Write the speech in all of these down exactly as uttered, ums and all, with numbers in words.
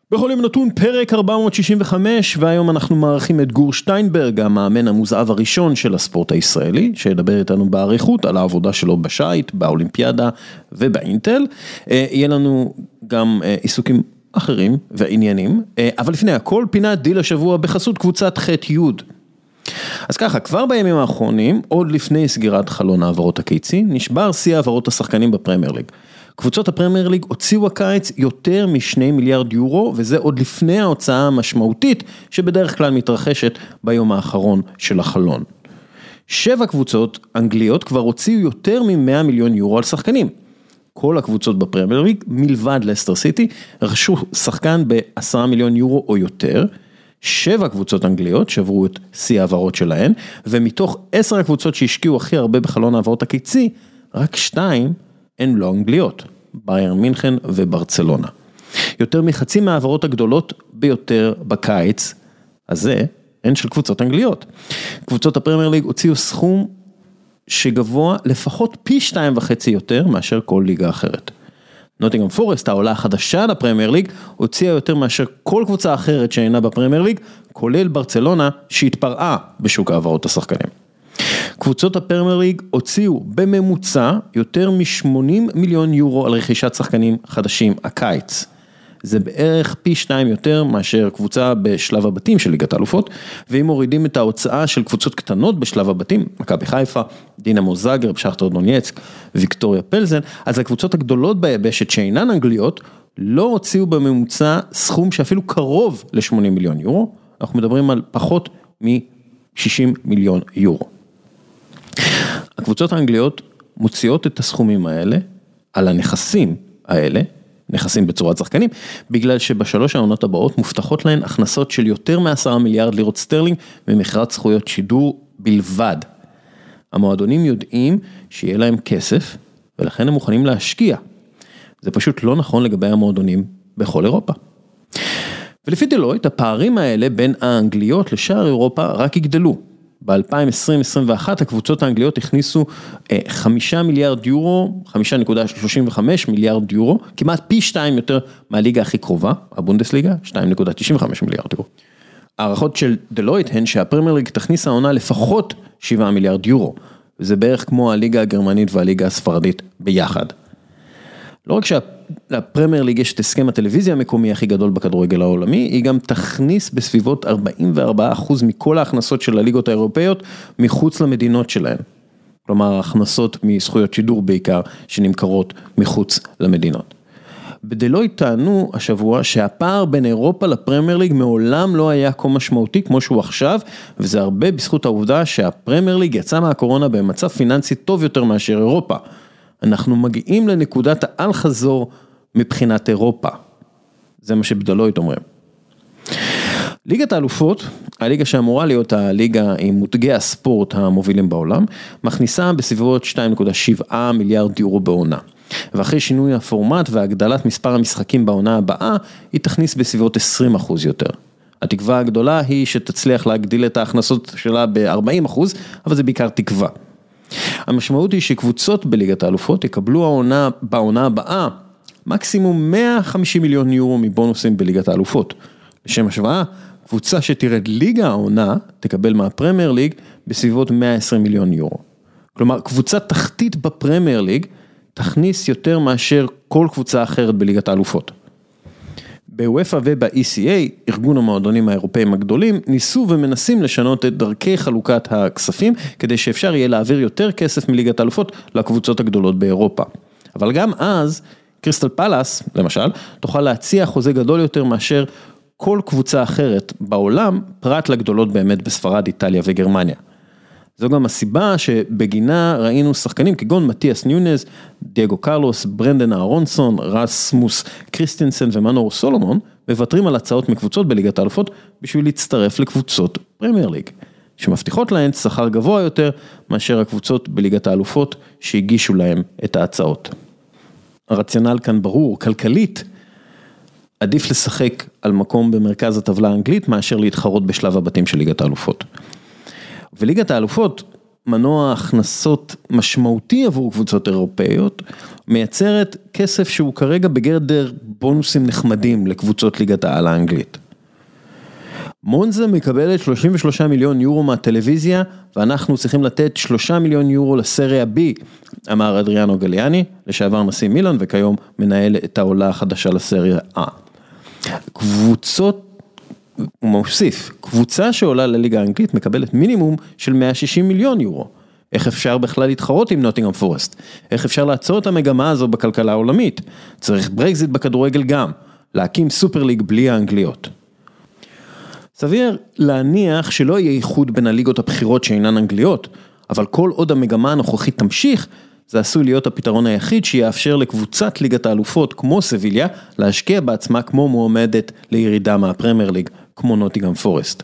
בכל יום נתון פרק ארבע מאות שישים וחמש, והיום אנחנו מארחים את גור שטיינברג, המאמן המוזהב הראשון של הספורט הישראלי, שידבר איתנו בעריכות על העבודה שלו בשייט, באולימפיאדה ובאינטל. יהיה לנו גם עיסוקים אחרים ועניינים, אבל לפני הכל פינת דיל השבוע בחסות קבוצת ח' י'. אז ככה, כבר בימים האחרונים, עוד לפני סגירת חלון העברות הקיצי, נשבר שיא העברות השחקנים בפרמייר ליג. קבוצות הפרמייר ליג הוציאו הקיץ יותר משני מיליארד יורו, וזה עוד לפני ההוצאה המשמעותית שבדרך כלל מתרחשת ביום האחרון של החלון. שבע קבוצות אנגליות כבר הוציאו יותר מ-מאה מיליון יורו על שחקנים. כל הקבוצות בפרמייר ליג, מלבד לסטר סיטי, רכשו שחקן ב-עשרה מיליון יורו או יותר. שבע קבוצות אנגליות שברו את שיא העברות שלהן, ומתוך עשר הקבוצות שהשקיעו הכי הרבה בחלון העברות הקיצי, רק שתיים הן לא אנגליות, ביירן מינכן וברצלונה. יותר מחצי מהעברות הגדולות ביותר בקיץ הזה, הן של קבוצות אנגליות. קבוצות הפרמייר ליג הוציאו סכום שגבוה לפחות פי שתיים וחצי יותר מאשר כל ליגה אחרת. נוטינגהאם פורסט, העולה החדשה לפרמייר ליג, הוציאה יותר מאשר כל קבוצה אחרת שאינה בפרמייר ליג, כולל ברצלונה שהתפרעה בשוק העברות השחקנים. קבוצות הפרמייר ליג הוציאו בממוצע יותר מ-שמונים מיליון יורו על רכישת שחקנים חדשים הקיץ. זה בערך פי שתיים יותר מאשר קבוצה בשלב הבתים של ליגת האלופות, ואם מורידים את ההוצאה של קבוצות קטנות בשלב הבתים, מכבי חיפה, דינמו זאגרב, שכטר דונייצק, ויקטוריה פלזן, אז הקבוצות הגדולות ביבשת שאינן אנגליות, לא הוציאו בממוצע סכום שאפילו קרוב ל-שמונים מיליון יורו, אנחנו מדברים על פחות מ-שישים מיליון יורו. הקבוצות האנגליות מוציאות את הסכומים האלה על הנכסים האלה, נכסים בצורת שחקנים, בגלל שבשלוש העונות הבאות מובטחות להן הכנסות של יותר מעשרה מיליארד לירות סטרלינג ממכירת זכויות שידור בלבד. המועדונים יודעים שיהיה להם כסף, ולכן הם מוכנים להשקיע. זה פשוט לא נכון לגבי המועדונים בכל אירופה. ולפי דלויט, הפערים האלה בין האנגליות לשאר אירופה רק יגדלו. ב-אלפיים עשרים עשרים ואחת הקבוצות האנגליות הכניסו חמישה מיליארד יורו, חמישה נקודה שלושים וחמש מיליארד יורו, כמעט פי שתיים יותר מהליגה הכי קרובה, הבונדסליגה, שתיים נקודה תשעים וחמש מיליארד יורו. הערכות של דלויט הן שהפרמייר ליג תכניס העונה לפחות שבעה מיליארד יורו, וזה בערך כמו הליגה הגרמנית והליגה הספרדית ביחד. לא רק שהפרמייר ליג יש את הסכם הטלוויזיה המקומי הכי גדול בכדורגל העולמי, היא גם תכניס בסביבות ארבעים וארבעה אחוז מכל ההכנסות של הליגות האירופאיות מחוץ למדינות שלהן. כלומר, ההכנסות מזכויות שידור בעיקר שנמכרות מחוץ למדינות. בדלויט טענו השבוע שהפער בין אירופה לפרמייר ליג מעולם לא היה כה משמעותי כמו שהוא עכשיו, וזה הרבה בזכות העובדה שהפרמייר ליג יצא מהקורונה במצב פיננסי טוב יותר מאשר אירופה. אנחנו מגיעים לנקודת האל חזור מבחינת אירופה. זה מה שבדלויט אומרים. ליגת האלופות, הליגה שאמורה להיות הליגה עם מותגי הספורט המובילים בעולם, מכניסה בסביבות שתיים נקודה שבע מיליארד יורו בעונה. ואחרי שינוי הפורמט והגדלת מספר המשחקים בעונה הבאה, היא תכניס בסביבות עשרים אחוז יותר. התקווה הגדולה היא שתצליח להגדיל את ההכנסות שלה ב-ארבעים אחוז, אבל זה בעיקר תקווה. המשמעות היא שקבוצות בליגת האלופות יקבלו העונה, בעונה הבאה מקסימום מאה וחמישים מיליון יורו מבונוסים בליגת האלופות. לשם השוואה, קבוצה שתרד ליגה העונה תקבל מהפרמייר ליג בסביבות מאה ועשרים מיליון יורו. כלומר, קבוצה תחתית בפרמייר ליג תכניס יותר מאשר כל קבוצה אחרת בליגת האלופות. בוופא וב-אי סי איי, ארגון המועדונים האירופאים הגדולים, ניסו ומנסים לשנות את דרכי חלוקת הכספים, כדי שאפשר יהיה להעביר יותר כסף מליגת האלופות לקבוצות הגדולות באירופה. אבל גם אז, קריסטל פלאס, למשל, תוכל להציע חוזה גדול יותר מאשר כל קבוצה אחרת בעולם, פרט לגדולות באמת בספרד, איטליה וגרמניה. זו גם הסיבה שבגינה ראינו שחקנים כגון מתיאס ניונז, דייגו קרלוס, ברנדן אהרונסון, רסמוס קריסטנסן ומנור סולומון, מוותרים על הצעות מקבוצות בליגת האלופות בשביל להצטרף לקבוצות פרמייר ליג, שמבטיחות להן שכר גבוה יותר מאשר הקבוצות בליגת האלופות שהגישו להם את ההצעות. הרציונל כאן ברור, כלכלית, עדיף לשחק על מקום במרכז הטבלה האנגלית מאשר להתחרות בשלב הבתים של ליגת האלופות. וליגת האלופות מנוע הכנסות משמעותי עבור קבוצות אירופאיות, מייצרת כסף שהוא כרגע בגדר בונוסים נחמדים לקבוצות ליגת העל האנגלית. מונזה מקבלת שלושים ושלושה מיליון יורו מהטלוויזיה, ואנחנו צריכים לתת שלושה מיליון יורו לסריה בי, אמר אדריאנו גליאני, לשעבר נשיא מילאן, וכיום מנהל את העולה החדשה לסריה A. קבוצות, הוא מוסיף, קבוצה שעולה לליגה האנגלית מקבלת מינימום של מאה ושישים מיליון יורו. איך אפשר בכלל להתחרות עם נוטינגהאם פורסט? איך אפשר לעצור את המגמה הזו בכלכלה העולמית? צריך ברקזיט בכדורגל גם, להקים סופר ליג בלי האנגליות. סביר להניח שלא יהיה איחוד בין הליגות הבחירות שאינן אנגליות, אבל כל עוד המגמה הנוכחית תמשיך, זה עשוי להיות הפתרון היחיד שיאפשר לקבוצת ליגת האלופות כמו סביליה, להשקיע בעצמה כמו מועמדת לירידה מהפרמייר ליג, כמו נוטינגהאם פורסט.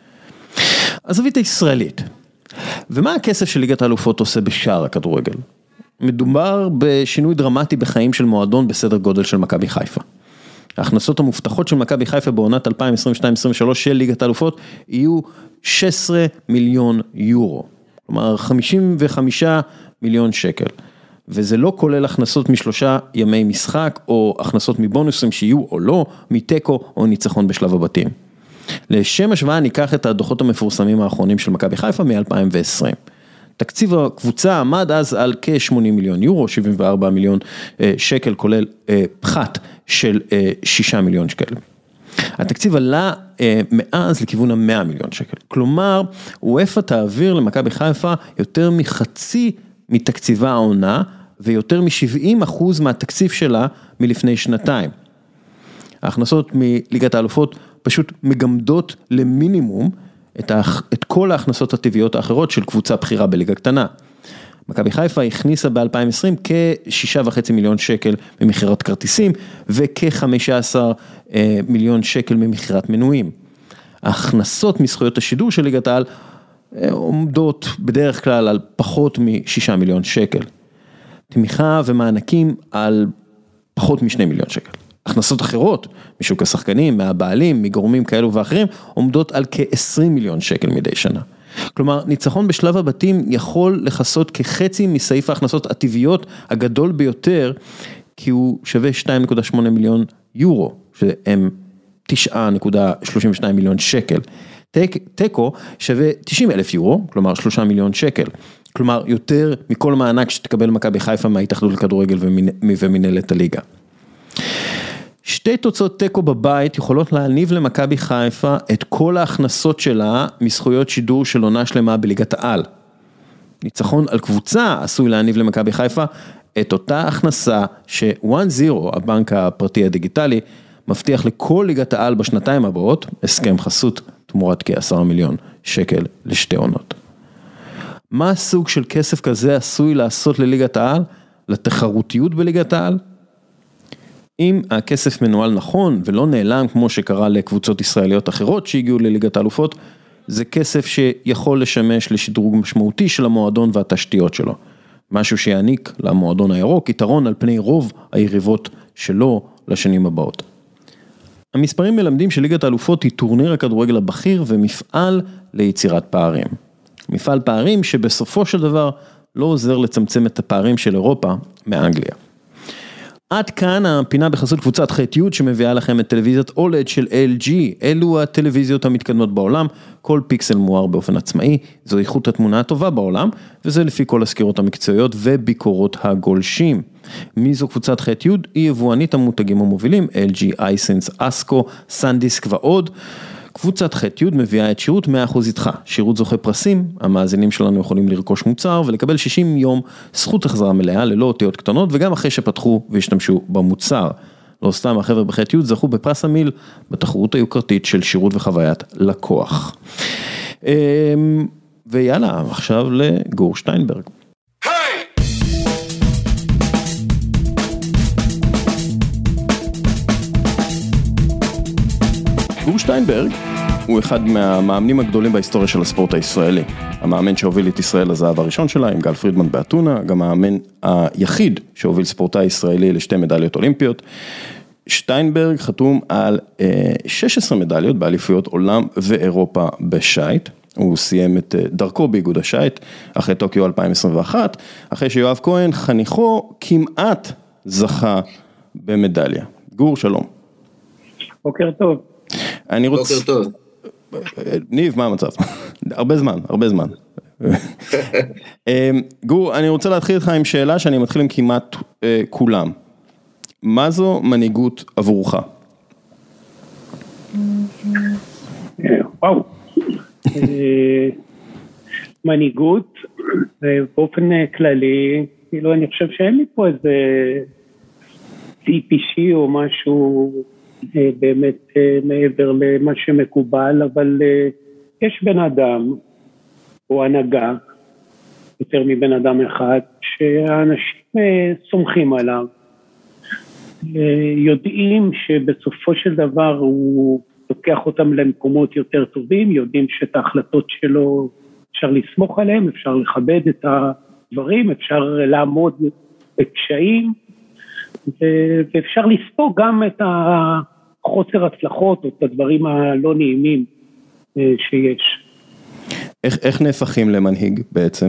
הזווית הישראלית. ומה הכסף של ליגת האלופות עושה בשער הכדורגל? מדובר בשינוי דרמטי בחיים של מועדון בסדר גודל של מכבי חיפה. ההכנסות המובטחות של מכבי חיפה בעונת אלפיים עשרים ושתיים עשרים ושלוש של ליגת האלופות יהיו שש עשרה מיליון יורו. כלומר חמישים וחמישה מיליון שקל. וזה לא כולל הכנסות משלושה ימי משחק, או הכנסות מבונוסים שיהיו או לא, מטקו או ניצחון בשלב הבתים. לשם השוואה ניקח את הדוחות המפורסמים האחרונים של מכבי חיפה מ-אלפיים ועשרים. תקציב הקבוצה עמד אז על כ-שמונים מיליון יורו, שבעים וארבעה מיליון שקל, כולל פחת של שישה מיליון שקל. התקציב עלה מאז לכיוון ה-מאה מיליון שקל. כלומר, וופא תעביר למכבי חיפה יותר מחצי מתקציבה העונה, ויותר מ-שבעים אחוז מהתקציב שלה מלפני שנתיים. ההכנסות מליגת האלופות פשוט מגמדות למינימום את, האח... את כל ההכנסות הטבעיות האחרות של קבוצה בחירה בליגה קטנה. מכבי חיפה הכניסה ב-אלפיים ועשרים כ-שישה וחצי מיליון שקל ממחירת כרטיסים, וכ-חמישה עשר מיליון שקל ממחירת מנויים. ההכנסות מזכויות השידור של ליגת העל עומדות בדרך כלל על פחות מ-שישה מיליון שקל. תמיכה ומענקים על פחות משני מיליון שקל. הכנסות אחרות, משוק השחקנים, מהבעלים, מגורמים כאלו ואחרים, עומדות על כ-עשרים מיליון שקל מדי שנה. כלומר, ניצחון בשלב הבתים יכול לחסות כחצי מסעיף ההכנסות הטבעיות הגדול ביותר, כי הוא שווה שתיים נקודה שמונה מיליון יורו, שהם תשע נקודה שלושים ושתיים מיליון שקל. טקו שווה תשעים אלף יורו, כלומר שלושה מיליון שקל. כלומר, יותר מכל מענק שתקבל מכבי חיפה מההתאחדות לכדורגל ומנהלת הליגה. שתי תוצאות טקו בבית יכולות להניב למכבי חיפה את כל ההכנסות שלה מזכויות שידור של עונה שלמה בליגת העל. ניצחון על קבוצה עשוי להניב למכבי חיפה את אותה הכנסה ש-וואן זירו, הבנק הפרטי הדיגיטלי, מבטיח לכל ליגת העל בשנתיים הבאות, הסכם חסות תמורת כ-עשרה מיליון שקל לשתי עונות. מה הסוג של כסף כזה עשוי לעשות לליגת העל? לתחרותיות בליגת העל? אם הכסף מנוהל נכון ולא נעלם כמו שקרה לקבוצות ישראליות אחרות שהגיעו לליגת האלופות, זה כסף שיכול לשמש לשדרוג משמעותי של המועדון והתשתיות שלו. משהו שיעניק למועדון הירוק יתרון על פני רוב היריבות שלו לשנים הבאות. המספרים מלמדים שליגת האלופות היא טורניר הכדורגל הבכיר ומפעל ליצירת פערים. מפעל פערים שבסופו של דבר לא עוזר לצמצם את הפערים של אירופה מאנגליה. עד כאן הפינה בחסות קבוצת ח'-י' שמביאה לכם את טלוויזיית אולד של אל ג'י. אלו הטלוויזיות המתקדמות בעולם, כל פיקסל מואר באופן עצמאי, זו איכות התמונה הטובה בעולם, וזה לפי כל הסקירות המקצועיות וביקורות הגולשים. מי זו קבוצת ח'-י'? היא יבואנית המותגים המובילים, אל ג'י, אייסנס, אסקו, סנדיסק ועוד. קבוצת ח'-י' מביאה את שירות מאה אחוז איתך, שירות זוכה פרסים, המאזינים שלנו יכולים לרכוש מוצר ולקבל שישים יום זכות החזרה מלאה ללא אותיות קטנות, וגם אחרי שפתחו והשתמשו במוצר. לא סתם החבר'ה בח'-י' זכו בפרס המיל בתחרות היוקרתית של שירות וחוויית לקוח. ויאללה, עכשיו לגור שטיינברג. גור שטיינברג הוא אחד מהמאמנים הגדולים בהיסטוריה של הספורט הישראלי. המאמן שהוביל את ישראל לזהב הראשון שלה, עם גל פרידמן באתונה, גם המאמן היחיד שהוביל ספורטאי ישראלי לשתי מדליות אולימפיות. שטיינברג חתום על שש עשרה מדליות באליפויות עולם ואירופה בשייט. הוא סיים את דרכו באיגוד השייט, אחרי טוקיו אלפיים עשרים ואחת, אחרי שיואב כהן, חניכו, כמעט זכה במדליה. גור, שלום. בוקר טוב. אני רוצה... בוקר טוב. ניב, מה המצב? הרבה זמן, הרבה זמן. גור, אני רוצה להתחיל איתך עם שאלה שאני מתחיל עם כמעט כולם. מה זו מנהיגות עבורך? וואו. מנהיגות, באופן כללי, כאילו אני חושב שאין לי פה איזה טיפ אישי או משהו באמת מעבר למה שמקובל, אבל יש בן אדם או הנהגה, יותר מבן אדם אחד, שהאנשים סומכים עליו, יודעים שבסופו של דבר הוא לוקח אותם למקומות יותר טובים, יודעים שאת ההחלטות שלו אפשר לסמוך עליהם, אפשר לכבד את הדברים, אפשר לעמוד בקשיים, ואפשר לספוג גם את החוסר הצלחות או את הדברים הלא נעימים שיש. איך, איך נהפכים למנהיג בעצם?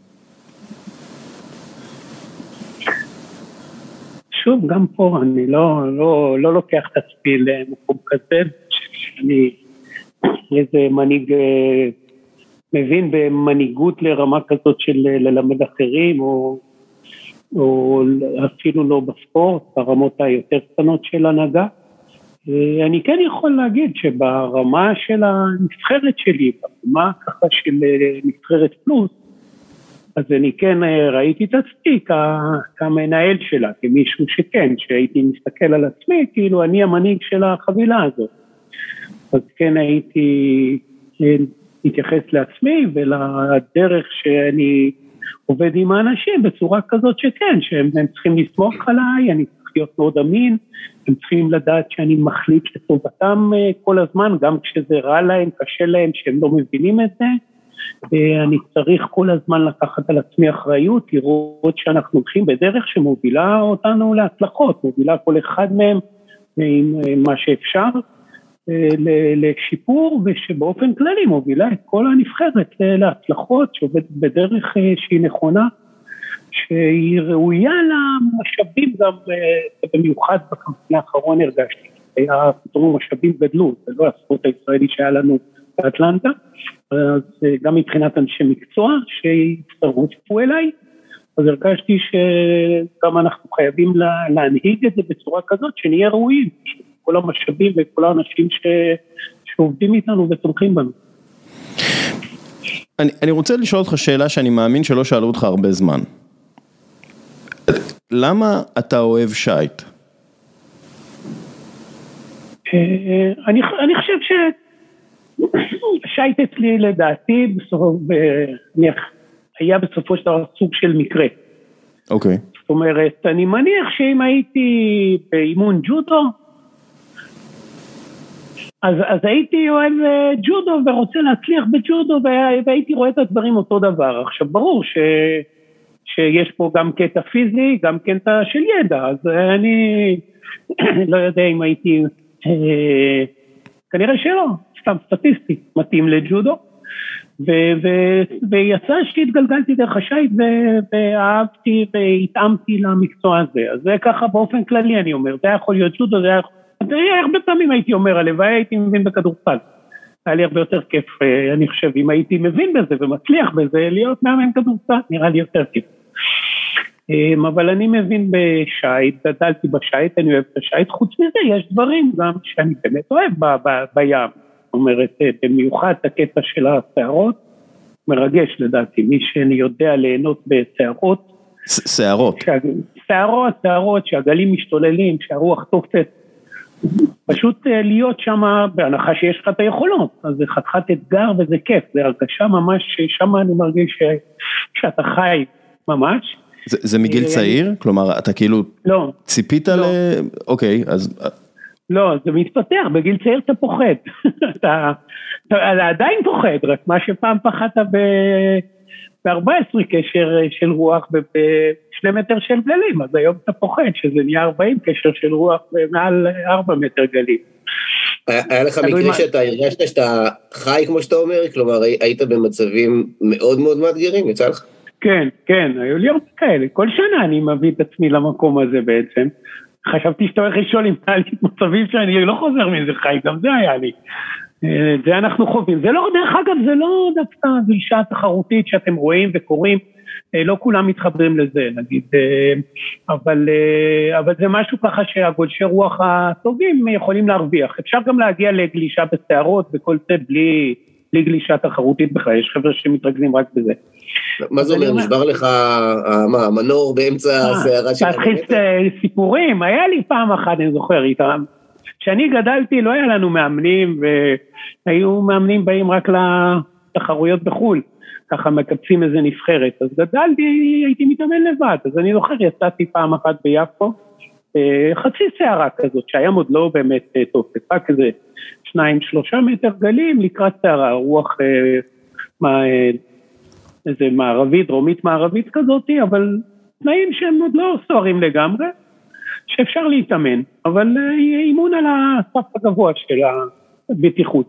שוב, גם פה אני לא, לא, לא לוקח את עצמי למקום כזה, שאני איזה מנהיג מבין במנהיגות לרמה כזאת של ללמד אחרים, או, או אפילו לא בספורט, ברמות היותר קטנות של הנהגה. אני כן יכול להגיד שברמה של הנבחרת שלי, ברמה ככה של נבחרת פלוס, אז אני כן ראיתי את עצמי כמנהל שלה, כמישהו שכן, שהייתי מסתכל על עצמי, כאילו אני המנהיג של החבילה הזאת. אז כן הייתי מתייחס לעצמי ולדרך שאני עובד עם האנשים בצורה כזאת שכן, שהם צריכים לסמוך עליי, אני צריך להיות מאוד אמין, הם צריכים לדעת שאני מחליט לטובתם כל הזמן, גם כשזה רע להם, קשה להם, שהם לא מבינים את זה, אני צריך כל הזמן לקחת על עצמי אחריות, לראות שאנחנו הולכים בדרך שמובילה אותנו להצלחות, מובילה כל אחד מהם עם מה שאפשר לשיפור, ושבאופן כללי מובילה את כל הנבחרת להצלחות, שעובדת בדרך שהיא נכונה, שהיא ראויה למשאבים, גם במיוחד בקמפיין האחרון הרגשתי, היה פתאום משאבים גדלו, זה לא הספורט הישראלי שהיה לנו באטלנטה, אז גם מבחינת אנשי מקצוע שהצטרפו אליי, אז הרגשתי שגם אנחנו חייבים להנהיג את זה בצורה כזאת, שנהיה ראויים, כל המשאבים וכל האנשים ש... שעובדים איתנו ותומכים בנו. אני, אני רוצה לשאול אותך שאלה שאני מאמין שלא שאלו אותך הרבה זמן. למה אתה אוהב שייט? אני, אני חושב ש... שייט אצלי לדעתי, בסוף, היה בסופו של דבר סוג של מקרה. אוקיי. זאת אומרת, אני מניח שאם הייתי באימון ג'ודו, אז, אז הייתי אוהב ג'ודו ורוצה להצליח בג'ודו, והייתי רואה את הדברים אותו דבר. עכשיו, ברור ש, שיש פה גם קטע פיזי, גם קטע של ידע, אז אני לא יודע אם הייתי, אה, כנראה שלא, סתם סטטיסטי, מתאים לג'ודו, ו- ו- ויצא שהתגלגלתי דרך השייט, ו- ואהבתי והתאמתי למקצוע הזה. אז זה ככה באופן כללי אני אומר, זה יכול להיות ג'ודו, זה היה... הרבה פעמים הייתי אומר, הלוואי הייתי מבין בכדורסל. היה לי הרבה יותר כיף, אני חושב, אם הייתי מבין בזה ומצליח בזה, להיות מאמן כדורסל, נראה לי יותר כיף. אבל אני מבין בשייט, גדלתי בשייט, אני אוהב את השייט, חוץ מזה יש דברים גם שאני באמת אוהב ב- ב- בים. זאת אומרת, במיוחד את הקטע של השערות, מרגש לדעתי, מי שאני יודע ליהנות בשערות. שערות. שערות, שערות, שהגלים משתוללים, שהרוח תופסת. פשוט להיות שם, בהנחה שיש לך את היכולות, אז זה חתיכת אתגר וזה כיף, זה הרגשה ממש, שם אני מרגיש ש... שאתה חי ממש. זה, זה מגיל צעיר? כלומר, אתה כאילו לא, ציפית לא. ל... אוקיי, אז... לא, זה מתפתח, בגיל צעיר אתה פוחד, אתה, אתה עדיין פוחד, רק מה שפעם פחדת ב... ב-ארבע עשרה קשר של רוח ב-שני מטר של גלים, אז היום אתה פוחד שזה נהיה ארבעים קשר של רוח מעל ארבע מטר גלים. היה לך מקרה שאתה הרגשת שאתה חי, כמו שאתה אומר, כלומר, היית במצבים מאוד מאוד מאתגרים, יצא לך? כן, כן, היו לי הרבה כאלה. כל שנה אני מביא את עצמי למקום הזה בעצם. חשבתי שאתה הולך לשאול אם היה לי מצבים שאני לא חוזר מזה חי, גם זה היה לי. זה אנחנו חווים. זה לא, דרך אגב, זה לא דווקא גלישה תחרותית שאתם רואים וקוראים, לא כולם מתחברים לזה, נגיד, אבל, אבל זה משהו ככה שהגולשי רוח הטובים יכולים להרוויח. אפשר גם להגיע לגלישה בסערות וכל זה בלי, בלי גלישה תחרותית בכלל, יש חבר'ה שמתרכזים רק בזה. מה זה אומר? נשבר לך המנור באמצע הסערה של המטר? תתחיל סיפורים, היה לי פעם אחת, אני זוכר, כשאני גדלתי לא היה לנו מאמנים, והיו מאמנים באים רק לתחרויות בחול, ככה מקבצים איזה נבחרת, אז גדלתי, הייתי מתאמן לבד, אז אני זוכר, יצאתי פעם אחת ביפו, חצי שערה כזאת, שהים עוד לא באמת טוב, זה כזה שניים, שלושה מטר גלים לקראת שערה, רוח מה, איזה מערבית, דרומית מערבית כזאת, אבל תנאים שהם עוד לא סוערים לגמרי, שאפשר להתאמן, אבל אימון על הסף הגבוה של הבטיחות.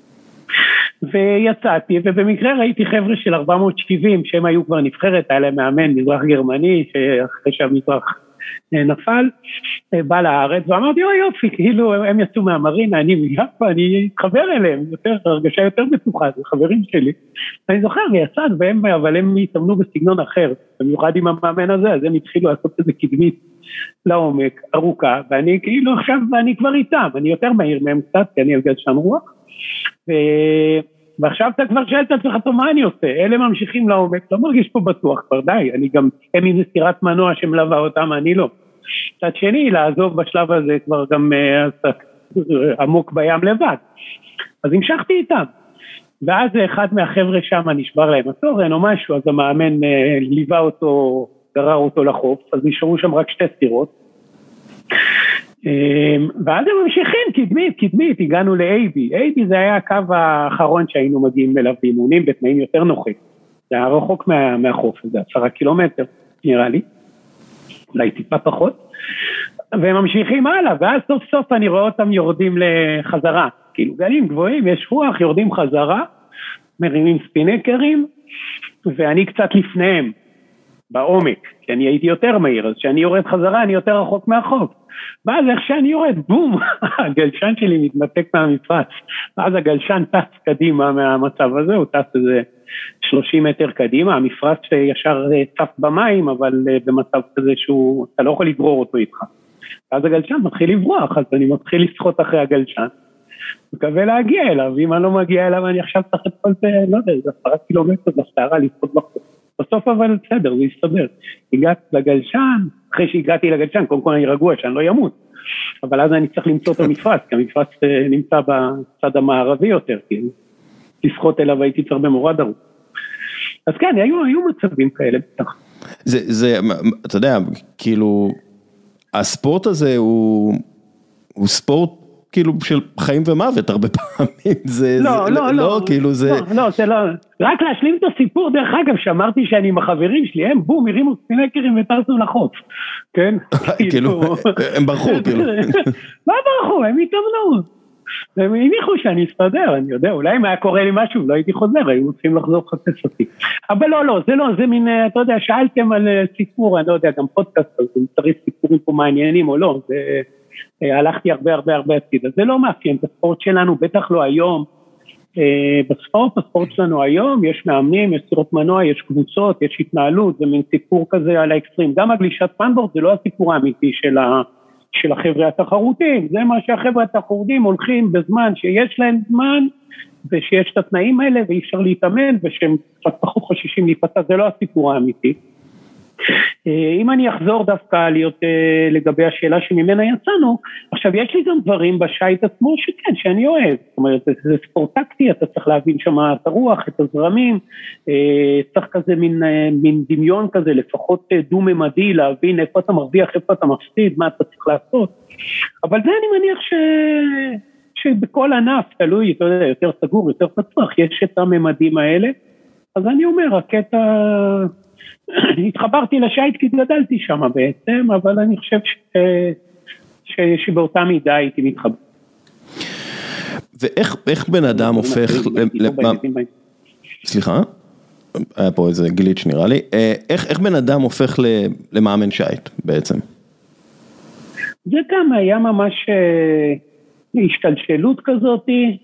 ויצאתי, ובמקרה ראיתי חבר'ה של ארבע מאות שבעים, שהם היו כבר נבחרת, היה להם מאמן מזרח גרמני, שאחרי שהמזרח נפל, בא לארץ, ואמרתי, אוי יופי, כאילו הם יצאו מהמרינה, אני מיפה, אני אתחבר אליהם, יותר, הרגשה יותר בטוחה, זה חברים שלי. אני זוכר, ויצאת, והם, אבל הם התאמנו בסגנון אחר, במיוחד עם המאמן הזה, אז הם התחילו לעשות איזה קדמית לעומק, ארוכה, ואני כאילו עכשיו, ואני כבר איתם, אני יותר מהיר מהם קצת, כי אני על גלשן רוח, ו... ועכשיו אתה כבר שאלת עצמך, טוב, מה אני עושה? אלה ממשיכים לעומק, לא מרגיש פה בטוח, כבר די, אני גם, הם עם סתירת מנוע שמלווה אותם, אני לא. קצת שני, לעזוב בשלב הזה כבר גם uh, עמוק בים לבד. אז המשכתי איתם, ואז אחד מהחבר'ה שם נשבר להם התורן או משהו, אז המאמן uh, ליווה אותו, גרר אותו לחוף, אז נשארו שם רק שתי סתירות, ואז הם ממשיכים, קדמית, קדמית, הגענו ל-איי בי, איי בי זה היה הקו האחרון שהיינו מגיעים אליו באימונים בתנאים יותר נוחים, זה היה רחוק מה, מהחוף, זה עשרה קילומטר נראה לי, אולי טיפה פחות, והם ממשיכים הלאה, ואז סוף סוף אני רואה אותם יורדים לחזרה, כאילו גלים גבוהים, יש רוח, יורדים חזרה, מרימים ספינקרים, ואני קצת לפניהם, בעומק, כי אני הייתי יותר מהיר, אז כשאני יורד חזרה אני יותר רחוק מהחוף, ואז איך שאני יורד, בום, הגלשן שלי מתנתק מהמפרץ, ואז הגלשן טס קדימה מהמצב הזה, הוא טס איזה שלושים מטר קדימה, המפרץ ישר טס במים, אבל במצב כזה שהוא, אתה לא יכול לגרור אותו איתך, ואז הגלשן מתחיל לברוח, אז אני מתחיל לשחות אחרי הגלשן, מקווה להגיע אליו, ואם אני לא מגיע אליו, אני עכשיו צריך את כל זה, לא יודע, זה עשרה קילומטר בסערה לשחות בחוף, בסוף אבל בסדר, זה יסתדר, הגעתי לגלשן, אחרי שהגעתי לגלשן, קודם כל אני רגוע שאני לא ימות, אבל אז אני צריך למצוא את המפרץ, כי המפרץ נמצא בצד המערבי יותר, כי לשחות אליו הייתי צריך במורד ארוך. אז כן, היו, היו מצבים כאלה בטח. זה, זה, אתה יודע, כאילו, הספורט הזה הוא, הוא ספורט, כאילו של חיים ומוות הרבה פעמים, זה, לא, זה, לא, לא, לא, לא, כאילו זה... לא, לא, זה לא, רק להשלים את הסיפור, דרך אגב, שאמרתי שאני עם החברים שלי, הם בום, הרימו ספינקרים וטסו לחוף, כן? כאילו, הם ברחו, כאילו. מה ברחו? הם התאמנו. הם הניחו שאני אסתדר, אני יודע, אולי אם היה קורה לי משהו, לא הייתי חוזר, היו צריכים לחזור חצץ אותי. אבל לא, לא, זה לא, זה מין, אתה יודע, שאלתם על סיפור, אני לא יודע, גם פודקאסט, אז אם צריך סיפורים פה מעניינים או לא, זה... הלכתי הרבה הרבה הרבה הצידה, זה לא מאפיין את הספורט שלנו, בטח לא היום, בספורט, הספורט שלנו היום, יש מאמנים, יש סירות מנוע, יש קבוצות, יש התנהלות, זה מין סיפור כזה על האקסטרים, גם הגלישת פנבורד זה לא הסיפור האמיתי של, ה, של החבר'ה התחרותיים, זה מה שהחבר'ה התחרותיים הולכים בזמן שיש להם זמן, ושיש את התנאים האלה ואי אפשר להתאמן, ושהם קצת פחות חוששים להיפצע, זה לא הסיפור האמיתי. אם אני אחזור דווקא להיות לגבי השאלה שממנה יצאנו, עכשיו יש לי גם דברים בשייט עצמו שכן, שאני אוהב, זאת אומרת, זה, זה ספורט טקטי, אתה צריך להבין שם את הרוח, את הזרמים, צריך כזה מין, מין דמיון כזה, לפחות דו-ממדי, להבין איפה אתה מרוויח, איפה אתה מפסיד, מה אתה צריך לעשות, אבל זה אני מניח ש... שבכל ענף, תלוי, אתה יודע, יותר סגור, יותר פתוח, יש את הממדים האלה, אז אני אומר, הקטע... התחברתי לשייט כי גדלתי שם בעצם, אבל אני חושב ש... ש... שבאותה מידה הייתי מתחבר. ואיך בן אדם הופך, סליחה, היה פה איזה גליץ' נראה לי, איך בן אדם הופך למאמן שייט בעצם? זה גם היה ממש השתלשלות כזאת,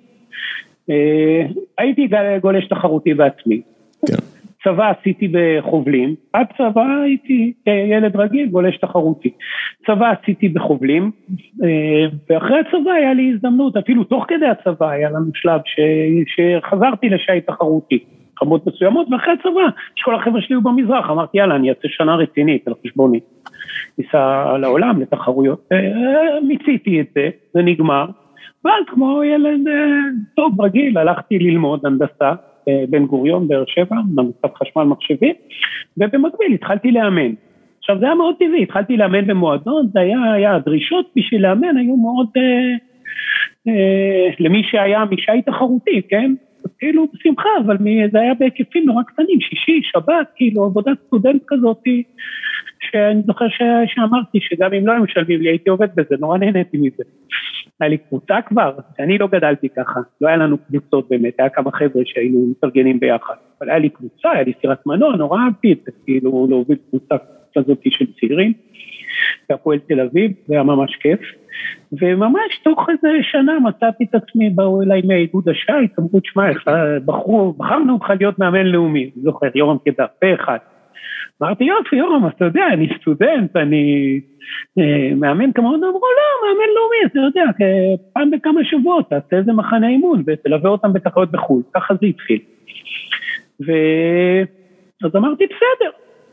הייתי גולש תחרותי בעצמי. צבא עשיתי בחובלים, עד צבא הייתי ילד רגיל, גולש תחרותי. צבא עשיתי בחובלים, ואחרי הצבא היה לי הזדמנות, אפילו תוך כדי הצבא היה לנו שלב ש... שחזרתי לשייט תחרותי, חמות מסוימות, ואחרי הצבא, שכל החבר'ה שלי הוא במזרח, אמרתי יאללה, אני אעשה שנה רצינית על חשבוני, ניסה לעולם לתחרויות, מיציתי את זה, זה נגמר, ואז כמו ילד טוב רגיל, הלכתי ללמוד הנדסה, בן גוריון, באר שבע, במצב חשמל מחשבי, ובמקביל התחלתי לאמן. עכשיו זה היה מאוד טבעי, התחלתי לאמן במועדון, זה היה, היה הדרישות בשביל לאמן, היו מאוד, אה, אה, למי שהיה משי תחרותי, כן? כאילו בשמחה, אבל זה היה בהיקפים נורא קטנים, שישי, שבת, כאילו עבודת סטודנט כזאת, שאני זוכר ש... שאמרתי שגם אם לא היו משלמים לי, הייתי עובד בזה, נורא נהניתי מזה. היה לי קבוצה כבר, אני לא גדלתי ככה, לא היה לנו קבוצות באמת, היה כמה חבר'ה שהיינו מתארגנים ביחד, אבל היה לי קבוצה, היה לי סירת מנוע, נורא אהבתי את זה, כאילו להוביל קבוצה כזאת של צעירים, והפועל תל אביב, זה היה ממש כיף, וממש תוך איזה שנה מצאתי את עצמי, באו אליי מאיגוד השייט, אמרו, תשמע, בחרו, בחרנו אותך להיות מאמן לאומי, זוכר, יורם קדר, פה אחד, אמרתי, יופי, יורם, אתה יודע, אני סטודנט, אני אה, מאמן כמובן, אמרו, לא, מאמן לאומי, אתה יודע, פעם בכמה שבועות, תעשה איזה מחנה אימון, ותלווה אותם בתחרויות בחו"ל, ככה זה התחיל. ו... אז אמרתי, בסדר.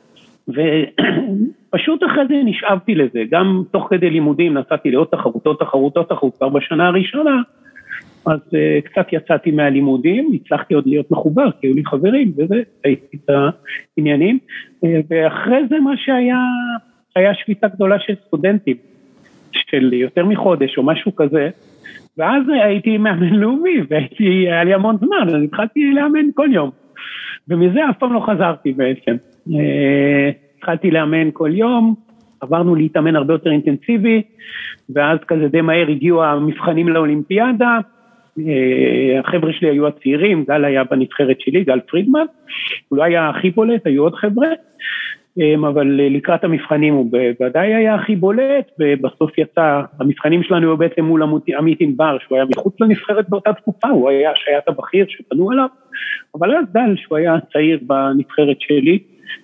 ופשוט אחרי זה נשאבתי לזה, גם תוך כדי לימודים נסעתי לעוד תחרותות, תחרותות, תחרות, כבר בשנה הראשונה, אז uh, קצת יצאתי מהלימודים, הצלחתי עוד להיות מחובר, כי היו לי חברים, וזה, הייתי את העניינים, uh, ואחרי זה מה שהיה, היה שביתה גדולה של סטודנטים, של יותר מחודש או משהו כזה, ואז הייתי מאמן לאומי, והייתי, היה לי המון זמן, אז התחלתי לאמן כל יום, ומזה אף פעם לא חזרתי בעצם. Uh, התחלתי לאמן כל יום, עברנו להתאמן הרבה יותר אינטנסיבי, ואז כזה די מהר הגיעו המבחנים לאולימפיאדה, החבר'ה שלי היו הצעירים, גל היה בנבחרת שלי, גל פרידמן, הוא לא היה הכי בולט, היו עוד חבר'ה, אבל לקראת המבחנים הוא בוודאי היה הכי בולט, ובסוף יצא, המבחנים שלנו היו בעצם מול עמית ענבר, שהוא היה מחוץ לנבחרת באותה תקופה, הוא היה שייט הבכיר שפנו עליו, אבל אז גל, שהוא היה צעיר בנבחרת שלי,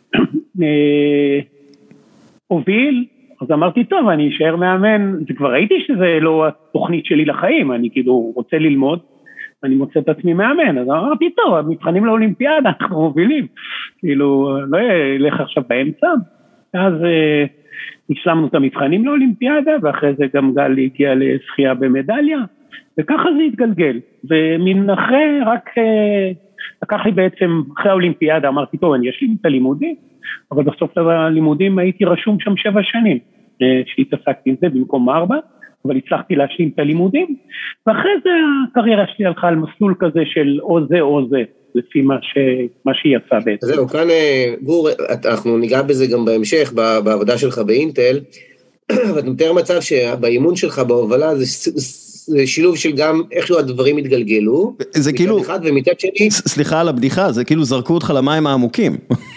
הוביל, אז אמרתי, טוב, אני אשאר מאמן, זה כבר ראיתי שזה לא התוכנית שלי לחיים, אני כאילו רוצה ללמוד, אני מוצא את עצמי מאמן, אז אמרתי, טוב, המבחנים לאולימפיאדה, אנחנו מובילים, כאילו, לא ילך עכשיו באמצע, אז אה, השלמנו את המבחנים לאולימפיאדה, ואחרי זה גם גל הגיע לשחייה במדליה, וככה זה התגלגל, ומן אחרי, רק אה, לקח לי בעצם, אחרי האולימפיאדה, אמרתי, טוב, אני אשלים את הלימודים, אבל בסוף הלימודים הייתי רשום שם שבע שנים, שהתעסקתי עם זה במקום ארבע, אבל הצלחתי להשלים את הלימודים, ואחרי זה הקריירה שלי הלכה על מסלול כזה של או זה או זה, לפי מה, ש... מה שיצא בעצם. זהו, כאן גור, אנחנו ניגע בזה גם בהמשך, בעבודה שלך באינטל, ואתה מתאר מצב שבאימון שלך בהובלה, זה, זה שילוב של גם איכשהו הדברים התגלגלו, זה כאילו, אחד, ומצד שני... סליחה על הבדיחה, זה כאילו זרקו אותך למים העמוקים.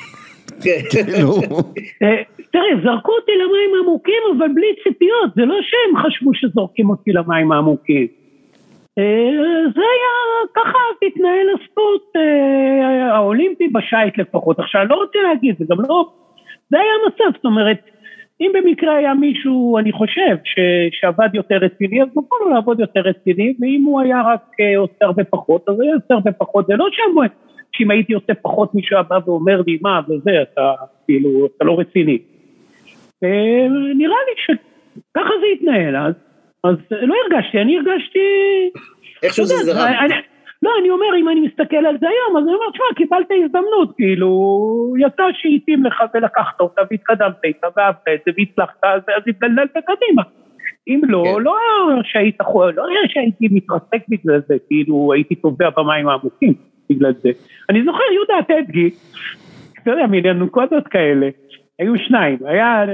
תראה, זרקו אותי למים העמוקים, אבל בלי ציפיות, זה לא שהם חשבו שזורקים אותי למים העמוקים. זה היה, ככה תתנהל הספורט האולימפי בשייט לפחות. עכשיו, לא רוצה להגיד, זה גם לא, זה היה מצב, זאת אומרת, אם במקרה היה מישהו, אני חושב, שעבד יותר רציני, אז נוכל לו לעבוד יותר רציני, ואם הוא היה רק עושה הרבה פחות, אז היה עושה הרבה פחות, זה לא שם, שאם הייתי עושה פחות מישהו הבא ואומר לי, מה, וזה, אתה, כאילו, אתה לא רציני. נראה לי שככה זה התנהל, אז, אז לא הרגשתי, אני הרגשתי... איך שזה זה רב? לא, אני אומר, אם אני מסתכל על זה היום, אז אני אומר, תשמע, קיבלת הזדמנות, כאילו, יצא שהתאים לך ולקחת אותה, והתקדמת איתה, ואהבת את זה, והצלחת, אז התגללת קדימה. אם לא, לא שהיית יכול, לא שהייתי מתרסק בגלל זה, כאילו, הייתי טובע במים העמוקים בגלל זה. אני זוכר, יהודה טדגי, אתה יודע, מיליון נקודות כאלה, היו שניים, היה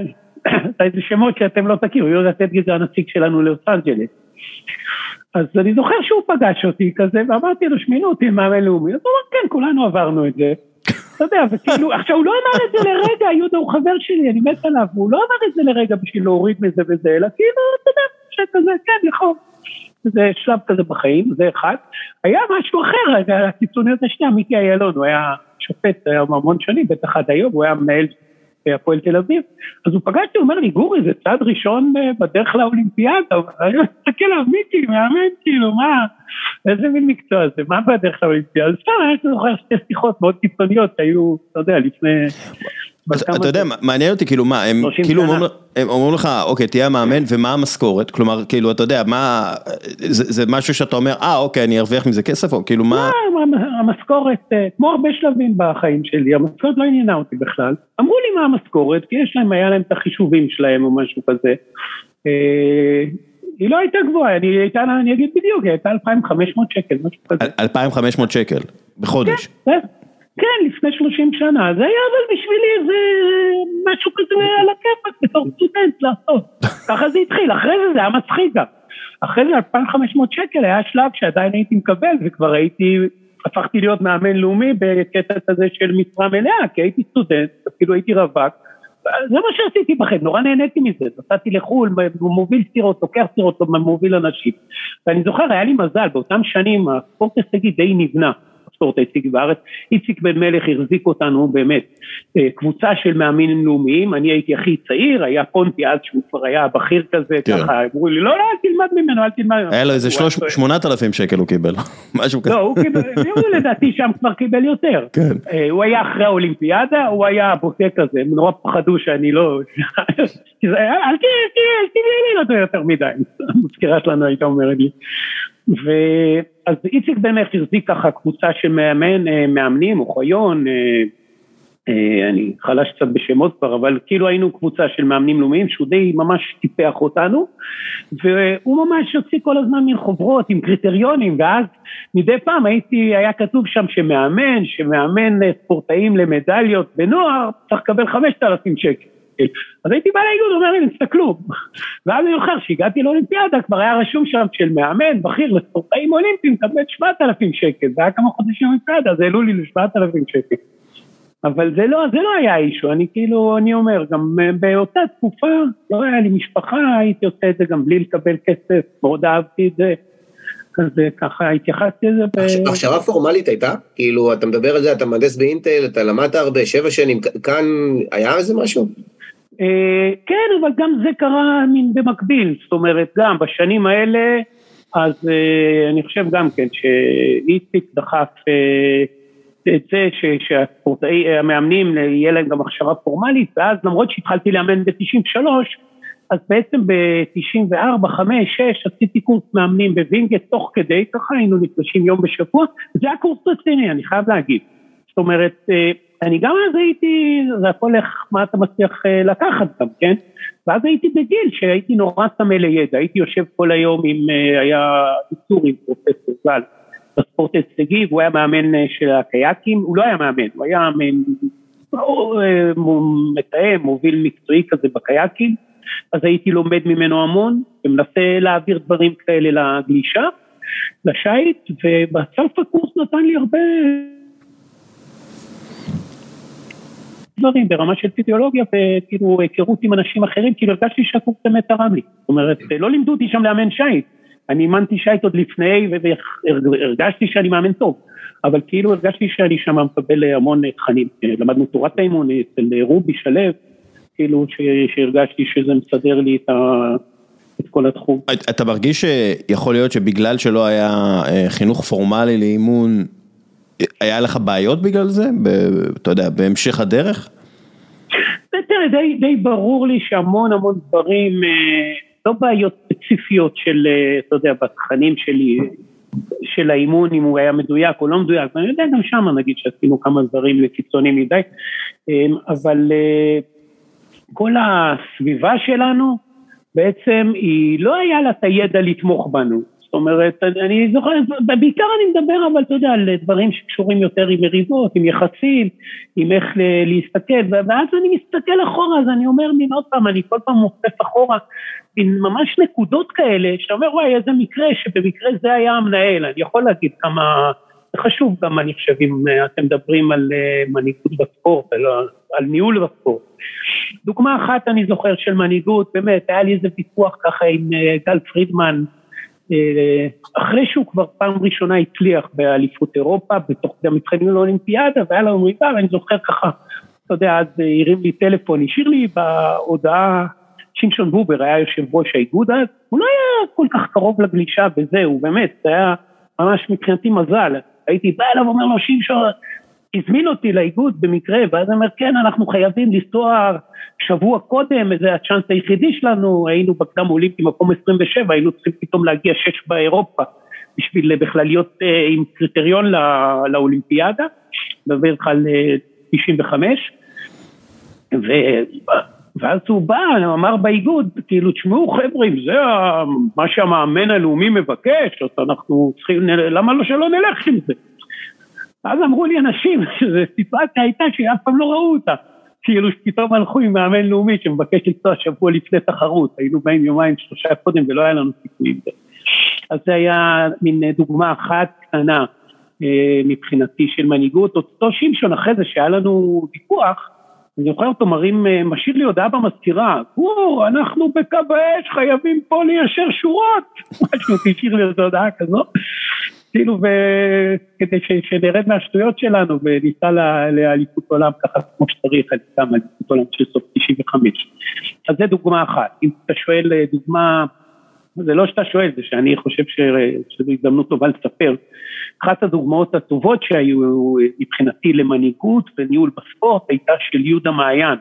איזה שמות שאתם לא תכירו, יהודה טדגי זה הנציג שלנו ללוס אנג'לס. אז אני זוכר שהוא פגש אותי כזה, ואמרתי לו, שמינו אותי מאמן לאומי, אז הוא אומר, כן, כולנו עברנו את זה. אתה יודע, וכאילו, עכשיו הוא לא אמר את זה לרגע, יהודה הוא חבר שלי, אני מת עליו, הוא לא אמר את זה לרגע בשביל להוריד מזה וזה, אלא כאילו, אתה יודע, שכזה, כן, יכול. זה שלב כזה בחיים, זה אחד. היה משהו אחר, הקיצוניות השנייה, מיקי איילון, הוא היה שופט, היה המון שנים, בטח עד היום, הוא היה מנהל הפועל תל אביב, אז הוא פגש לי, הוא אומר לי, גורי, זה צעד ראשון בדרך לאולימפיאדה, אני מסתכל עליו, מיקי, מאמן, כאילו, מה, איזה מין מקצוע זה, מה בדרך לאולימפיאדה? אז סתם, אני זוכר שתי שיחות מאוד קיצוניות, שהיו, אתה יודע, לפני... אתה יודע, מעניין אותי, כאילו מה, הם כאילו אומרים לך, אוקיי, תהיה המאמן, ומה המשכורת? כלומר, כאילו, אתה יודע, מה, זה משהו שאתה אומר, אה, אוקיי, אני ארוויח מזה כסף, או כאילו מה... המשכורת, כמו הרבה שלבים בחיים שלי, המשכורת לא עניינה אותי בכלל. אמרו לי מה המשכורת, כי יש להם, היה להם את החישובים שלהם, או משהו כזה. היא לא הייתה גבוהה, אני הייתה, אני אגיד בדיוק, היא הייתה אלפיים וחמש מאות שקל, משהו כזה. אלפיים וחמש מאות שקל, בחודש. כן, כן, לפני שלושים שנה, זה היה אבל בשבילי, זה משהו כזה על הכיפק, בתור סטודנט לעשות. ככה זה התחיל, אחרי זה זה היה מצחיק גם. אחרי זה אלפיים וחמש מאות שקל היה שלב שעדיין הייתי מקבל, וכבר הייתי, הפכתי להיות מאמן לאומי בקטע הזה של משרה מלאה, כי הייתי סטודנט, כאילו הייתי רווק, זה מה שעשיתי בכם, נורא נהניתי מזה, נסעתי לחול, מוביל סירות, לוקח סירות, מוביל אנשים. ואני זוכר, היה לי מזל, באותם שנים הספורט הישגי די נבנה. ספורט הישגי בארץ, איציק בן מלך החזיק אותנו באמת, קבוצה של מאמינים לאומיים, אני הייתי הכי צעיר, היה פונטי אז שהוא כבר היה בכיר כזה, ככה, אמרו לי, לא, לא, אל תלמד ממנו, אל תלמד ממנו. היה לו איזה שמונת אלפים שקל הוא קיבל, משהו כזה. לא, הוא קיבל, הוא לדעתי שם כבר קיבל יותר. הוא היה אחרי האולימפיאדה, הוא היה בוטה כזה, נורא פחדו שאני לא, אל תהיה לי אותו יותר מדי, המזכירה שלנו הייתה אומרת לי. ואז איציק בן מלך החזיק ככה קבוצה של מאמן, מאמנים, אוחיון, אני חלש קצת בשמות כבר, אבל כאילו היינו קבוצה של מאמנים לאומיים, שהוא די ממש טיפח אותנו, והוא ממש יוציא כל הזמן מן חוברות עם קריטריונים, ואז מדי פעם הייתי, היה כתוב שם שמאמן, שמאמן ספורטאים למדליות בנוער, צריך לקבל חמשת אלפים שקל. אז הייתי בא לאיגוד, אומר לי, נסתכלו. ואז אני זוכר, שהגעתי לאולימפיאדה, כבר היה רשום שם של מאמן, בכיר לספורטאים אולימפיים, קבל שבעת אלפים שקל, זה היה כמה חודשים אולימפיאדה, אז העלו לי לשבעת אלפים שקל. אבל זה לא, זה לא היה אישו, אני כאילו, אני אומר, גם באותה תקופה, לא היה לי משפחה, הייתי עושה את זה גם בלי לקבל כסף, מאוד אהבתי את זה, כזה, ככה, התייחסתי לזה. הכשרה פורמלית הייתה? כאילו, אתה מדבר על זה, אתה מהנדס באינטל, אתה למדת הרבה, שבע שנים, כאן היה איזה משהו? כן, אבל גם זה קרה מין במקביל, זאת אומרת, גם בשנים האלה, אז אני חושב גם כן, שאיציק דחף את זה, שהספורטאי, המאמנים, יהיה להם גם הכשרה פורמלית, ואז למרות שהתחלתי לאמן ב-תשעים ושלוש, אז בעצם ב-תשעים וארבע, חמש, שש, עשיתי קורס מאמנים בווינגייט, תוך כדי, ככה היינו נפגשים יום בשבוע, זה היה קורס רציני, אני חייב להגיד. זאת אומרת, אני גם אז הייתי, זה הכל איך, מה אתה מצליח לקחת גם, כן? ואז הייתי בגיל שהייתי נורא סמל לידע, הייתי יושב כל היום עם, היה איסור עם פרופסור גל, בספורט הישגי, והוא היה מאמן של הקייקים, הוא לא היה מאמן, הוא היה מתאם, מוביל מקצועי כזה בקייקים, אז הייתי לומד ממנו המון, ומנסה להעביר דברים כאלה לגלישה, לשייט, ובסוף הקורס נתן לי הרבה דברים ברמה של פיזיולוגיה, וכאילו היכרות עם אנשים אחרים, כאילו הרגשתי שהקורס באמת תרם לי, זאת אומרת, לא לימדו אותי שם לאמן שייט, אני אימנתי שייט עוד לפני, והרגשתי שאני מאמן טוב, אבל כאילו הרגשתי שאני שם מקבל המון תכנים, למדנו תורת האימון, אצל רובי שלב, כאילו שהרגשתי שזה מסדר לי את, ה... את כל התחום. אתה מרגיש שיכול להיות שבגלל שלא היה חינוך פורמלי לאימון, היה לך בעיות בגלל זה? ב... אתה יודע, בהמשך הדרך? תראה, די, די ברור לי שהמון המון דברים, לא בעיות ספציפיות של, אתה יודע, בתכנים שלי, של האימון, אם הוא היה מדויק או לא מדויק, ואני יודע גם שם, נגיד שעשינו כמה דברים לקיצונים מדי, אבל כל הסביבה שלנו, בעצם היא לא היה לה את הידע לתמוך בנו, זאת אומרת, אני זוכר, בעיקר אני מדבר, אבל אתה יודע, על דברים שקשורים יותר עם מריבות, עם יחסים, עם איך להסתכל, ואז אני מסתכל אחורה, אז אני אומר מין עוד פעם, אני כל פעם מופף אחורה, עם ממש נקודות כאלה, שאתה אומר, וואי, איזה מקרה, שבמקרה זה היה המנהל, אני יכול להגיד כמה, זה חשוב גם, אני חושב, אם אתם מדברים על מנהיגות בספורט, על ניהול בספורט. דוגמה אחת אני זוכר של מנהיגות, באמת, היה לי איזה ויכוח ככה עם גל פרידמן, אחרי שהוא כבר פעם ראשונה הצליח באליפות אירופה, בתוך המבחנים לאולימפיאדה, והיה לנו ריבה, ואני זוכר ככה, אתה יודע, אז הרים לי טלפון, השאיר לי בהודעה, שמשון בובר היה יושב ראש האיגוד אז, הוא לא היה כל כך קרוב לגלישה בזה, הוא באמת, זה היה ממש מבחינתי מזל, הייתי בא אליו ואומר לו, שמשון, הזמין אותי לאיגוד במקרה, ואז אומר, כן, אנחנו חייבים לנסוע שבוע קודם, זה הצ'אנס היחידי שלנו, היינו בקדם אולימפי מקום עשרים ושבע, היינו צריכים פתאום להגיע שש באירופה, בשביל בכלל להיות אה, עם קריטריון לא, לאולימפיאדה, מדבר לך על תשעים וחמש, ו... ואז הוא בא, אמר באיגוד, כאילו, תשמעו חבר'ה, אם זה מה שהמאמן הלאומי מבקש, אז אנחנו צריכים, למה לא שלא נלך עם זה? אז אמרו לי אנשים, שזו סיטואציה הייתה שאף פעם לא ראו אותה, כאילו שפתאום הלכו עם מאמן לאומי שמבקש לצוע שבוע לפני תחרות, היינו באים יומיים שלושה קודם ולא היה לנו סיכויים. אז זה היה מין דוגמה אחת קטנה מבחינתי של מנהיגות, אותו שמשון אחרי זה שהיה לנו ויכוח, אני זוכר אותו מרים, משאיר לי הודעה במזכירה, גור, אנחנו בקו האש, חייבים פה ליישר שורות, משהו תשאיר לי הודעה כזו, כאילו, כדי שנרד מהשטויות שלנו, וניסה לאליפות עולם ככה כמו שצריך, אני שם אליפות עולם של סוף תשעים וחמש. אז זה דוגמה אחת. אם אתה שואל דוגמה, זה לא שאתה שואל, זה שאני חושב שזו הזדמנות טובה לספר. אחת הדוגמאות הטובות שהיו מבחינתי למנהיגות וניהול בספורט, הייתה של יהודה מעיין.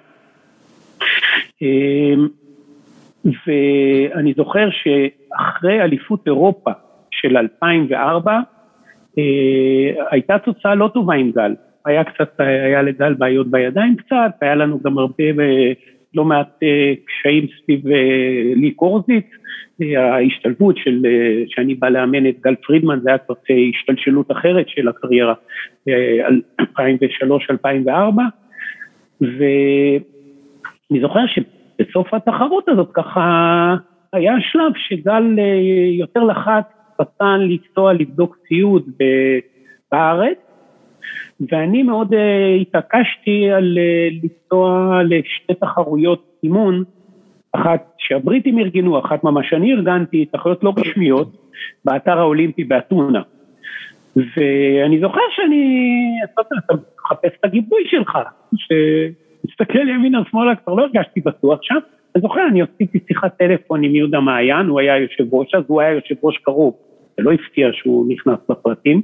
ואני זוכר שאחרי אליפות אירופה, של אלפיים וארבע, הייתה תוצאה לא טובה עם גל, היה קצת, היה לגל בעיות בידיים קצת, היה לנו גם הרבה, לא מעט קשיים סביב לי קורזיץ, ההשתלבות של, שאני בא לאמן את גל פרידמן, זה היה קצת השתלשלות אחרת של הקריירה, אלפיים ושלוש אלפיים וארבע, ואני זוכר שבסוף התחרות הזאת ככה, היה שלב שגל יותר לחץ, פתן לנסוע לבדוק ציוד בארץ, ואני מאוד התעקשתי על לנסוע לשתי תחרויות אימון, אחת שהבריטים ארגנו, אחת ממש אני ארגנתי, תחרויות לא רשמיות, באתר האולימפי באתונה. ואני זוכר שאני, אתה מחפש את הגיבוי שלך, שתסתכל ימינה שמאלה, כבר לא הרגשתי בטוח שם, אני זוכר, אני עשיתי שיחת טלפון עם יהודה מעיין, הוא היה יושב ראש, אז הוא היה יושב ראש קרוב, זה לא הפתיע שהוא נכנס לפרטים,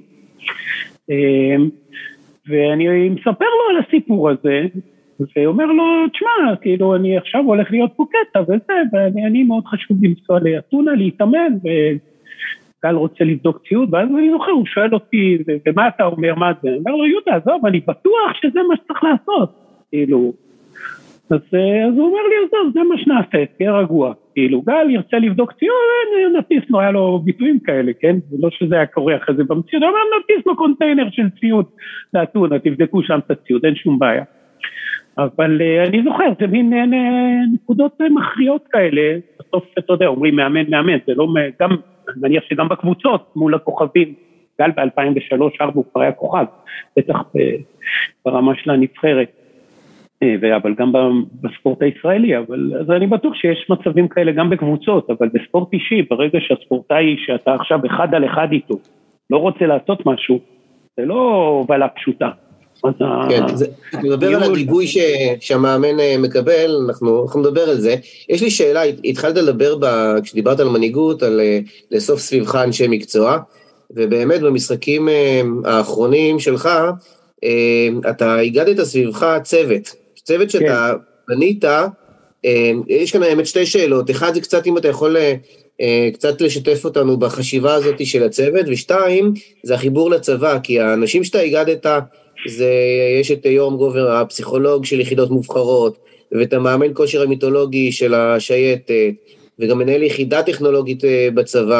ואני מספר לו על הסיפור הזה, ואומר לו, תשמע, כאילו, אני עכשיו הולך להיות פה קטע, וזה, ואני מאוד חשוב למצוא לאתונה, להתאמן, וגל רוצה לבדוק ציוד, ואז אני זוכר, הוא שואל אותי, ומה אתה אומר, מה זה? אני אומר לו, יהודה, עזוב, אני בטוח שזה מה שצריך לעשות, כאילו, אז, אז הוא אומר לי, עזוב, זה מה שנעשה, תהיה רגוע, כאילו, גל ירצה לבדוק ציוד, נטיס לו, היה לו ביטויים כאלה, כן? ולא שזה היה קורה אחרי זה במציאות, אבל נטיס לו קונטיינר של ציוד, לאתונה, תבדקו שם את הציוד, אין שום בעיה. אבל אני זוכר, זה מין נקודות מכריעות כאלה, בסוף, אתה יודע, אומרים מאמן, מאמן, זה לא, גם, אני מניח שגם בקבוצות, מול הכוכבים, גל ב-אלפיים ושלוש ארבע הוא כבר היה כוכב, בטח ברמה של הנבחרת. אבל גם בספורט הישראלי, אבל אז אני בטוח שיש מצבים כאלה גם בקבוצות, אבל בספורט אישי, ברגע שהספורטאי שאתה עכשיו אחד על אחד איתו, לא רוצה לעשות משהו, זה לא הובלה פשוטה. כן, אני מדבר על הגיבוי שהמאמן מקבל, אנחנו נדבר על זה. יש לי שאלה, התחלת לדבר כשדיברת על מנהיגות, על לאסוף סביבך אנשי מקצוע, ובאמת במשחקים האחרונים שלך, אתה הגדת סביבך צוות. צוות שאתה בנית, יש כאן האמת שתי שאלות, אחד זה קצת אם אתה יכול קצת לשתף אותנו בחשיבה הזאת של הצוות, ושתיים זה החיבור לצבא, כי האנשים שאתה הגדת, זה, יש את יורם גובר, הפסיכולוג של יחידות מובחרות, ואת המאמן כושר המיתולוגי של השייטת, וגם מנהל יחידה טכנולוגית בצבא,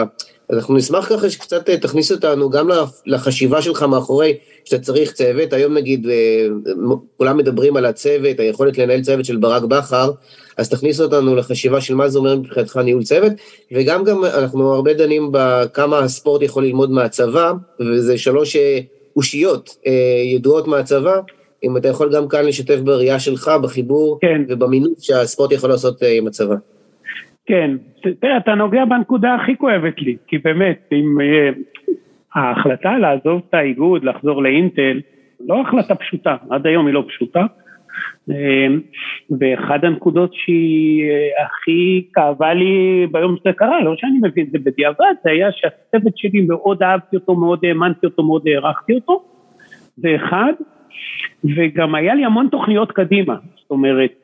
אז אנחנו נשמח ככה שקצת תכניס אותנו גם לחשיבה שלך מאחורי, שאתה צריך צוות, היום נגיד, כולם מדברים על הצוות, היכולת לנהל צוות של ברק בכר, אז תכניס אותנו לחשיבה של מה זה אומר מבחינתך ניהול צוות, וגם גם אנחנו הרבה דנים בכמה הספורט יכול ללמוד מהצבא, וזה שלוש אושיות ידועות מהצבא, אם אתה יכול גם כאן לשתף בראייה שלך, בחיבור, כן. ובמינוף שהספורט יכול לעשות עם הצבא. כן, תראה, אתה נוגע בנקודה הכי כואבת לי, כי באמת, אם ההחלטה לעזוב את האיגוד, לחזור לאינטל, לא החלטה פשוטה, עד היום היא לא פשוטה, ואחד הנקודות שהיא הכי כאבה לי ביום שזה קרה, לא שאני מבין, זה בדיעבד, זה היה שהצוות שלי מאוד אהבתי אותו, מאוד האמנתי אותו, מאוד הערכתי אותו, זה אחד, וגם היה לי המון תוכניות קדימה, זאת אומרת,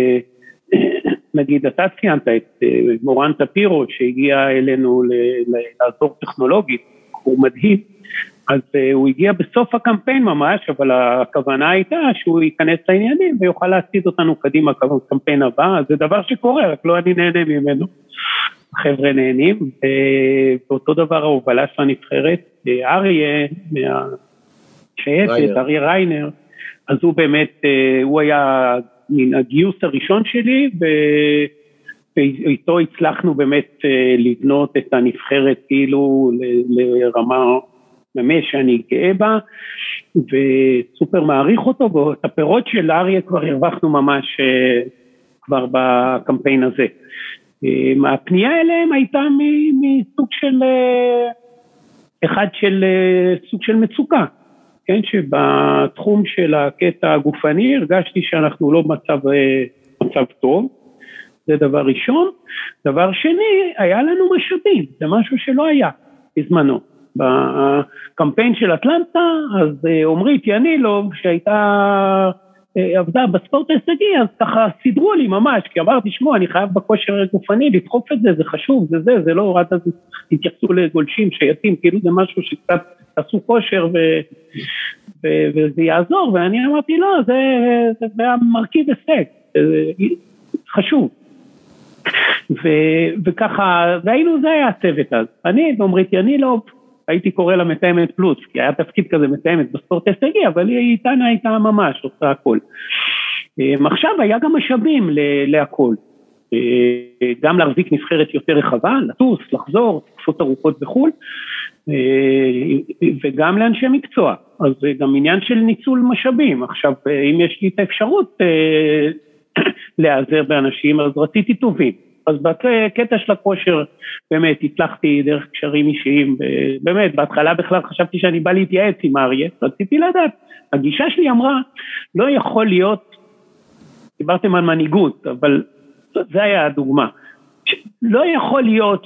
נגיד אתה ציינת את מורן טפירו שהגיע אלינו לעזור טכנולוגית, הוא מדהים, אז הוא הגיע בסוף הקמפיין ממש, אבל הכוונה הייתה שהוא ייכנס לעניינים ויוכל להציד אותנו קדימה בקמפיין הבא, זה דבר שקורה, רק לא אני נהנה ממנו, החבר'ה נהנים, ואותו דבר ההובלה של הנבחרת, אריה מהשייטת, אריה ריינר, אז הוא באמת, הוא היה מן הגיוס הראשון שלי, ואיתו הצלחנו באמת לבנות את הנבחרת כאילו לרמה ממש שאני גאה בה, וסופר מעריך אותו, ואת הפירות של אריה כבר הרווחנו ממש כבר בקמפיין הזה. הפנייה אליהם הייתה מסוג של, אחד של סוג של מצוקה, כן, שבתחום של הקטע הגופני הרגשתי שאנחנו לא במצב מצב טוב, זה דבר ראשון. דבר שני, היה לנו משאבים, זה משהו שלא היה בזמנו. בקמפיין של אטלנטה, אז עומרית ינילוב, שהייתה עבדה בספורט ההישגי, אז ככה סידרו לי ממש, כי אמרתי, שמו, אני חייב בכושר גופני, לדחוף את זה, זה חשוב, זה זה, זה לא, רק אז התייחסו לגולשים, שייטים, כאילו זה משהו שקצת תעשו כושר ו, ו, וזה יעזור, ואני אמרתי, לא, זה, זה, זה מרכיב הישג, זה חשוב. ו, וככה, והיינו, זה היה הצוות אז. אני, עומרית ינילוב, הייתי קורא לה מתאמת פלוס, כי היה תפקיד כזה מתאמת בספורט הישגי, אבל היא איתנה הייתה ממש, עושה הכל. עכשיו היה גם משאבים להכל, גם להחזיק נבחרת יותר רחבה, לטוס, לחזור, תקופות ארוכות בחול, וגם לאנשי מקצוע, אז זה גם עניין של ניצול משאבים. עכשיו, אם יש לי את האפשרות להיעזר באנשים, אז רציתי טובים. אז בקטע של הכושר, באמת, הצלחתי דרך קשרים אישיים, באמת, בהתחלה בכלל חשבתי שאני בא להתייעץ עם אריה, רציתי לדעת. הגישה שלי אמרה, לא יכול להיות, דיברתם על מנהיגות, אבל זה היה הדוגמה, לא יכול להיות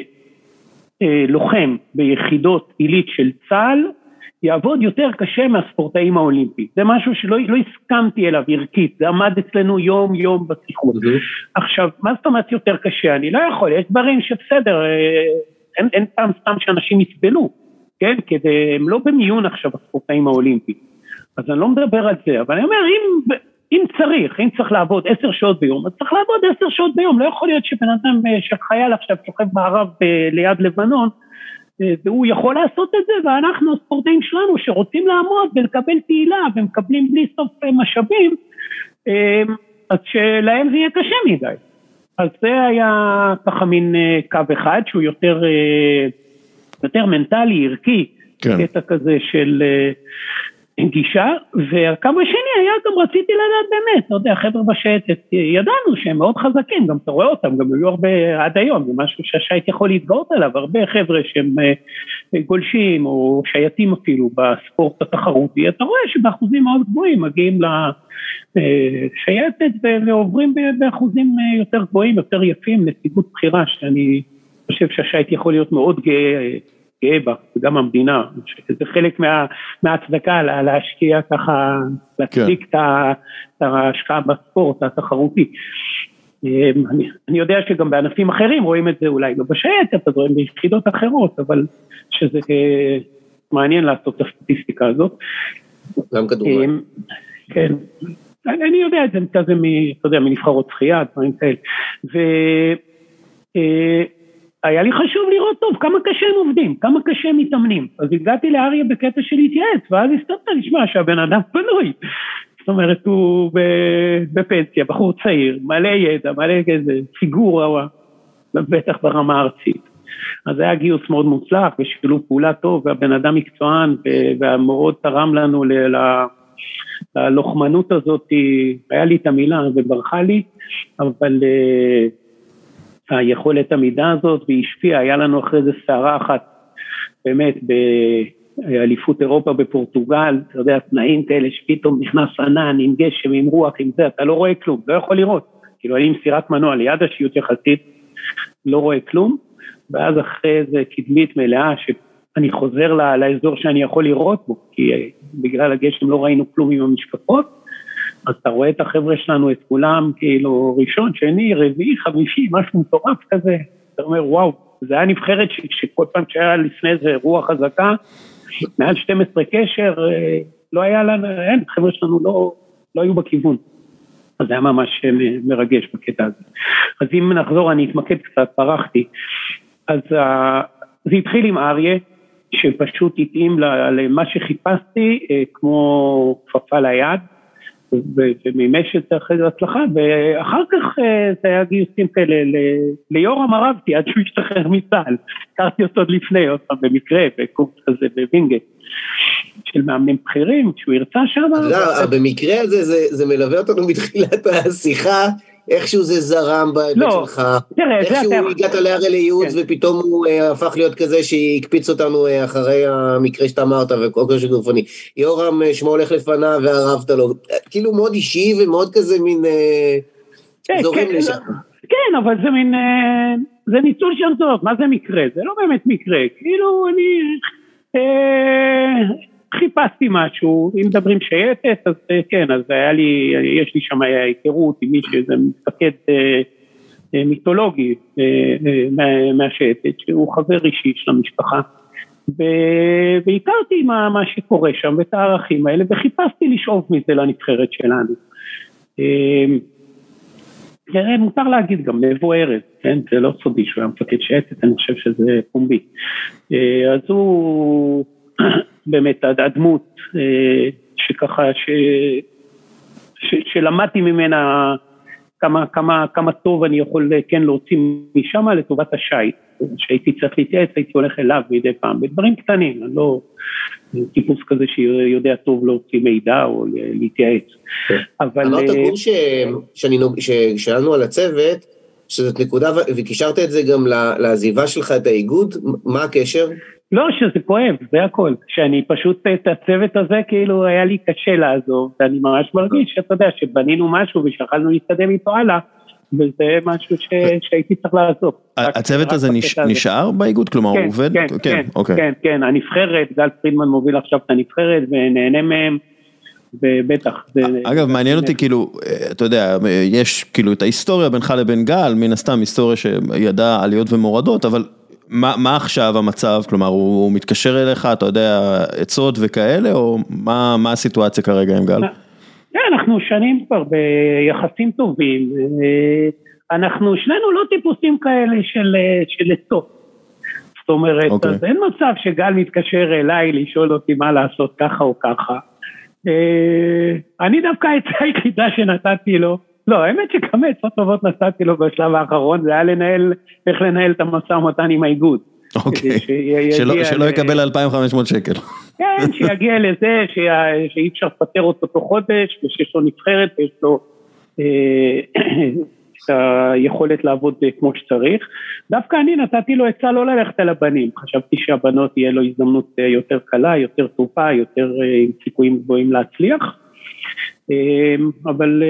שלוחם ביחידות עילית של צה"ל, יעבוד יותר קשה מהספורטאים האולימפיים. זה משהו שלא לא הסכמתי אליו ערכית, זה עמד אצלנו יום יום בשיחות. עכשיו, מה זאת אומרת יותר קשה? אני לא יכול, יש דברים שבסדר, אין, אין פעם סתם שאנשים יסבלו, כן? כדי, הם לא במיון עכשיו הספורטאים האולימפיים. אז אני לא מדבר על זה, אבל אני אומר, אם, אם צריך, אם צריך לעבוד עשר שעות ביום, אז צריך לעבוד עשר שעות ביום, לא יכול להיות שבן אדם שחייל עכשיו שוכב בערב ליד לבנון, והוא יכול לעשות את זה, ואנחנו הספורטאים שלנו שרוצים לעמוד ולקבל תהילה, ומקבלים בלי סוף משאבים, אז שלהם זה יהיה קשה מדי. אז זה היה ככה מין קו אחד, שהוא יותר, יותר מנטלי, ערכי, כן. קטע כזה של גישה, והקו השני היה גם רציתי לדעת באמת, לא יודע, חבר'ה בשייטת, ידענו שהם מאוד חזקים, גם אתה רואה אותם, גם היו הרבה עד היום, זה משהו שהשייט יכול להתגאות עליו, הרבה חבר'ה שהם גולשים, או שייטים אפילו בספורט התחרותי, אתה רואה שבאחוזים מאוד גבוהים מגיעים לשייטת, ועוברים באחוזים יותר גבוהים, יותר יפים, נציגות בחירה, שאני חושב שהשייט יכול להיות מאוד גאה, גאה בה, וגם המדינה, זה חלק מה, מההצדקה להשקיע ככה, להצדיק את ההשקעה בספורט התחרותי. אני, אני יודע שגם בענפים אחרים רואים את זה אולי לא בשייטת, אז רואים ביחידות אחרות, אבל שזה מעניין לעשות את הסטטיסטיקה הזאת. גם כדורגל. כן, אני יודע את זה כזה, אתה יודע, מנבחרות שחייה, דברים כאלה. ו... היה לי חשוב לראות טוב כמה קשה הם עובדים, כמה קשה הם מתאמנים. אז הגעתי לאריה בקטע של להתייעץ, ואז הסתובבתי לשמוע שהבן אדם פנוי. זאת אומרת, הוא בפנסיה, בחור צעיר, מלא ידע, מלא איזה פיגורה, בטח ברמה הארצית. אז זה היה גיוס מאוד מוצלח, ושילוב פעולה טוב, והבן אדם מקצוען, והמאוד תרם לנו ללוחמנות הזאת, היה לי את המילה, זה ברכה לי, אבל היכולת המידה הזאת, והיא השפיעה, היה לנו אחרי זה שערה אחת, באמת, באליפות אירופה בפורטוגל, אתה יודע, תנאים כאלה, שפתאום נכנס ענן, עם גשם, עם רוח, עם זה, אתה לא רואה כלום, לא יכול לראות, כאילו, אני עם סירת מנוע ליד השיעות יחסית, לא רואה כלום, ואז אחרי זה קדמית מלאה, שאני חוזר לה, לאזור שאני יכול לראות בו, כי בגלל הגשם לא ראינו כלום עם המשפחות, אז אתה רואה את החבר'ה שלנו, את כולם, כאילו ראשון, שני, רביעי, חמישי, משהו מטורף כזה, אתה אומר, וואו, זה היה נבחרת ש, שכל פעם שהיה לפני זה רוח חזקה, מעל שתים עשרה קשר, לא היה לנו, אין, החבר'ה שלנו לא, לא היו בכיוון. אז זה היה ממש מרגש בקטע הזה. אז אם נחזור, אני אתמקד קצת, פרחתי. אז uh, זה התחיל עם אריה, שפשוט התאים למה שחיפשתי, uh, כמו כפפה ליד, ומימש את זה אחרי זה הצלחה, ואחר כך uh, זה היה גיוסים כאלה, ליורם ערבתי, עד שהוא השתחרר מצה"ל, הכרתי אותו עוד לפני, עוד פעם במקרה, בקורס הזה בווינגייט, של מאמנים בכירים, שהוא הרצה שם. לא, במקרה הזה, זה מלווה אותנו מתחילת השיחה, איכשהו זה זרם בהיבט שלך, איכשהו הגעת להרי לייעוץ ופתאום הוא הפך להיות כזה שהקפיץ אותנו אחרי המקרה שאתה אמרת וכל כך שגופני, יורם שמו הולך לפניו וערבת לו, כאילו מאוד אישי ומאוד כזה מין זורים לשם. כן, אבל זה מין, זה ניצול שם טוב, מה זה מקרה? זה לא באמת מקרה, כאילו אני חיפשתי משהו, אם מדברים שייטת, אז כן, אז היה לי, יש לי שם היכרות עם מישהו, זה מפקד מיתולוגי מהשייטת, שהוא חבר אישי של המשפחה, והכרתי מה, מה שקורה שם, ואת הערכים האלה, וחיפשתי לשאוף מזה לנבחרת שלנו. כן, מותר להגיד גם, מבוא ארז, כן, זה לא סודי שהוא היה מפקד שייטת, אני חושב שזה פומבי. אז הוא באמת הדמות שככה, ש, ש, שלמדתי ממנה כמה, כמה, כמה טוב אני יכול כן להוציא משם לטובת השייט, שהייתי צריך להתייעץ, הייתי הולך אליו מדי פעם, בדברים קטנים, אני לא טיפוס כזה שיודע טוב להוציא מידע או להתייעץ. אמרת קורס ששאלנו על הצוות, שזאת נקודה, וקישרת את זה גם לעזיבה שלך את האיגוד, מה הקשר? לא, שזה כואב, זה הכל, שאני פשוט את הצוות הזה כאילו היה לי קשה לעזוב, ואני ממש מרגיש שאתה יודע שבנינו משהו ושאכלנו להתקדם איתו הלאה, וזה משהו שהייתי צריך לעזוב. הצוות הזה נשאר באיגוד? כלומר הוא עובד? כן, כן, כן, הנבחרת, גל פרידמן מוביל עכשיו את הנבחרת ונהנה מהם, ובטח. אגב, מעניין אותי כאילו, אתה יודע, יש כאילו את ההיסטוריה בינך לבין גל, מן הסתם היסטוריה שידעה עליות ומורדות, אבל מה, מה עכשיו המצב? כלומר, הוא, הוא מתקשר אליך, אתה יודע, עצות וכאלה, או מה, מה הסיטואציה כרגע עם גל? כן, אנחנו שנים כבר ביחסים טובים, אנחנו שנינו לא טיפוסים כאלה של, של עצות. זאת אומרת, okay. אז אין מצב שגל מתקשר אליי לשאול אותי מה לעשות ככה או ככה. אני דווקא העצה היחידה שנתתי לו, לא, האמת שכמה עצות טובות נתתי לו בשלב האחרון, זה היה לנהל, איך לנהל את המשא ומתן עם האיגוד. אוקיי, שלא יקבל אלפיים וחמש מאות שקל. כן, שיגיע לזה, שאי אפשר לפטר אותו תוך חודש, ושיש לו נבחרת, ויש לו את היכולת לעבוד כמו שצריך. דווקא אני נתתי לו עצה לא ללכת על הבנים, חשבתי שהבנות יהיה לו הזדמנות יותר קלה, יותר טובה, יותר עם סיכויים גבוהים להצליח, אבל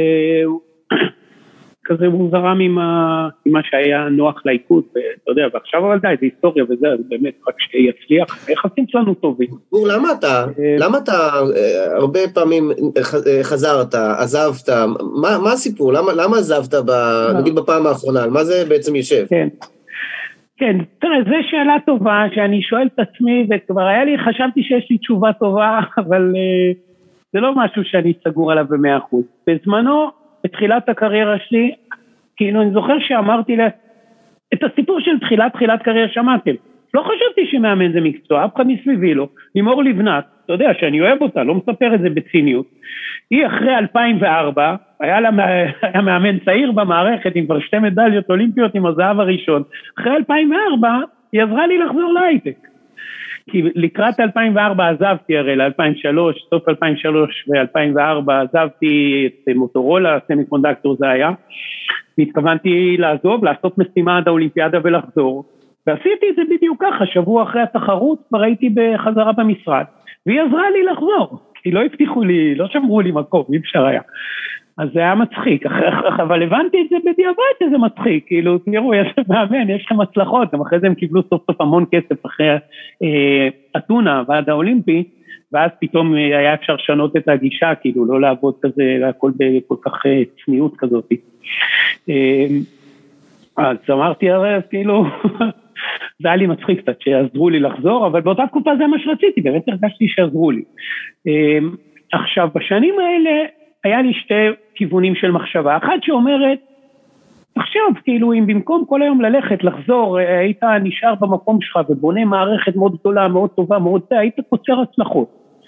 כזה הוא זרם עם מה שהיה נוח לאיגוד, ואתה יודע, ועכשיו אבל די, זה היסטוריה וזה, אז באמת, רק שיצליח, יחסים שלנו טובים. גור, למה אתה, למה אתה הרבה פעמים חזרת, עזבת, מה הסיפור, למה עזבת, נגיד בפעם האחרונה, על מה זה בעצם יושב? כן, כן, תראה, זו שאלה טובה, שאני שואל את עצמי, וכבר היה לי, חשבתי שיש לי תשובה טובה, אבל זה לא משהו שאני סגור עליו במאה אחוז. בזמנו, בתחילת הקריירה שלי, כאילו אני זוכר שאמרתי לה, את הסיפור של תחילת, תחילת קריירה שמעתם. לא חשבתי שמאמן זה מקצוע, אף אחד מסביבי לו. לימור לבנת, אתה יודע שאני אוהב אותה, לא מספר את זה בציניות. היא אחרי אלפיים וארבע, היה לה היה מאמן צעיר במערכת, עם כבר שתי מדליות אולימפיות עם הזהב הראשון. אחרי אלפיים וארבע, היא עזרה לי לחזור להייטק. כי לקראת אלפיים וארבע עזבתי הרי ל-אלפיים ושלוש, סוף אלפיים ושלוש ו-אלפיים וארבע עזבתי את מוטורולה, סמיקונדקטור זה היה, והתכוונתי לעזוב, לעשות משימה עד האולימפיאדה ולחזור, ועשיתי את זה בדיוק ככה, שבוע אחרי התחרות, כבר הייתי בחזרה במשרד, והיא עזרה לי לחזור, כי לא הבטיחו לי, לא שמרו לי מקום, אי אפשר היה. אז זה היה מצחיק, אבל הבנתי את זה בדיעבד שזה מצחיק, כאילו, תראו, יש מאמן, יש לכם הצלחות, גם אחרי זה הם קיבלו סוף סוף המון כסף אחרי אה, אתונה, ועד האולימפי, ואז פתאום היה אפשר לשנות את הגישה, כאילו, לא לעבוד כזה, הכל בכל כך אה, צניעות כזאת. אה, אז אמרתי הרי, כאילו, זה היה לי מצחיק קצת, שעזרו לי לחזור, אבל באותה תקופה זה מה שרציתי, באמת הרגשתי שעזרו לי. אה, עכשיו, בשנים האלה, היה לי שתי כיוונים של מחשבה, אחת שאומרת, עכשיו, כאילו, אם במקום כל היום ללכת, לחזור, היית נשאר במקום שלך, ובונה מערכת מאוד גדולה, מאוד טובה, מאוד זה, היית קוצר הצלחות.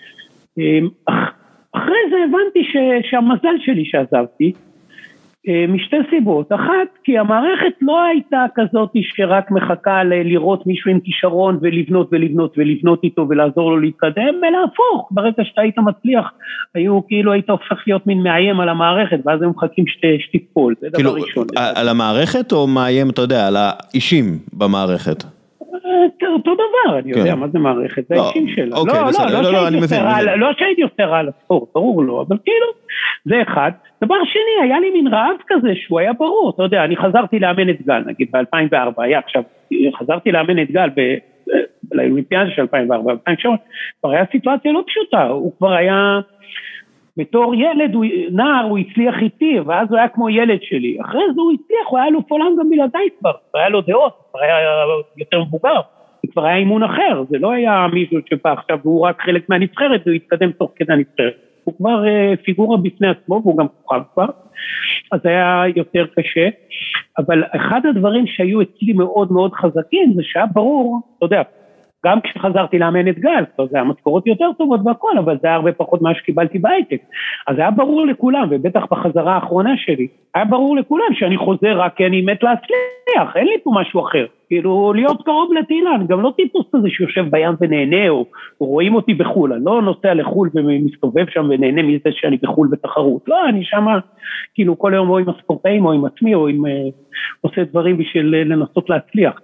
אחרי זה הבנתי ש, שהמזל שלי שעזבתי, משתי סיבות, אחת, כי המערכת לא הייתה כזאת שרק מחכה ל- לראות מישהו עם כישרון ולבנות ולבנות ולבנות איתו ולעזור לו להתקדם, אלא הפוך, ברגע שאתה היית מצליח, היו כאילו היית הופך להיות מין מאיים על המערכת, ואז הם מחכים שתיפול, זה דבר ראשון. על המערכת או מאיים, אתה יודע, על האישים במערכת? אותו דבר, אני יודע מה זה מערכת, זה האישים שלה. לא שהייתי יותר על הספורט, ברור לו, אבל כאילו, זה אחד. דבר שני, היה לי מין רעב כזה שהוא היה ברור, אתה יודע, אני חזרתי לאמן את גל, נגיד ב-אלפיים וארבע, היה עכשיו, חזרתי לאמן את גל באולימפיאדה של אלפיים וארבע, אלפיים ושמונה, כבר היה סיטואציה לא פשוטה, הוא כבר היה, בתור ילד, נער, הוא הצליח איתי, ואז הוא היה כמו ילד שלי, אחרי זה הוא הצליח, הוא היה לו פולן גם בלעדיי כבר, כבר היה לו דעות, כבר היה יותר מבוגר, כבר היה אימון אחר, זה לא היה מישהו שבא עכשיו, והוא רק חלק מהנבחרת, והוא התקדם תוך כדי הנבחרת. הוא כבר פיגורה בפני עצמו, והוא גם כוכב כבר, אז היה יותר קשה, אבל אחד הדברים שהיו אצלי מאוד מאוד חזקים, זה שהיה ברור, אתה יודע, גם כשחזרתי לאמן את גל, זה היה משכורות יותר טובות והכל, אבל זה היה הרבה פחות מה שקיבלתי בהייטק, אז היה ברור לכולם, ובטח בחזרה האחרונה שלי, היה ברור לכולם שאני חוזר רק כי אני מת להצליח, אין לי פה משהו אחר, כאילו להיות קרוב לתהילה, אני גם לא טיפוס כזה שיושב בים ונהנה, או, או רואים אותי בחול, אני לא נוסע לחול ומסתובב שם ונהנה מזה שאני בחול בתחרות, לא, אני שם כאילו כל היום או עם הספורטאים או עם עצמי, או עם, אה, עושה דברים בשביל לנסות להצליח.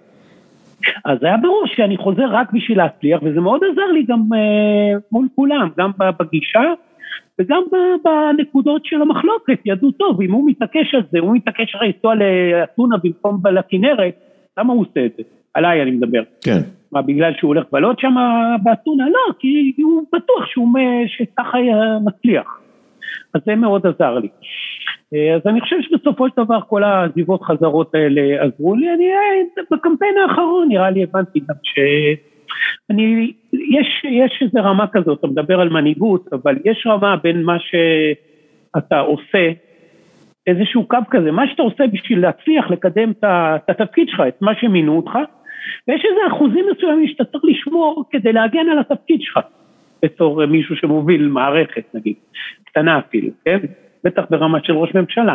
אז היה ברור שאני חוזר רק בשביל להצליח, וזה מאוד עזר לי גם אה, מול כולם, גם בגישה, וגם בנקודות של המחלוקת, ידעו טוב, אם הוא מתעקש על זה, הוא מתעקש הרי לנסוע לאתונה במקום לכנרת, למה הוא עושה את זה? עליי אני מדבר. כן. מה, בגלל שהוא הולך בלות שם באתונה? לא, כי הוא בטוח שהוא, שככה מצליח. אז זה מאוד עזר לי. אז אני חושב שבסופו של דבר כל העזיבות חזרות האלה עזרו לי, אני בקמפיין האחרון נראה לי הבנתי גם ש... אני, יש, יש איזו רמה כזאת, אתה מדבר על מנהיגות, אבל יש רמה בין מה שאתה עושה, איזשהו קו כזה, מה שאתה עושה בשביל להצליח לקדם את התפקיד שלך, את מה שמינו אותך, ויש איזה אחוזים מסוימים שאתה צריך לשמור כדי להגן על התפקיד שלך, בתור מישהו שמוביל מערכת, נגיד, קטנה אפילו, כן? בטח ברמה של ראש ממשלה.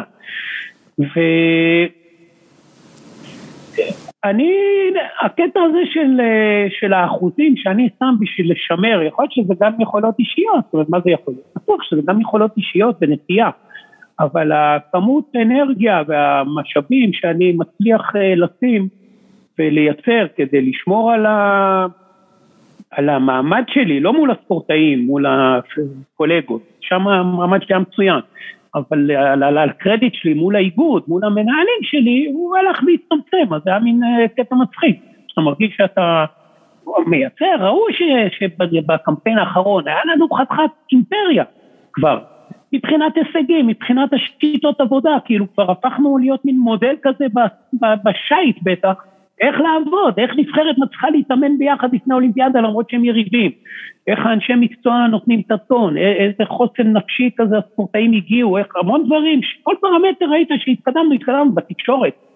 ואני, הקטע הזה של, של האחוזים שאני שם בשביל לשמר, יכול להיות שזה גם יכולות אישיות, זאת אומרת, מה זה יכול להיות? בטוח שזה גם יכולות אישיות ונטייה, אבל הכמות אנרגיה והמשאבים שאני מצליח לשים ולייצר כדי לשמור על ה... על המעמד שלי, לא מול הספורטאים, מול הקולגות, שם המעמד שלי היה מצוין, אבל על, על, על הקרדיט שלי, מול האיגוד, מול המנהלים שלי, הוא הלך להצטמצם, אז זה היה מין קטע מצחיק, אתה מרגיש שאתה מייצר, ראו שבקמפיין האחרון, היה לנו חתיכת אימפריה כבר, מבחינת הישגים, מבחינת השיטות עבודה, כאילו כבר הפכנו להיות מין מודל כזה בשייט בטח, איך לעבוד, איך נבחרת מצליחה להתאמן ביחד לפני האולימפיאדה למרות שהם יריבים, איך האנשי מקצוע נותנים את הטון, איזה חוסן נפשי כזה הספורטאים הגיעו, איך המון דברים, כל פרמטר ראית שהתקדמנו, התקדמנו בתקשורת,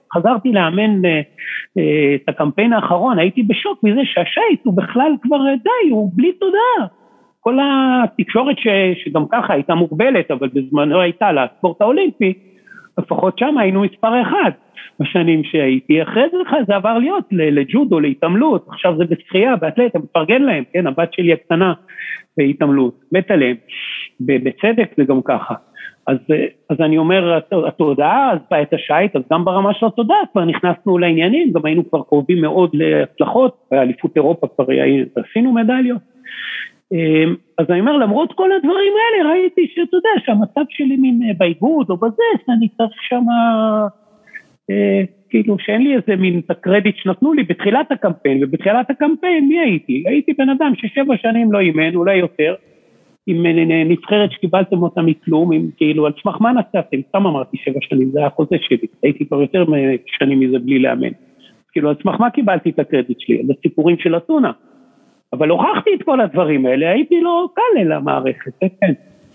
חזרתי לאמן את הקמפיין האחרון, הייתי בשוק מזה שהשייט הוא בכלל כבר די, הוא בלי תודעה. כל התקשורת ש, שגם ככה הייתה מוגבלת, אבל בזמנו הייתה לספורט האולימפי, לפחות שם היינו מספר אחד, בשנים שהייתי, אחרי זה זה עבר להיות לג'ודו, להתעמלות, עכשיו זה בשחייה, באתלט, אני מפרגן להם, כן, הבת שלי הקטנה בהתעמלות, מת עליהם, בצדק זה גם ככה, אז, אז אני אומר, התודעה, אז בא את השייט, אז גם ברמה של התודעה, כבר נכנסנו לעניינים, גם היינו כבר קרובים מאוד להצלחות, באליפות אירופה כבר עשינו מדליות, אז אני אומר, למרות כל הדברים האלה, ראיתי שאתה יודע, שהמצב שלי מין באיגוד או בזה, אני צריך שמה, אה, כאילו שאין לי איזה מין את הקרדיט שנתנו לי בתחילת הקמפיין, ובתחילת הקמפיין מי הייתי? הייתי בן אדם ששבע שנים לא אימן, אולי יותר, עם נבחרת שקיבלתם אותה מכלום, עם כאילו על סמך מה נצחתם, סתם אמרתי שבע שנים, זה היה החוזה שלי, הייתי כבר יותר שנים מזה בלי לאמן, כאילו על סמך מה קיבלתי את הקרדיט שלי? על הסיפורים של אתונה. אבל הוכחתי את כל הדברים האלה, הייתי לא קל אל המערכת, כן.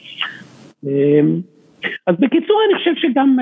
אז בקיצור אני חושב שגם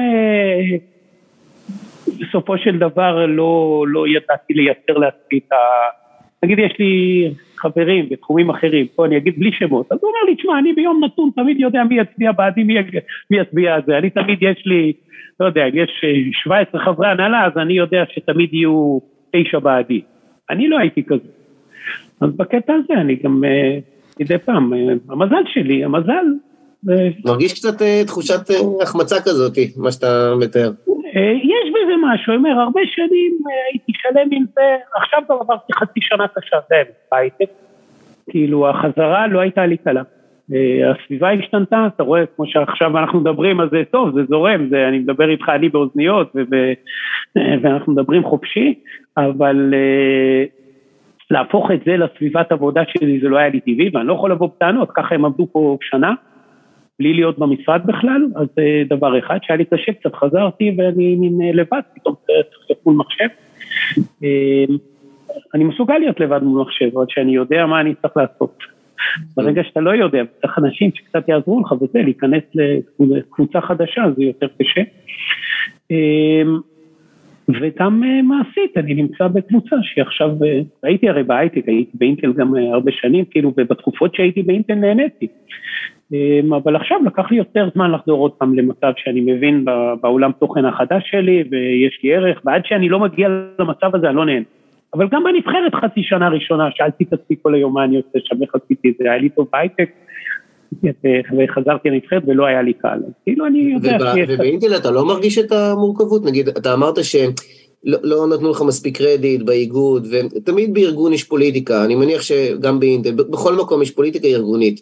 בסופו של דבר לא, לא ידעתי לייצר לעצמי את ה... נגיד יש לי חברים בתחומים אחרים, פה אני אגיד בלי שמות, אז הוא אומר לי, תשמע, אני ביום נתון תמיד יודע מי יצביע בעדי, מי, מי יצביע על זה, אני תמיד יש לי, לא יודע, יש שבע עשרה חברי הנהלה, אז אני יודע שתמיד יהיו תשע בעדי. אני לא הייתי כזה. אז בקטע הזה אני גם מדי פעם, המזל שלי, המזל... מרגיש קצת תחושת החמצה כזאת, מה שאתה מתאר. יש בזה משהו, אומר, הרבה שנים הייתי שלם עם זה, עכשיו כבר עברתי חצי שנה קשה, זה הייטק, כאילו החזרה לא הייתה לי קלה. הסביבה השתנתה, אתה רואה, כמו שעכשיו אנחנו מדברים, אז זה טוב, זה זורם, זה, אני מדבר איתך אני באוזניות, וב, ואנחנו מדברים חופשי, אבל... להפוך את זה לסביבת עבודה שלי, זה לא היה לי טבעי, ואני לא יכול לבוא בטענות, ככה הם עבדו פה שנה, בלי להיות במשרד בכלל, אז זה דבר אחד, שהיה לי קשה, קצת חזרתי, ואני מין לבד, פתאום צריך מול מחשב. אני מסוגל להיות לבד מול מחשב, אבל שאני יודע מה אני צריך לעשות. ברגע שאתה לא יודע, צריך אנשים שקצת יעזרו לך, וזה, להיכנס לקבוצה חדשה, זה יותר קשה. וגם מעשית, אני נמצא בקבוצה שעכשיו, הייתי הרי בהייטק, הייתי באינטל גם הרבה שנים, כאילו בתקופות שהייתי באינטל נהניתי, אבל עכשיו לקח לי יותר זמן לחזור עוד פעם למצב שאני מבין בעולם תוכן החדש שלי, ויש לי ערך, ועד שאני לא מגיע למצב הזה, אני לא נהנה. אבל גם בנבחרת חצי שנה ראשונה, שאלתי את עצמי כל היום מה אני עושה, שם חציתי את זה, היה לי טוב בהייטק, וחזרתי לנבחרת ולא היה לי קל. כאילו אני יודע... ובאינטל אתה לא מרגיש את המורכבות? נגיד, אתה אמרת שלא נתנו לך מספיק קרדיט באיגוד, ותמיד בארגון יש פוליטיקה, אני מניח שגם באינטל, בכל מקום יש פוליטיקה ארגונית,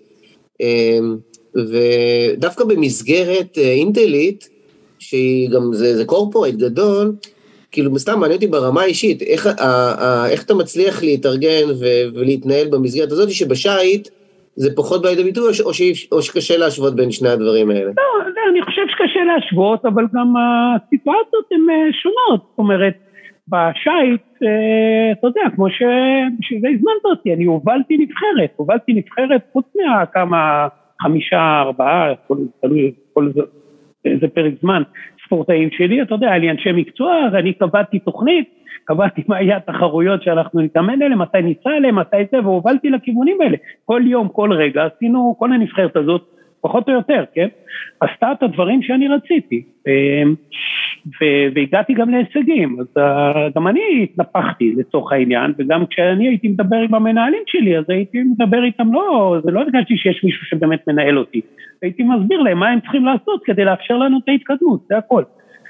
ודווקא במסגרת אינטלית, שהיא גם, זה קורפורט גדול, כאילו מסתם מעניין אותי ברמה האישית, איך אתה מצליח להתארגן ולהתנהל במסגרת הזאת, שבשייט, זה פחות בעיה ביטוי, או, או שקשה להשוות בין שני הדברים האלה? לא, אני חושב שקשה להשוות, אבל גם הסיטואציות הן שונות. זאת אומרת, בשייט, אתה יודע, כמו שזה הזמנת אותי, אני הובלתי נבחרת, הובלתי נבחרת חוץ מהכמה, חמישה, ארבעה, כל, תלוי, כל זה, זה פרק זמן, ספורטאים שלי, אתה יודע, היה לי אנשי מקצוע, ואני קבעתי תוכנית, קבעתי מה היה התחרויות שאנחנו נתאמן אלה, מתי ניסה אלה, מתי זה, והובלתי לכיוונים האלה. כל יום, כל רגע, עשינו, כל הנבחרת הזאת, פחות או יותר, כן? עשתה את הדברים שאני רציתי, והגעתי גם להישגים, אז גם אני התנפחתי לצורך העניין, וגם כשאני הייתי מדבר עם המנהלים שלי, אז הייתי מדבר איתם, לא, זה לא הרגשתי שיש מישהו שבאמת מנהל אותי, הייתי מסביר להם מה הם צריכים לעשות, כדי לאפשר לנו את ההתקדמות, זה הכל.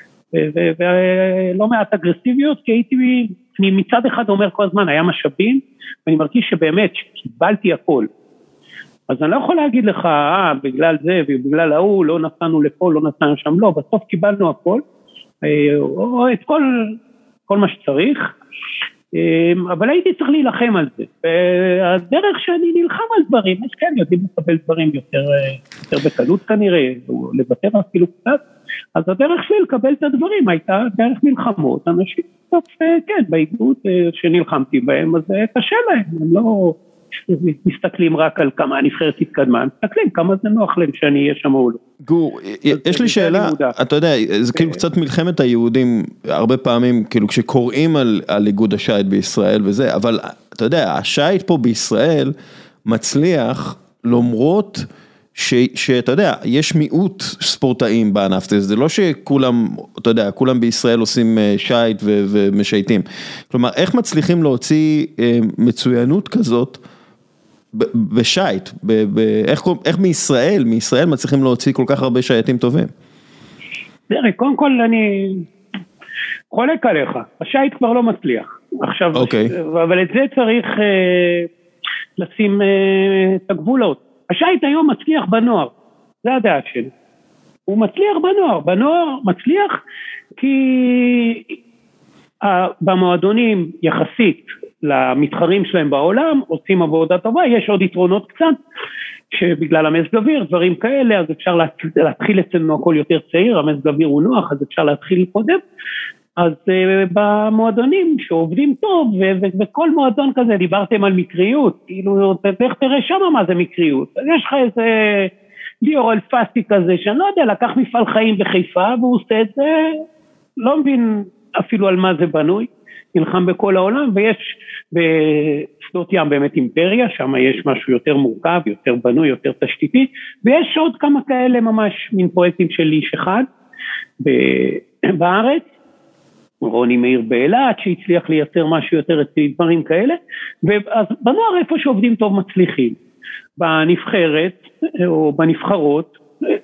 ולא מעט אגרסיביות, כי הייתי, אני מצד אחד אומר כל הזמן, היה משאבים, ואני מרגיש שבאמת קיבלתי הכל. אז אני לא יכול להגיד לך, אה, בגלל זה ובגלל ההוא, לא נסענו לפה, לא נסענו שם, לא, בסוף קיבלנו הכל, או את כל, כל מה שצריך, אבל הייתי צריך להילחם על זה. והדרך שאני נלחם על דברים, יש כן, יודעים לקבל דברים יותר, יותר בקלות כנראה, או לוותר אפילו קצת, אז הדרך שלי לקבל את הדברים הייתה דרך מלחמות, אנשים, טוב, כן, באיגוד שנלחמתי בהם, אז קשה להם, הם לא, מסתכלים רק על כמה הנבחרת התקדמה, מסתכלים כמה זה נוח להם שאני אהיה שם או לא. גור, יש לי שאלה, אתה יודע, זה כאילו קצת מלחמת היהודים, הרבה פעמים, כאילו כשקוראים על, על איגוד השייט בישראל וזה, אבל אתה יודע, השייט פה בישראל מצליח, למרות ש, שאתה יודע, יש מיעוט ספורטאים בענף, זה לא שכולם, אתה יודע, כולם בישראל עושים שייט ו, ומשייטים, כלומר, איך מצליחים להוציא מצוינות כזאת, בשייט, איך, איך מישראל, מישראל מצליחים להוציא כל כך הרבה שייטים טובים? תראה, קודם כל אני חולק עליך, השייט כבר לא מצליח, עכשיו, אבל את זה צריך לשים את הגבולות, השייט היום מצליח בנוער, זה הדעת שלי, הוא מצליח בנוער, בנוער מצליח כי במועדונים יחסית, למתחרים שלהם בעולם, עושים עבודה טובה, יש עוד יתרונות קצת, שבגלל המזג אוויר, דברים כאלה, אז אפשר להתחיל אצלנו הכל יותר צעיר, המזג אוויר הוא נוח, אז אפשר להתחיל קודם, אז uh, במועדונים שעובדים טוב, ו- ו- וכל מועדון כזה, דיברתם על מקריות, כאילו, איך תראה שמה מה זה מקריות, אז יש לך איזה ליאור אלפסי כזה, שאני לא יודע, לקח מפעל חיים בחיפה, והוא עושה את זה, לא מבין אפילו על מה זה בנוי, נלחם בכל העולם, ויש בשדות ים באמת אימפריה, שם יש משהו יותר מורכב, יותר בנוי, יותר תשתיתי, ויש עוד כמה כאלה ממש מין פרויקטים של איש אחד בארץ, רוני מאיר באילת, שהצליח לייצר משהו יותר דברים כאלה, ואז בנוער איפה שעובדים טוב מצליחים, בנבחרת או בנבחרות,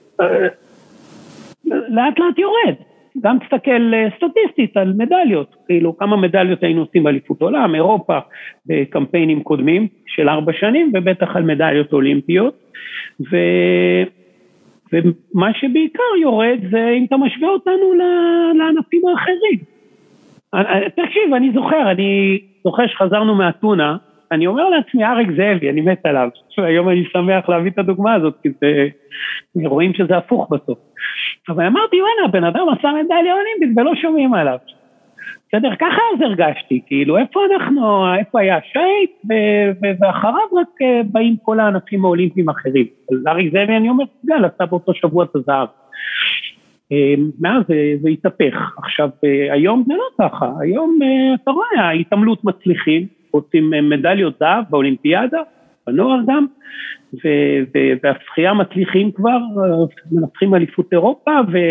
לאט לאט יורד, גם תסתכל סטטיסטית על מדליות, כאילו כמה מדליות היינו עושים באליפות עולם, אירופה בקמפיינים קודמים של ארבע שנים, ובטח על מדליות אולימפיות, ו... ומה שבעיקר יורד זה אם אתה משווה אותנו לענפים האחרים. תקשיב, אני זוכר, אני זוכר שחזרנו מהטונה, אני אומר לעצמי, אריק זאבי, אני מת עליו, היום אני שמח להביא את הדוגמה הזאת, כי זה, רואים שזה הפוך בסוף. אבל אמרתי, וואלה, בן אדם עשה מדליה אולימפית ולא שומעים עליו. בסדר, ככה אז הרגשתי, כאילו, איפה אנחנו, איפה היה שייט, ואחריו רק באים כל הענפים האולימפיים האחרים. אריק זאבי, אני אומר, גל, עשה באותו שבוע את הזהב. מאז זה, זה התהפך. עכשיו, היום זה לא ככה, היום אתה רואה, ההתעמלות מצליחים, רוצים מדליות זהב באולימפיאדה, בנוער גם, והשחייה מצליחים כבר, מנצחים אליפות אירופה,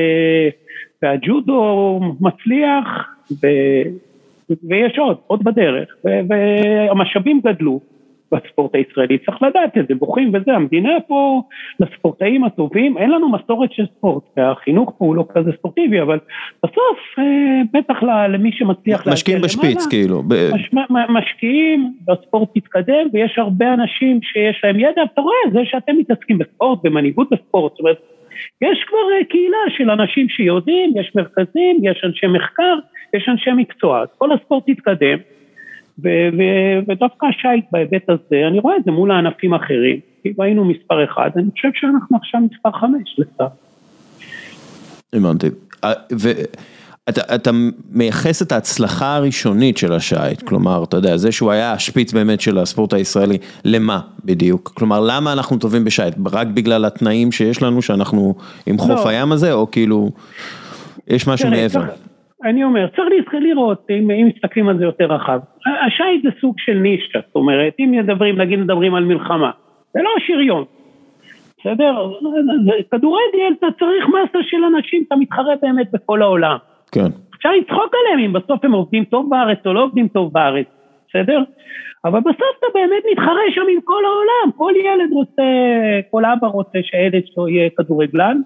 והג'ודו מצליח, ויש עוד, עוד בדרך, והמשאבים גדלו בספורט הישראלי, צריך לדעת את זה, בוכים וזה, המדינה פה לספורטאים הטובים, אין לנו מסורת של ספורט, והחינוך פה הוא לא כזה ספורטיבי, אבל בסוף, בטח למי שמצליח משקיעים בשפיץ, כאילו. משקיעים, והספורט תתקדם, ויש הרבה אנשים שיש להם ידע, אתה רואה, זה שאתם מתעסקים בספורט, במנהיגות בספורט, זאת אומרת, יש כבר קהילה של אנשים שיודעים, יש מרכזים, יש אנשי מחקר, יש אנשי מקצוע, אז כל הספורט תתקדם, ודווקא השייט בהיבט הזה, אני רואה את זה מול הענפים אחרים, כי היינו מספר אחד, אני חושב שאנחנו עכשיו מספר חמש, לצער. הבנתי, ואתה מייחס את ההצלחה הראשונית של השייט, כלומר, אתה יודע, זה שהוא היה השפיץ באמת של הספורט הישראלי, למה בדיוק? כלומר, למה אנחנו טובים בשייט? רק בגלל התנאים שיש לנו, שאנחנו עם חוף הים הזה, או כאילו, יש משהו מעבר? אני אומר, צריך לראות, אם, אם מסתכלים על זה יותר רחב, השייט זה סוג של נישה, זאת אומרת, אם מדברים, נגיד מדברים על מלחמה, זה לא שריון, בסדר? כדורגל, אתה צריך מסה של אנשים, אתה מתחרה באמת בכל העולם. כן. אפשר לצחוק עליהם, אם בסוף הם עובדים טוב בארץ, או לא עובדים טוב בארץ, בסדר? אבל בסוף אתה באמת מתחרה שם עם כל העולם, כל ילד רוצה, כל אבא רוצה שהילד שלו יהיה כדורגלן,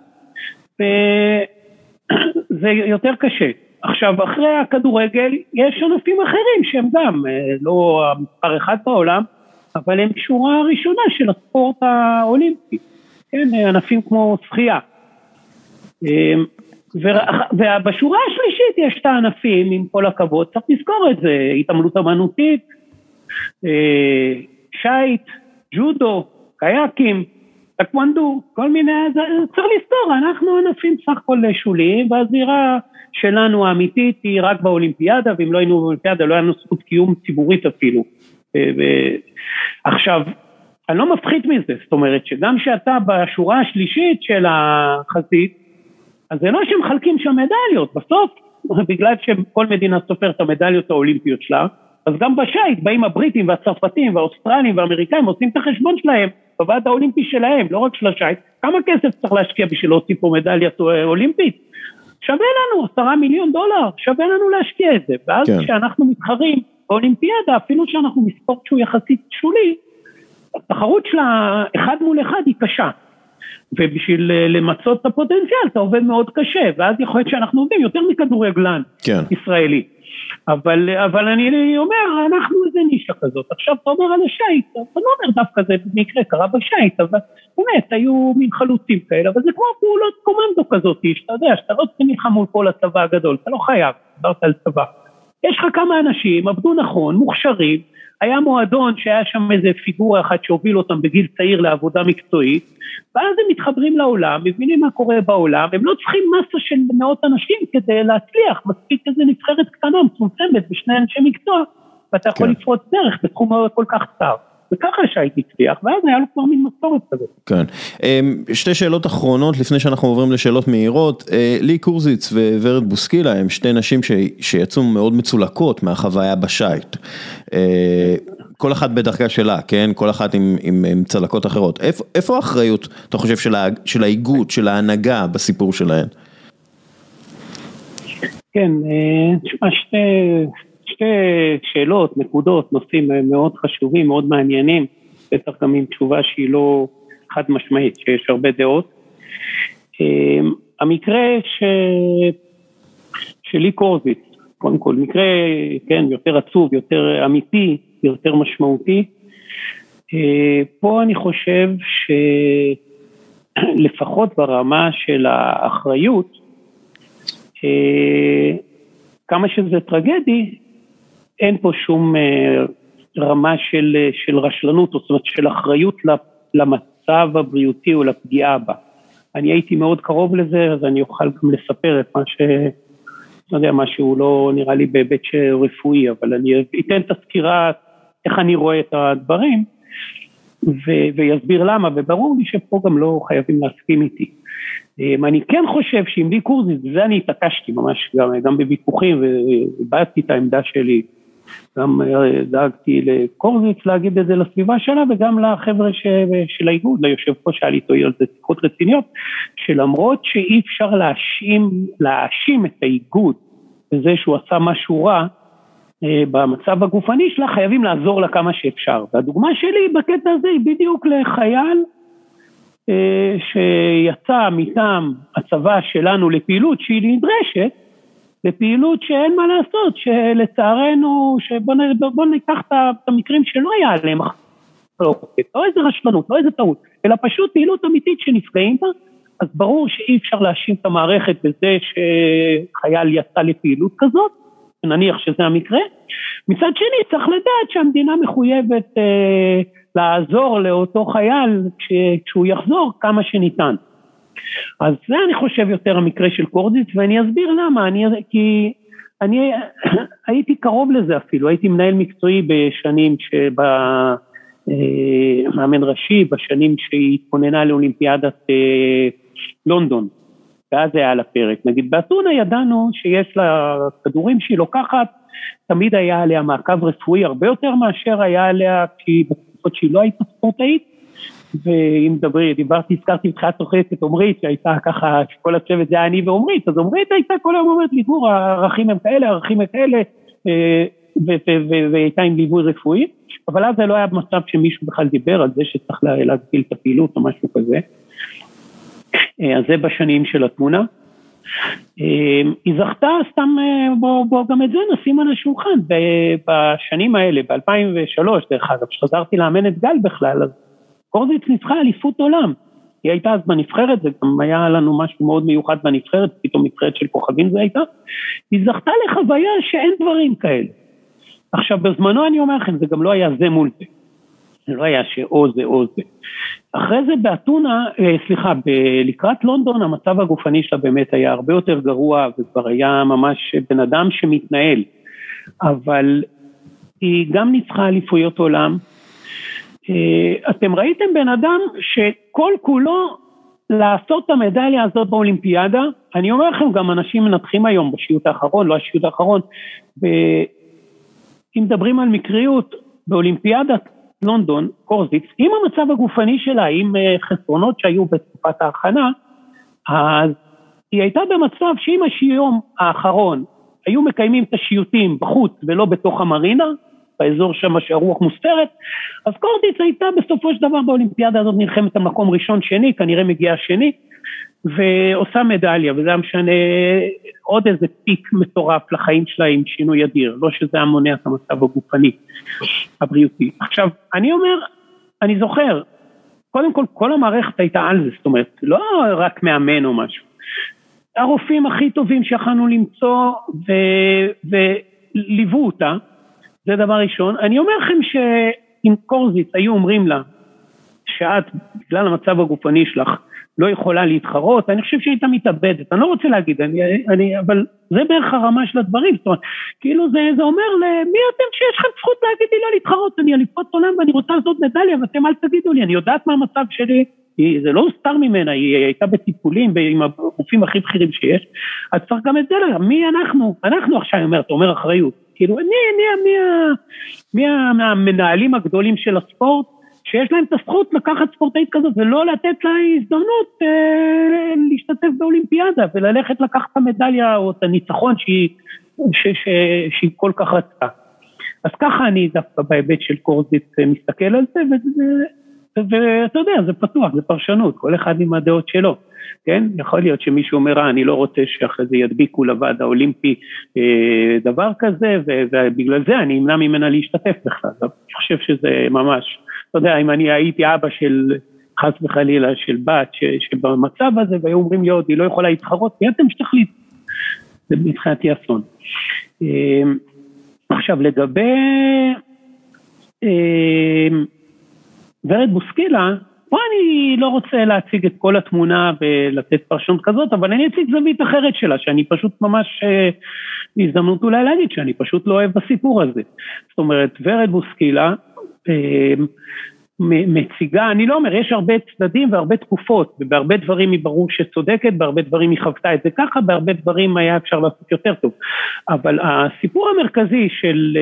וזה יותר קשה. עכשיו, אחרי הכדורגל, יש ענפים אחרים שהם גם לא המספר אחד בעולם, אבל הם שורה הראשונה של הספורט האולימפי. כן, ענפים כמו שחייה. ובשורה השלישית יש את הענפים, עם כל הכבוד, צריך לזכור את זה, התעמלות אמנותית, שייט, ג'ודו, קייקים, טקוונדו, כל מיני, צריך לזכור, אנחנו ענפים סך הכל שוליים, והזירה שלנו האמיתית היא רק באולימפיאדה, ואם לא היינו באולימפיאדה, לא היינו זכות קיום ציבורית אפילו, עכשיו, אני לא מפחית מזה, זאת אומרת שגם שאתה בשורה השלישית של החזית, אז זה לא שמחלקים שם מדליות, בסוף, בגלל שכל מדינה סופר את המדליות האולימפיות שלה, אז גם בשייט באים הבריטים והצרפתים והאוסטרלים והאמריקאים, עושים את החשבון שלהם, בוועד האולימפי שלהם, לא רק של השייט, כמה כסף צריך להשקיע בשביל להוציא פה מדליה אולימפית? שווה לנו עשרה מיליון דולר, שווה לנו להשקיע את זה, ואז כן. כשאנחנו מתחרים באולימפיאדה, אפילו שאנחנו מספורט שהוא יחסית שולי, התחרות שלה אחד מול אחד היא קשה, ובשביל למצות את הפוטנציאל, אתה עובד מאוד קשה, ואז יכול להיות שאנחנו עובדים יותר מכדורגלן כן. ישראלי, אבל, אבל אני אומר, אנחנו איזה נישה כזאת, עכשיו אתה אומר על השייט, אתה לא אומר דווקא זה במקרה קרה בשייט, אבל באמת היו מין חלוצים כאלה, אבל זה כמו פעולות קומנדו כזאת, שאתה יודע, שאתה לא צריך נלחם מול כל הצבא הגדול, אתה לא חייב, דיברת על צבא, יש לך כמה אנשים, עבדו נכון, מוכשרים, היה מועדון שהיה שם איזה פיגורה אחת שהוביל אותם בגיל צעיר לעבודה מקצועית, ואז הם מתחברים לעולם, מבינים מה קורה בעולם, הם לא צריכים מסה של מאות אנשים כדי להצליח, מספיק איזה נבחרת קטנה, מצומצמת בשני אנשי מקצוע, ואתה יכול כן. לפרוץ דרך בתחום כל כך צר. וככה שהייתי הצליח, ואז היה לו כבר מין מסורת כזאת. כן. שתי שאלות אחרונות, לפני שאנחנו עוברים לשאלות מהירות, לי קורזיץ וורד בוסקילה, הם שתי נשים שיצאו מאוד מצולקות מהחוויה בשייט. כל אחת בדרכה שלה, כן? כל אחת עם, עם, עם צלקות אחרות. איפה, איפה האחריות, אתה חושב, של, ה, של האיגוד, של ההנהגה בסיפור שלהן? כן, תשמע, שתי... שתי שאלות, נקודות, נושאים מאוד חשובים, מאוד מעניינים, בטח גם עם תשובה שהיא לא חד משמעית, שיש הרבה דעות. המקרה ש... שלי קורזיץ, קודם כל, מקרה, כן, יותר עצוב, יותר אמיתי, יותר משמעותי. פה אני חושב שלפחות ברמה של האחריות, כמה שזה טרגדי, אין פה שום רמה של, של רשלנות, זאת אומרת של אחריות למצב הבריאותי או לפגיעה בה. אני הייתי מאוד קרוב לזה, אז אני אוכל גם לספר את מה ש... לא יודע, משהו לא נראה לי בהיבט רפואי, אבל אני אתן את הסקירה איך אני רואה את הדברים, ו- ויסביר למה, וברור לי שפה גם לא חייבים להסכים איתי. אני כן חושב שאם לי קורזיץ, זה אני התעקשתי ממש גם, גם בוויכוחים, ובאתי את העמדה שלי, גם דאגתי לקורזיץ להגיד את זה לסביבה שלה, וגם לחבר'ה ש... של האיגוד, ליושב פה שהיה לי איתו על זה שיחות רציניות, שלמרות שאי אפשר להאשים, להאשים את האיגוד, בזה שהוא עשה משהו רע, במצב הגופני שלה, חייבים לעזור לה כמה שאפשר. והדוגמה שלי בקטע הזה היא בדיוק לחייל, שיצא מטעם הצבא שלנו לפעילות שהיא נדרשת, לפעילות שאין מה לעשות, שלצערנו, שבוא ניקח את המקרים שלא היה עליהם, לא איזה רשלנות, לא איזה טעות, אלא פשוט פעילות אמיתית שנפגעים בה, אז ברור שאי אפשר להאשים את המערכת בזה שחייל יצא לפעילות כזאת, נניח שזה המקרה. מצד שני צריך לדעת שהמדינה מחויבת אה, לעזור לאותו חייל כשהוא יחזור כמה שניתן. אז זה אני חושב יותר המקרה של קורזיץ, ואני אסביר למה, אני, כי אני הייתי קרוב לזה אפילו, הייתי מנהל מקצועי בשנים שבה, אה, מאמן ראשי, בשנים שהתכוננה לאולימפיאדת אה, לונדון, ואז היה על הפרק. נגיד, באתונה ידענו שיש לה כדורים שהיא לוקחת, תמיד היה עליה מעקב רפואי הרבה יותר מאשר היה עליה, כי בתקופות שהיא לא הייתה ספורטאית, ואם דברי, דיברתי, הזכרתי בתחילת תוכנית את עומרית, שהייתה ככה, שכל הצוות זה היה אני ועומרית, אז עומרית הייתה כל היום אומרת לי, גור, הערכים הם כאלה, הערכים הם כאלה, והייתה עם ליווי רפואי, אבל אז זה לא היה במצב שמישהו בכלל דיבר על זה שצריך להגביל את הפעילות או משהו כזה. אז זה בשנים של התמונה. היא זכתה סתם, בוא, בוא גם את זה נשים על השולחן, בשנים האלה, ב-אלפיים ושלוש דרך אגב, שחזרתי לאמן את גל בכלל, אז קורזיץ ניצחה אליפות עולם, היא הייתה אז בנבחרת, זה גם היה לנו משהו מאוד מיוחד בנבחרת, פתאום נבחרת של כוכבים זה הייתה, היא זכתה לחוויה שאין דברים כאלה. עכשיו בזמנו אני אומר לכם, זה גם לא היה זה מול זה, זה לא היה שאו זה או זה. אחרי זה באתונה, סליחה, לקראת לונדון, המצב הגופני שלה באמת היה הרבה יותר גרוע, וכבר היה ממש בן אדם שמתנהל, אבל היא גם ניצחה אליפויות עולם, אתם ראיתם בן אדם שכל כולו לעשות את המדליה הזאת באולימפיאדה, אני אומר לכם גם אנשים מנתחים היום בשיעוט האחרון, לא השיעוט האחרון, אם מדברים על מקריות באולימפיאדת לונדון, קורזיץ, עם המצב הגופני שלה, עם חסרונות שהיו בתקופת ההכנה, אז היא הייתה במצב שאם השיום האחרון היו מקיימים את השיוטים בחוץ ולא בתוך המרינה, באזור שם שהרוח מוסתרת, אז קורזיץ הייתה בסופו של דבר באולימפיאדה הזאת נלחמת על מקום ראשון שני, כנראה מגיעה שני, ועושה מדליה, וזה משנה עוד איזה פיק מטורף לחיים שלה עם שינוי אדיר, לא שזה המונע את המצב הגופני, הבריאותי. עכשיו, אני אומר, אני זוכר, קודם כל, כל המערכת הייתה על זה, זאת אומרת, לא רק מאמן או משהו, הרופאים הכי טובים שיכלנו למצוא, וליוו אותה, זה דבר ראשון. אני אומר לכם שאם קורזיץ היו אומרים לה, שאת, בגלל המצב הגופני שלך, לא יכולה להתחרות, אני חושב שהייתה מתאבדת, אני לא רוצה להגיד, אני, אני, אבל זה בערך הרמה של הדברים, זאת אומרת, כאילו זה, זה אומר למי אתם שיש לכם זכות להגיד לי לא להתחרות, אני אליפות עולם ואני רוצה לעשות מדליה, ואתם אל תגידו לי, אני יודעת מה המצב שלי, היא, זה לא סתר ממנה, היא הייתה בטיפולים עם הגופים הכי בכירים שיש, אז צריך גם את זה לה, מי אנחנו? אנחנו עכשיו אומר, אתה אומר אחריות, כאילו, מי, מי, מי, מי, מי המנהלים הגדולים של הספורט, שיש להם את הזכות לקחת ספורטאית כזאת, ולא לתת לה הזדמנות אה, להשתתף באולימפיאדה, וללכת לקחת את המדליה, או את הניצחון שהיא, ש, ש, שהיא כל כך רצתה. אז ככה אני דווקא בהיבט של קורזיץ מסתכל על זה, ואתה יודע, זה פתוח, זה פרשנות, כל אחד עם הדעות שלו, כן? יכול להיות שמישהו אומר, אני לא רוצה שאחרי זה ידביקו לוועד האולימפי אה, דבר כזה, ובגלל זה אני אמנע ממנה להשתתף בכלל, אני חושב שזה ממש, אתה יודע, אם אני הייתי אבא של חס וחלילה של בת ש, שבמצב הזה, והיו אומרים לי עוד, היא לא יכולה להתחרות, מי אתם שתחליט? זה מבחינתי אסון. אה, עכשיו, לגבי אה, ורד בוסקילה, פה אני לא רוצה להציג את כל התמונה ולתת פרשנות כזאת, אבל אני אציג זווית אחרת שלה, שאני פשוט ממש, הזדמנות אולי להגיד, שאני פשוט לא אוהב בסיפור הזה. זאת אומרת, ורד בוסקילה, מציגה, אני לא אומר, יש הרבה צדדים והרבה תקופות, ובהרבה דברים היא ברור שצודקת, בהרבה דברים היא חוותה את זה ככה, בהרבה דברים היה אפשר לעשות יותר טוב. אבל הסיפור המרכזי של,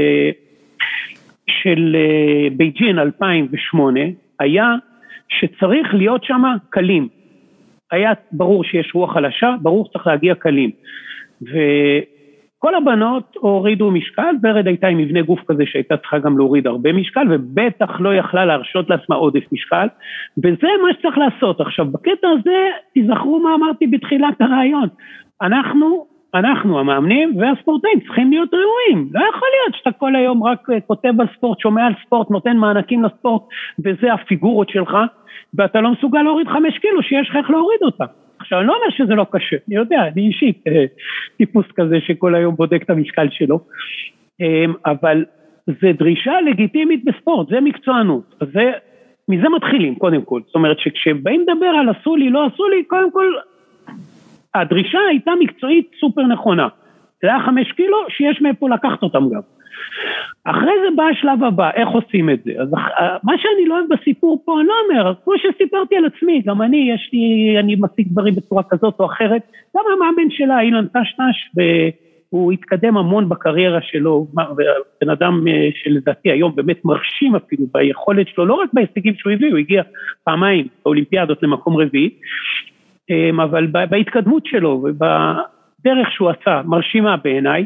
של בייג'ין אלפיים ושמונה, היה שצריך להיות שם קלים. היה ברור שיש רוח חלשה, ברור שצריך להגיע קלים. וכל הבנות הורידו משקל, ורד הייתה עם מבנה גוף כזה שהייתה צריכה גם להוריד הרבה משקל, ובטח לא יכלה להרשות לעצמה עודף משקל, וזה מה שצריך לעשות. עכשיו, בקטע הזה, תזכרו מה אמרתי בתחילת הרעיון. אנחנו, אנחנו המאמנים והספורטאים צריכים להיות ראויים. לא יכול להיות שאתה כל היום רק כותב על ספורט, שומע על ספורט, נותן מענקים לספורט, וזה הפיגורות שלך, ואתה לא מסוגל להוריד חמש קילו, שיש לך איך להוריד אותה. עכשיו, אני לא אומר שזה לא קשה, אני יודע, אני אישית, טיפוס כזה שכל היום בודק את המשקל שלו, אבל זה דרישה לגיטימית בספורט, זה מקצוענות, אז זה, מזה מתחילים קודם כל, זאת אומרת שכשבאים לדבר על עשו לי, לא עשו לי, קודם כל, הדרישה הייתה מקצועית סופר נכונה, זה היה חמש קילו שיש מאיפה לקחת אותם גם. אחרי זה בא השלב הבא, איך עושים את זה? אז מה שאני לא אוהב בסיפור פה, אני לא אומר, כמו שסיפרתי על עצמי, גם אני, יש לי, אני מציג דברים בצורה כזאת או אחרת, גם המאמן שלה, אילן טשטש, והוא התקדם המון בקריירה שלו, בן אדם שלדעתי היום באמת מרשים אפילו ביכולת שלו, לא רק בהישגים שהוא הביא, הוא הגיע פעמיים באולימפיאדות למקום רביעי, אבל בהתקדמות שלו ובדרך שהוא עשה, מרשימה בעיניי,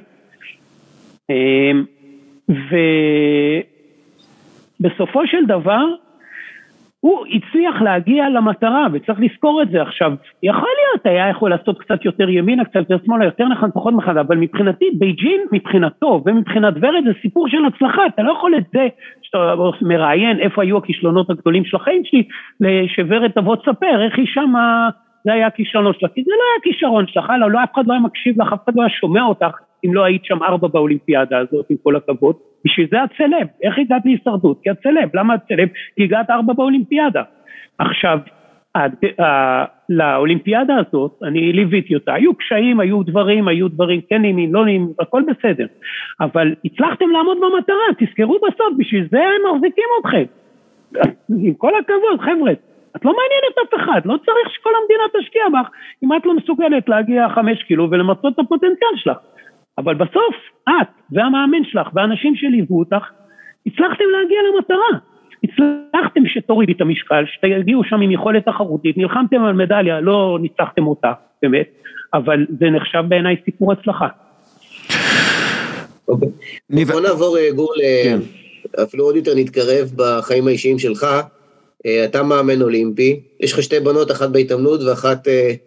ובסופו של דבר הוא הצליח להגיע למטרה וצריך לזכור את זה. עכשיו יכול להיות היה יכול לעשות קצת יותר ימינה, קצת יותר שמאלה, יותר נכון פחות מחד, אבל מבחינתי בייג'ין מבחינתו ומבחינת ורד זה סיפור של הצלחה. אתה לא יכול את זה שאתה מראיין איפה היו הכישלונות הגדולים של החיים שלי, שוורד תבוא תספר איך היא שמה, זה היה הכישלון שלך, כי זה לא היה כישרון שלך, לא, לא, אף אחד לא היה מקשיב לך, אף אחד לא היה שומע אותך אם לא היית שם ארבע באולימפיאדה הזאת, עם כל הכבוד, בשביל זה הצלב, איך הגעת להישרדות? כי הצלב, למה הצלב? כי הגעת ארבע באולימפיאדה. עכשיו, לאולימפיאדה הזאת, אני ליוויתי אותה, היו קשיים, היו דברים, היו דברים, כן נעימים, לא נעימים, הכל בסדר, אבל הצלחתם לעמוד במטרה, תזכרו בסוף, בשביל זה הם מחזיקים אתכם, עם כל הכבוד, חבר'ה, את לא מעניינת אף אחד, לא צריך שכל המדינה תשקיע בך, אם את לא מסוגלת להגיע חמש קילו ולמצות את הפוטנציאל שלך, אבל בסוף, את והמאמן שלך והאנשים שליוו אותך, הצלחתם להגיע למטרה, הצלחתם שתורידי את המשקל, שתגיעו שם עם יכולת תחרותית, נלחמתם על מדליה, לא ניצחתם אותה, באמת, אבל זה נחשב בעיניי סיפור הצלחה. אוקיי. בוא נעבור גור, אפילו עוד יותר נתקרב בחיים האישיים שלך, אתה מאמן אולימפי, יש לך שתי בנות, אחת בהתאמנות ואחת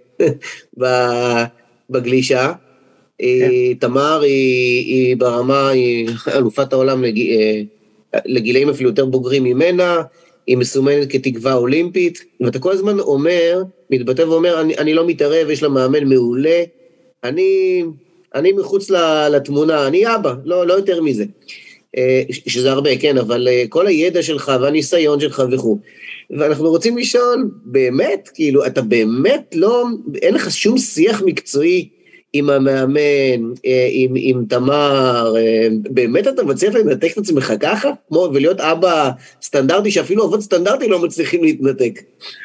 בגלישה, תמר היא ברמה, היא אלופת העולם לגילאים אפילו יותר בוגרים ממנה, היא מסומנת כתקווה אולימפית, ואתה כל הזמן אומר, מתבטא ואומר, אני, אני לא מתערב, יש לה מאמן מעולה, אני, אני מחוץ לתמונה, אני אבא, לא, לא יותר מזה, שזה הרבה, כן, אבל כל הידע שלך והניסיון שלך וכו', ואנחנו רוצים לשאול, באמת, כאילו, אתה באמת לא, אין לך שום שיח מקצועי, עם המאמן, עם, עם תמר, באמת אתה מצליח לנתק את עצמך ככה? כמו, ולהיות אבא סטנדרטי, שאפילו אבות סטנדרטי לא מצליחים להתנתק.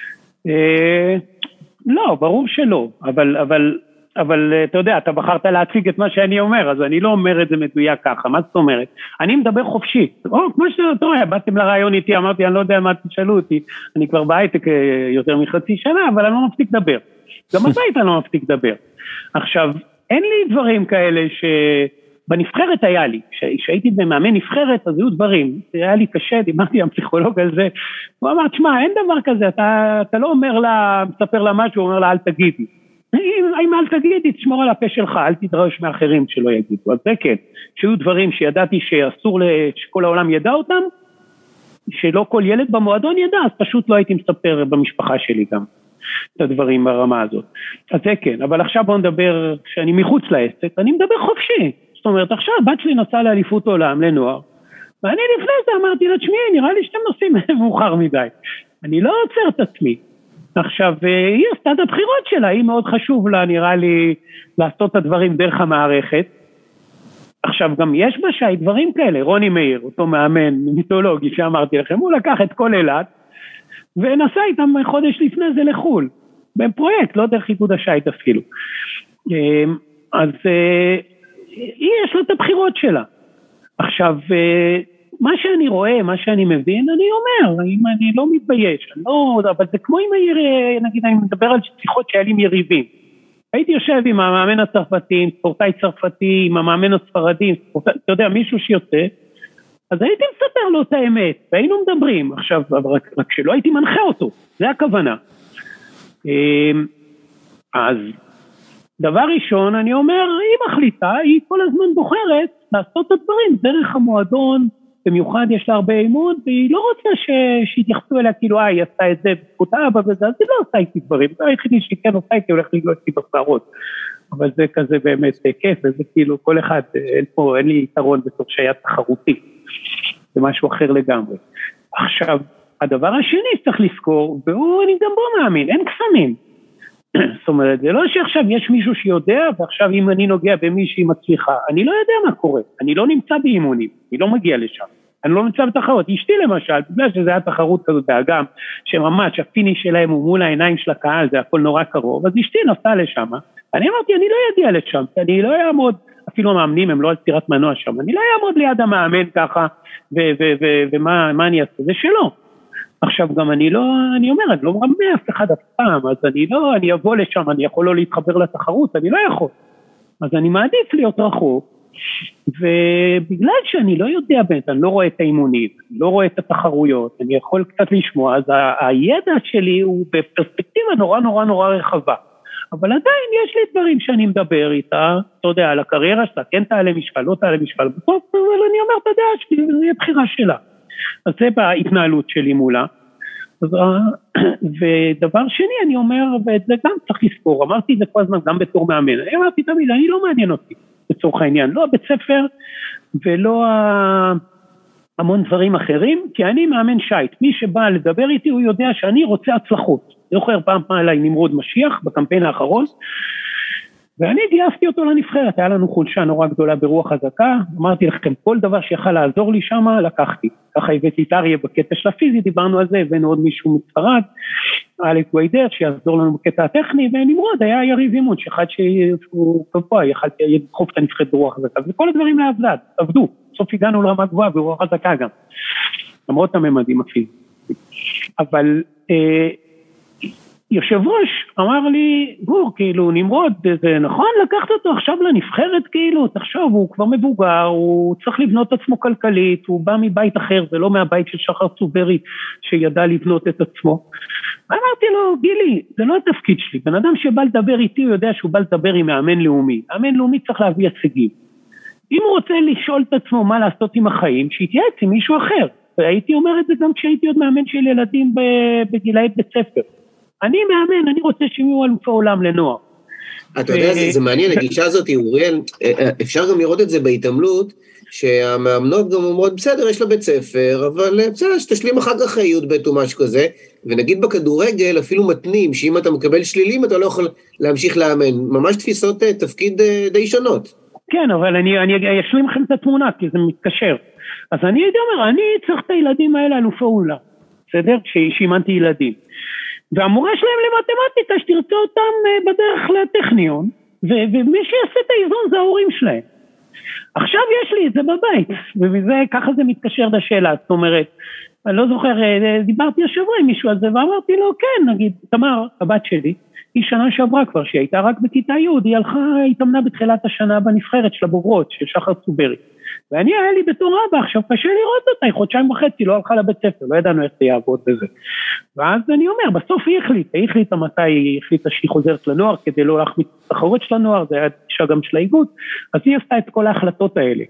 לא, ברור שלא, אבל, אבל, אבל אתה יודע, אתה בחרת להציג את מה שאני אומר, אז אני לא אומר את זה מדויק ככה, מה זאת אומרת? אני מדבר חופשי, או, כמו שאתה רואה, באתם לרעיון איתי, אמרתי, אני לא יודע מה תשאלו אותי, אני כבר בהייטק יותר מחצי שנה, אבל אני לא מפסיק לדבר. גם אתה היית לא מפסיק לדבר. עכשיו, אין לי דברים כאלה שבנבחרת היה לי, כשהייתי במאמן נבחרת, אז היו דברים, היה לי קשה, דיברתי עם פסיכולוג על זה, הוא אמר, תשמע, אין דבר כזה, אתה, אתה לא אומר לה, מספר לה משהו, הוא אומר לה, אל תגידי. אם אל תגידי, תשמור על הפה שלך, אל תדרש מאחרים שלא יגידו. אז זה כן, שהיו דברים שידעתי שאסור שכל העולם ידע אותם, שלא כל ילד במועדון ידע, אז פשוט לא הייתי מספר במשפחה שלי גם. את הדברים ברמה הזאת. אז זה כן, אבל עכשיו בוא נדבר, כשאני מחוץ לעסק, אני מדבר חופשי. זאת אומרת, עכשיו בת שלי נסעה לאליפות עולם לנוער, ואני לפני זה אמרתי לה, תשמעי, נראה לי שאתם נוסעים מאוחר מדי. אני לא עוצר את עצמי. עכשיו, היא עשתה את הבחירות שלה, היא מאוד חשוב לה, נראה לי, לעשות את הדברים דרך המערכת. עכשיו, גם יש בשי דברים כאלה, רוני מאיר, אותו מאמן מיתולוגי שאמרתי לכם, הוא לקח את כל אילת, ונסע איתם חודש לפני זה לחול, בפרויקט, לא דרך איגוד השייט אפילו. אז היא יש לה את הבחירות שלה. עכשיו, מה שאני רואה, מה שאני מבין, אני אומר, אם אני לא מתבייש, אני לא, אבל זה כמו עם הירי, נגיד, אני מדבר על שיחות שהיה לי עם יריבים. הייתי יושב עם המאמן הצרפתי, עם ספורטאי צרפתי, עם המאמן הספרדי, ספורטאי, אתה יודע, מישהו שיוצא, אז הייתי מספר לו את האמת, והיינו מדברים, עכשיו, רק, רק שלא הייתי מנחה אותו, זה הכוונה. אז דבר ראשון, אני אומר, היא מחליטה, היא כל הזמן בוחרת לעשות את הדברים, דרך המועדון, במיוחד יש לה הרבה אימון, והיא לא רוצה שיתייחסו אליה, כאילו, אה, היא עשתה את זה, בזכות אבא וזה, אז היא לא עושה איתי דברים, זה היחידי שהיא כן עושה איתי, הולך לגלוש איתי בשערות, אבל זה כזה באמת כיף, וזה כאילו, כל אחד, אין פה, אין לי יתרון בתור שהיה תחרותי, זה משהו אחר לגמרי. עכשיו, הדבר השני שצריך לזכור, והוא, אני גם בו מאמין, אין קסמים. זאת אומרת, זה לא שעכשיו יש מישהו שיודע, ועכשיו אם אני נוגע במישהי מצליחה, אני לא יודע מה קורה, אני לא נמצא באימונים, אני לא מגיע לשם, אני לא נמצא בתחרות, אשתי למשל, בגלל שזה היה תחרות כזאת באגם, שממש הפיני שלהם הוא מול העיניים של הקהל, זה הכל נורא קרוב, אז אשתי נסעה לשם, אני אמרתי, אני לא ידיע לשם, אני לא אעמוד, אפילו המאמנים הם לא על צירת מנוע שם, אני לא אעמוד ליד המאמן ככה, ומה אני אעשה, זה שלא. עכשיו גם אני לא, אני אומר, אני לא מרמה אף אחד אף פעם, אז אני לא, אני אבוא לשם, אני יכול לא להתחבר לתחרות, אני לא יכול. אז אני מעדיף להיות רחוק, ובגלל שאני לא יודע באמת, אני לא רואה את האימונים, לא רואה את התחרויות, אני יכול קצת לשמוע, אז הידע שלי הוא בפרספקטיבה נורא נורא נורא רחבה. אבל עדיין יש לי דברים שאני מדבר איתה, אתה יודע, על הקריירה שלה, כן תעלה משקל, לא תעלה משקל, בסוף, אבל אני אומר את הדעה שלי, וזה יהיה בחירה שלה. אז זה בהתנהלות שלי מולה. אז, ודבר שני, אני אומר, ואת זה גם צריך לזכור, אמרתי את זה כל הזמן, גם בתור מאמן, אמרתי תמיד, אני לא מעניין אותי, בצורך העניין, לא הבית ספר, ולא המון דברים אחרים, כי אני מאמן שייט, מי שבא לדבר איתי הוא יודע שאני רוצה הצלחות, זוכר פעם פעם אליי נמרוד משיח בקמפיין האחרון, ואני גייסתי אותו לנבחרת, היה לנו חולשה נורא גדולה ברוח חזקה, אמרתי לכם כל דבר שיכל לעזור לי שם, לקחתי, ככה הבאתי את אריה בקטע של הפיזי, דיברנו על זה, הבאנו עוד מישהו מצפרד, אלק ויידר שיעזור לנו בקטע הטכני, ונמרוד היה יריב אימון, שאחד שהוא קבוע, יכלתי לדחוף את הנבחרת ברוח חזקה, וכל הדברים לעבד, עבדו, בסוף הגענו לרמה גבוהה ברוח חזקה גם, למרות הממדים הפיזיים, אבל אה, יושב ראש אמר לי, גור, כאילו, נמרוד, זה נכון לקחת אותו עכשיו לנבחרת, כאילו, תחשוב, הוא כבר מבוגר, הוא צריך לבנות את עצמו כלכלית, הוא בא מבית אחר, זה לא מהבית של שחר צוברי, שידע לבנות את עצמו. אמרתי לו, גילי, זה לא התפקיד שלי, בן אדם שבא לדבר איתי, הוא יודע שהוא בא לדבר עם מאמן לאומי, מאמן לאומי צריך להביא הישגים. אם הוא רוצה לשאול את עצמו מה לעשות עם החיים, שיתייעץ עם מישהו אחר. והייתי אומר את זה גם כשהייתי עוד מאמן של ילדים בגילאי בית ספר. אני מאמן, אני רוצה שיהיו אלופי עולם לנוער. אתה יודע, זה מעניין, הגישה הזאת, אוריאל, אפשר גם לראות את זה בהתעמלות, שהמאמנות גם אומרות, בסדר, יש לה בית ספר, אבל בסדר, שתשלים אחר כך י' ב' או משהו כזה, ונגיד בכדורגל אפילו מתנים, שאם אתה מקבל שלילים, אתה לא יכול להמשיך לאמן, ממש תפיסות תפקיד די שונות. כן, אבל אני, אני אשלים לכם את התמונה, כי זה מתקשר. אז אני הייתי אומר, אני צריך את הילדים האלה אלופי עולם, בסדר? שאימנתי ילדים. והמורה שלהם למתמטיקה שתרצה אותם בדרך לטכניון, ו- ומי שיעשה את האיזון זה ההורים שלהם. עכשיו יש לי את זה בבית, וזה, ככה זה מתקשר לשאלה, זאת אומרת, אני לא זוכר, דיברתי השבוע עם מישהו על זה, ואמרתי לו, כן, נגיד, תמר, הבת שלי, היא שנה שעברה כבר, שהיא הייתה רק בכיתה י', היא הלכה, היא תמנה בתחילת השנה בנבחרת של הבוגרות, של שחר צוברי. ואני היה לי בתור אבא, עכשיו קשה לראות אותה, היא חודשיים וחצי, לא הלכה לבית ספר, לא ידענו איך זה יעבוד בזה. ואז אני אומר, בסוף היא החליטה, היא החליטה מתי היא החליטה שהיא חוזרת לנוער, כדי לא להחמיץ את התחרות של הנוער, זה היה אישה גם של האיגוד, אז היא עשתה את כל ההחלטות האלה.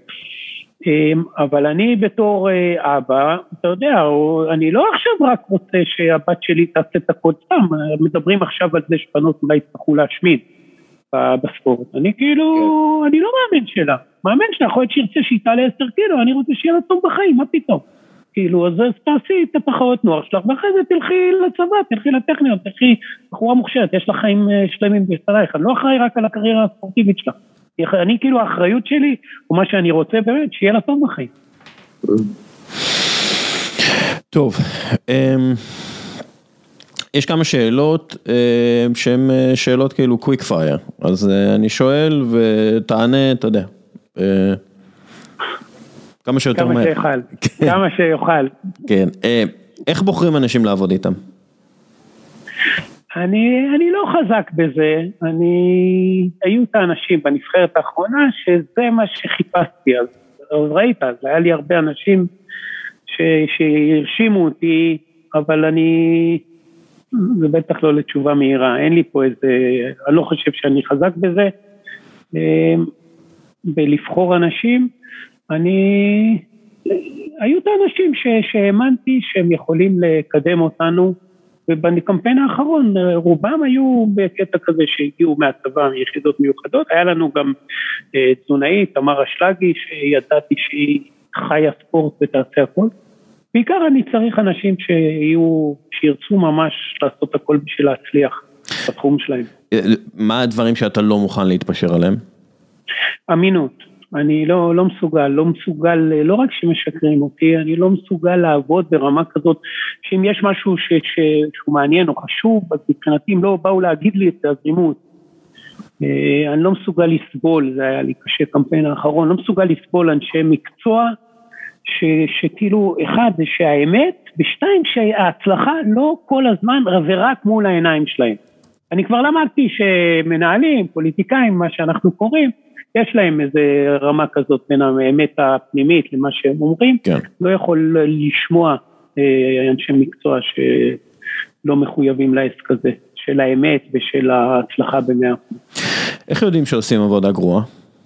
אבל אני בתור אבא, אתה יודע, אני לא עכשיו רק רוצה שהבת שלי תעשה את הכל סתם, מדברים עכשיו על זה שבנות אולי יצטרכו להשמיד בספורט, אני כאילו, אני לא מאמן שלה, מאמן שלה, יכול להיות שירצה שהיא תעלה עשר קילו, אני רוצה שיהיה לה טוב בחיים, מה פתאום? כאילו, אז תעשי את התחרות נוער שלך, ואחרי זה תלכי לצבא, תלכי לטכניון, תלכי בחורה מוכשרת, יש לך חיים שלמים בשרייך, אני לא אחראי רק על הקריירה הספורטיבית שלך. אני כאילו האחריות שלי, או מה שאני רוצה באמת, שיהיה לה טוב בחיים. טוב, יש כמה שאלות שהן שאלות כאילו קוויק פייר, אז אני שואל ותענה, אתה יודע, כמה שיותר מהר. כמה שיוכל, כמה שיוכל. כן, איך בוחרים אנשים לעבוד איתם? אני, אני לא חזק בזה, אני, היו את האנשים בנבחרת האחרונה שזה מה שחיפשתי, אז, אז ראית, אז היה לי הרבה אנשים ש, שהרשימו אותי, אבל אני, זה בטח לא לתשובה מהירה, אין לי פה איזה, אני לא חושב שאני חזק בזה, בלבחור אנשים, אני, היו את האנשים ש, שהאמנתי שהם יכולים לקדם אותנו, ובקמפיין האחרון רובם היו בקטע כזה שהגיעו מהצבא מיחידות מיוחדות, היה לנו גם תזונאי, תמר אשלגי, שידעתי שהיא חיה ספורט ותעשה הכל, בעיקר אני צריך אנשים שיהיו, שירצו ממש לעשות הכל בשביל להצליח בתחום שלהם. מה הדברים שאתה לא מוכן להתפשר עליהם? אמינות. אני לא, לא מסוגל, לא מסוגל, לא רק שמשקרים אותי, אני לא מסוגל לעבוד ברמה כזאת, שאם יש משהו ש, ש, שהוא מעניין או חשוב, אז מבחינתי אם לא באו להגיד לי את הזרימות, אני לא מסוגל לסבול, זה היה לי קשה קמפיין האחרון, לא מסוגל לסבול אנשי מקצוע, ש, שכאילו אחד זה שהאמת, בשתיים שההצלחה לא כל הזמן רברק מול העיניים שלהם. אני כבר למדתי שמנהלים, פוליטיקאים, מה שאנחנו קוראים, יש להם איזה רמה כזאת בין האמת הפנימית למה שהם אומרים, כן. לא יכול לשמוע אנשי מקצוע שלא מחויבים לעסק הזה, של האמת ושל ההצלחה במאה אחוז. איך יודעים שעושים עבודה גרועה?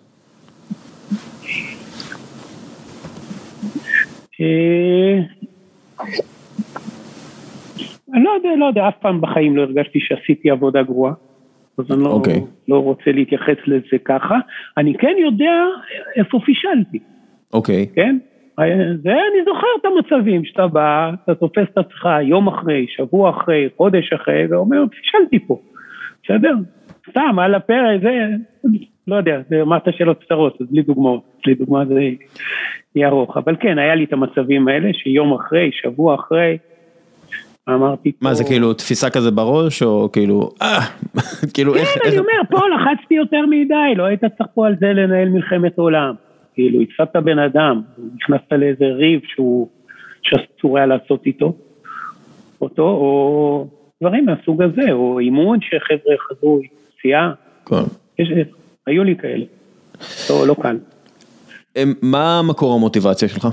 אני לא יודע, לא יודע, אף פעם בחיים לא הרגשתי שעשיתי עבודה גרועה. אז אני לא, okay. לא רוצה להתייחס לזה ככה, אני כן יודע איפה פישלתי, אוקיי. כן? זה אני זוכר את המצבים, שאתה בא, אתה תופס את עצמך יום אחרי, שבוע אחרי, חודש אחרי, ואומר, פישלתי פה, בסדר? סתם, על הפרק, זה, לא יודע, זה אמרת שאלות קצרות, אז בלי דוגמאות, בלי דוגמה זה יהיה ארוך, אבל כן, היה לי את המצבים האלה, שיום אחרי, שבוע אחרי, אמרתי פה... מה, זה כאילו תפיסה כזה בראש, או כאילו, אה, כאילו איך... כן, אני אומר, פה לחצתי יותר מדי, לא היית צריך פה על זה לנהל מלחמת עולם, כאילו, התפת בן אדם, נכנסת לאיזה ריב שהוא, שאסור היה לעשות איתו, אותו, או דברים מהסוג הזה, או אימון שחבר'ה חזרו, פציעה, יש, היו לי כאלה, לא, לא קל. מה מקור המוטיבציה שלך?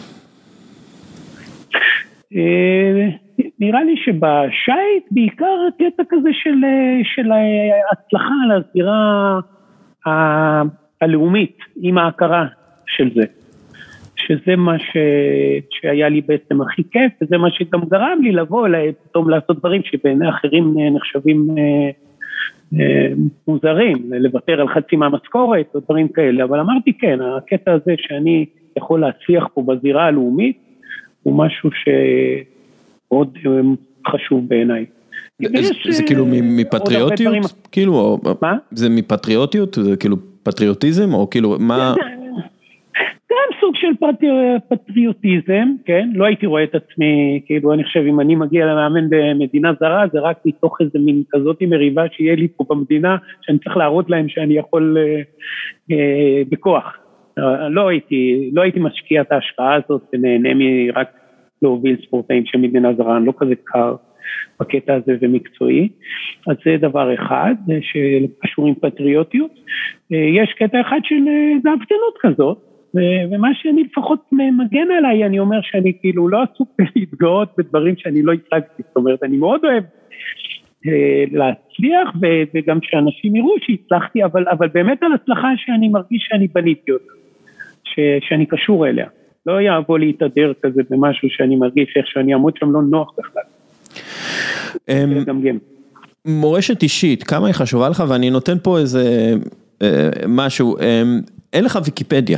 נראה לי שבשייט בעיקר קטע כזה של, של ההצלחה על הזירה הלאומית עם ההכרה של זה, שזה מה ש... שהיה לי בעצם הכי כיף, וזה מה שגם גרם לי לבוא פתאום לעשות דברים שבעיני אחרים נחשבים מוזרים, לוותר על חצי מהמשכורת או דברים כאלה, אבל אמרתי כן, הקטע הזה שאני יכול להצליח פה בזירה הלאומית, הוא משהו שעוד חשוב בעיניי. זה כאילו מפטריוטיות? כאילו, זה מפטריוטיות? זה כאילו פטריוטיזם? או כאילו, מה... גם סוג של פטריוטיזם, כן? לא הייתי רואה את עצמי, כאילו, אני חושב, אם אני מגיע למאמן במדינה זרה, זה רק מתוך איזה מין כזאת מריבה שיהיה לי פה במדינה, שאני צריך להראות להם שאני יכול בכוח. לא הייתי, לא הייתי משקיע את ההשקעה הזאת, ונהנה מי רק להוביל ספורטאים של מדינה זרה, אני לא כזה קר בקטע הזה ומקצועי. אז זה דבר אחד, שקשור עם פטריוטיות. יש קטע אחד של דאבטנות כזאת, ומה שאני לפחות מגן עליי, אני אומר שאני כאילו לא עסוק להתגאות בדברים שאני לא הצלחתי, זאת אומרת, אני מאוד אוהב להצליח, וגם שאנשים יראו שהצלחתי, אבל, אבל באמת על הצלחה שאני מרגיש שאני בניתי אותה, שאני קשור אליה. לא יעבור להתהדר כזה במשהו שאני מרגיש איך שאני אעמוד שם לא נוח בכלל. מורשת אישית, כמה היא חשובה לך? ואני נותן פה איזה משהו, אין לך ויקיפדיה.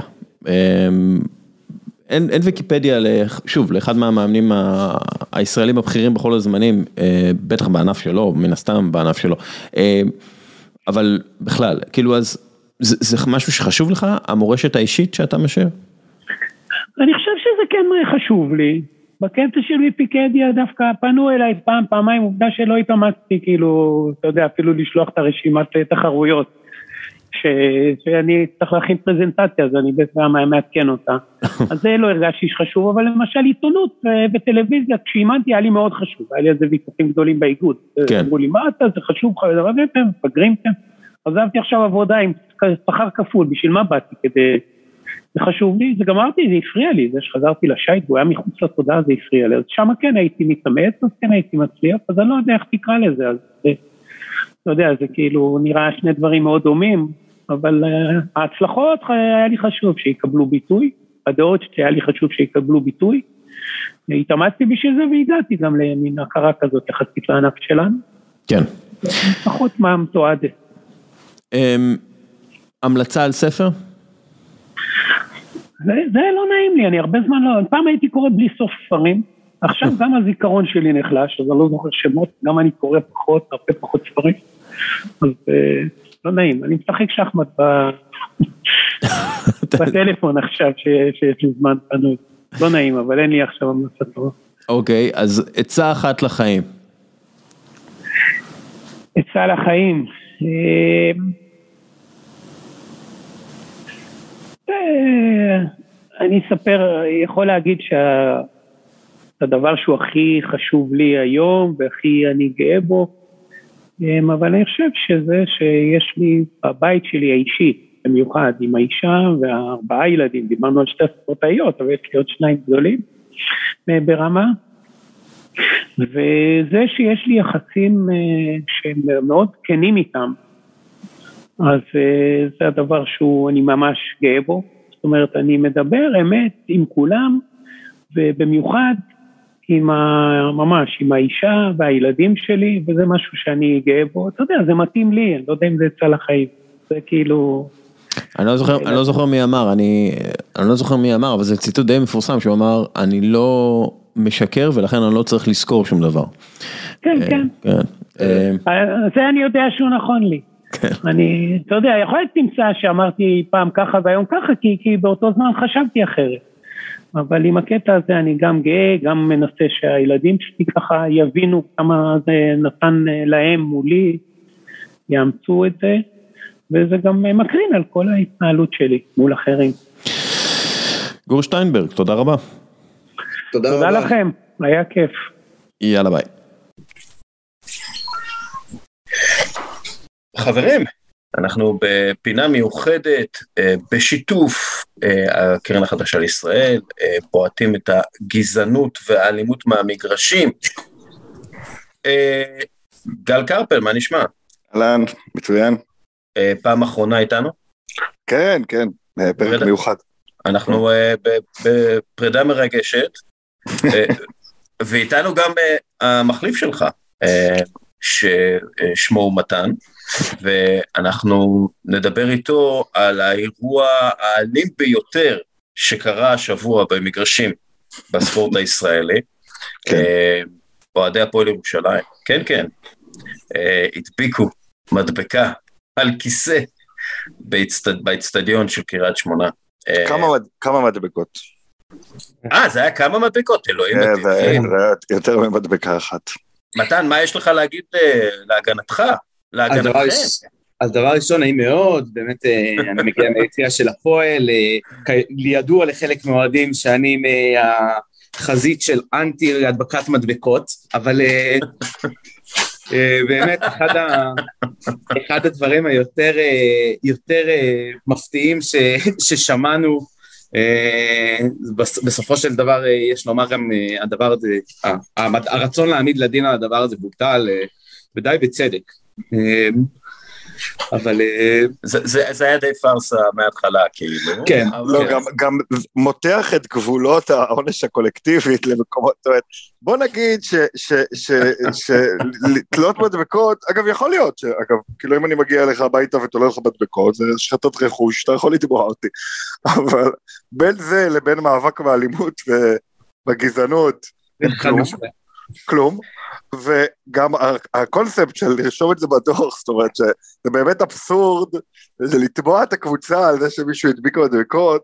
אין, אין ויקיפדיה, שוב, לאחד מהמאמנים הישראלים הבכירים בכל הזמנים, בטח בענף שלו, מן הסתם בענף שלו, אבל בכלל, כאילו אז, זה, זה משהו שחשוב לך, המורשת האישית שאתה משאיר? אני חושב שזה כן חשוב לי, בקטע של ויקיפדיה דווקא פנו אליי פעם, פעמיים, עובדה שלא התאמצתי, כאילו, אתה יודע, אפילו לשלוח את הרשימת תחרויות, ש... שאני צריך להכין פרזנטציה, אז אני בעצם מעדכן אותה. אז זה לא הרגשתי שחשוב, אבל למשל עיתונות בטלוויזיה, כשאימנתי היה לי מאוד חשוב, היה לי איזה ויכוחים גדולים באיגוד. כן. אמרו לי, מה אתה, זה חשוב, חזרתם, פגרימתם. עזבתי עכשיו עבודה עם שכר כפול, בשביל מה באתי? כדי... זה חשוב לי, זה גמרתי, זה הפריע לי, זה שחזרתי לשייט, והוא היה מחוץ לתודעה, זה הפריע לי. אז שם כן הייתי מתאמץ, אז כן הייתי מצליח, אז אני לא יודע איך תקרא לזה, אז זה... לא יודע, זה כאילו נראה שני דברים מאוד דומים, אבל uh, ההצלחות היה לי חשוב שיקבלו ביטוי, הדעות שהיה לי חשוב שיקבלו ביטוי, התאמצתי בשביל זה והגעתי גם למין הכרה כזאת יחסית לענף שלנו. כן. פחות מה מתועד. Um, המלצה על ספר? זה, זה לא נעים לי, אני הרבה זמן לא, פעם הייתי קורא בלי סוף ספרים, עכשיו גם הזיכרון שלי נחלש, אז אני לא זוכר שמות, גם אני קורא פחות, הרבה פחות ספרים, אז לא נעים, אני משחק שחמט בטלפון עכשיו שיש לי זמן פנוי, לא נעים, אבל אין לי עכשיו המלצה טובה. אוקיי, אז עצה אחת לחיים. עצה לחיים. אני אספר, יכול להגיד שה... הדבר שהוא הכי חשוב לי היום, והכי אני גאה בו, אבל אני חושב שזה שיש לי, בבית שלי האישי, במיוחד עם האישה והארבעה ילדים, דיברנו על שתי ספורטאיות, אבל יש לי עוד שניים גדולים ברמה, וזה שיש לי יחסים שהם מאוד כנים איתם, אז זה הדבר שהוא, אני ממש גאה בו, זאת אומרת, אני מדבר אמת עם כולם, ובמיוחד, עם ה... ממש, עם האישה והילדים שלי, וזה משהו שאני גאה בו, אתה יודע, זה מתאים לי, אני לא יודע אם זה יצא לחיים, זה כאילו... אני לא זוכר, אני לא זוכר מי אמר, אני, אני לא זוכר מי אמר, אבל זה ציטוט די מפורסם, שהוא אמר, אני לא משקר, ולכן אני לא צריך לזכור שום דבר. כן, כן. זה אני יודע שהוא נכון לי. אני, אתה יודע, יכול להיות תמצא שאמרתי פעם ככה והיום ככה, כי, כי באותו זמן חשבתי אחרת. אבל עם הקטע הזה אני גם גאה, גם מנסה שהילדים שלי ככה יבינו כמה זה נתן להם מולי, יאמצו את זה, וזה גם מקרין על כל ההתנהלות שלי מול אחרים. גור שטיינברג, תודה רבה. תודה, תודה רבה. לכם, היה כיף. יאללה ביי. חברים, אנחנו בפינה מיוחדת, בשיתוף הקרן החדשה לישראל, בועטים את הגזענות והאלימות מהמגרשים. גל קרפל, מה נשמע? אהלן, מצוין. פעם אחרונה איתנו? כן, כן, פרק מיוחד. אנחנו בפרידה מרגשת, ואיתנו גם המחליף שלך, ששמו הוא מתן, ואנחנו נדבר איתו על האירוע האלים ביותר שקרה השבוע במגרשים בספורט הישראלי, אוהדי הפועל ירושלים, כן כן, הדביקו מדבקה על כיסא באצטדיון של קריית שמונה. כמה מדבקות? אה, זה היה כמה מדבקות, אלוהים. זה היה יותר ממדבקה אחת. מתן, מה יש לך להגיד להגנתך? להגנתכם? אז דבר ראשון, נעים מאוד, באמת אני מגיע מהיציאה של הפועל, לידוע לחלק מהאוהדים שאני מהחזית של אנטי הדבקת מדבקות, אבל באמת אחד, ה, אחד הדברים היותר יותר מפתיעים ש, ששמענו, בסופו של דבר יש לומר גם הדבר הזה, הרצון להעמיד לדין על הדבר הזה בוטל, ודי בצדק. אבל זה היה די פרסה מההתחלה כאילו. כן. גם מותח את גבולות העונש הקולקטיבית למקומות, בוא נגיד שתלות מדבקות, אגב יכול להיות, אגב כאילו אם אני מגיע אליך הביתה ותולה לך מדבקות, זה שחטת רכוש, אתה יכול לתבוע אותי, אבל בין זה לבין מאבק באלימות ובגזענות, כלום, כלום, וגם הקונספט של לרשום את זה בדוח, זאת אומרת שזה באמת אבסורד, זה לתבוע את הקבוצה על זה שמישהו הדביק מדבקות,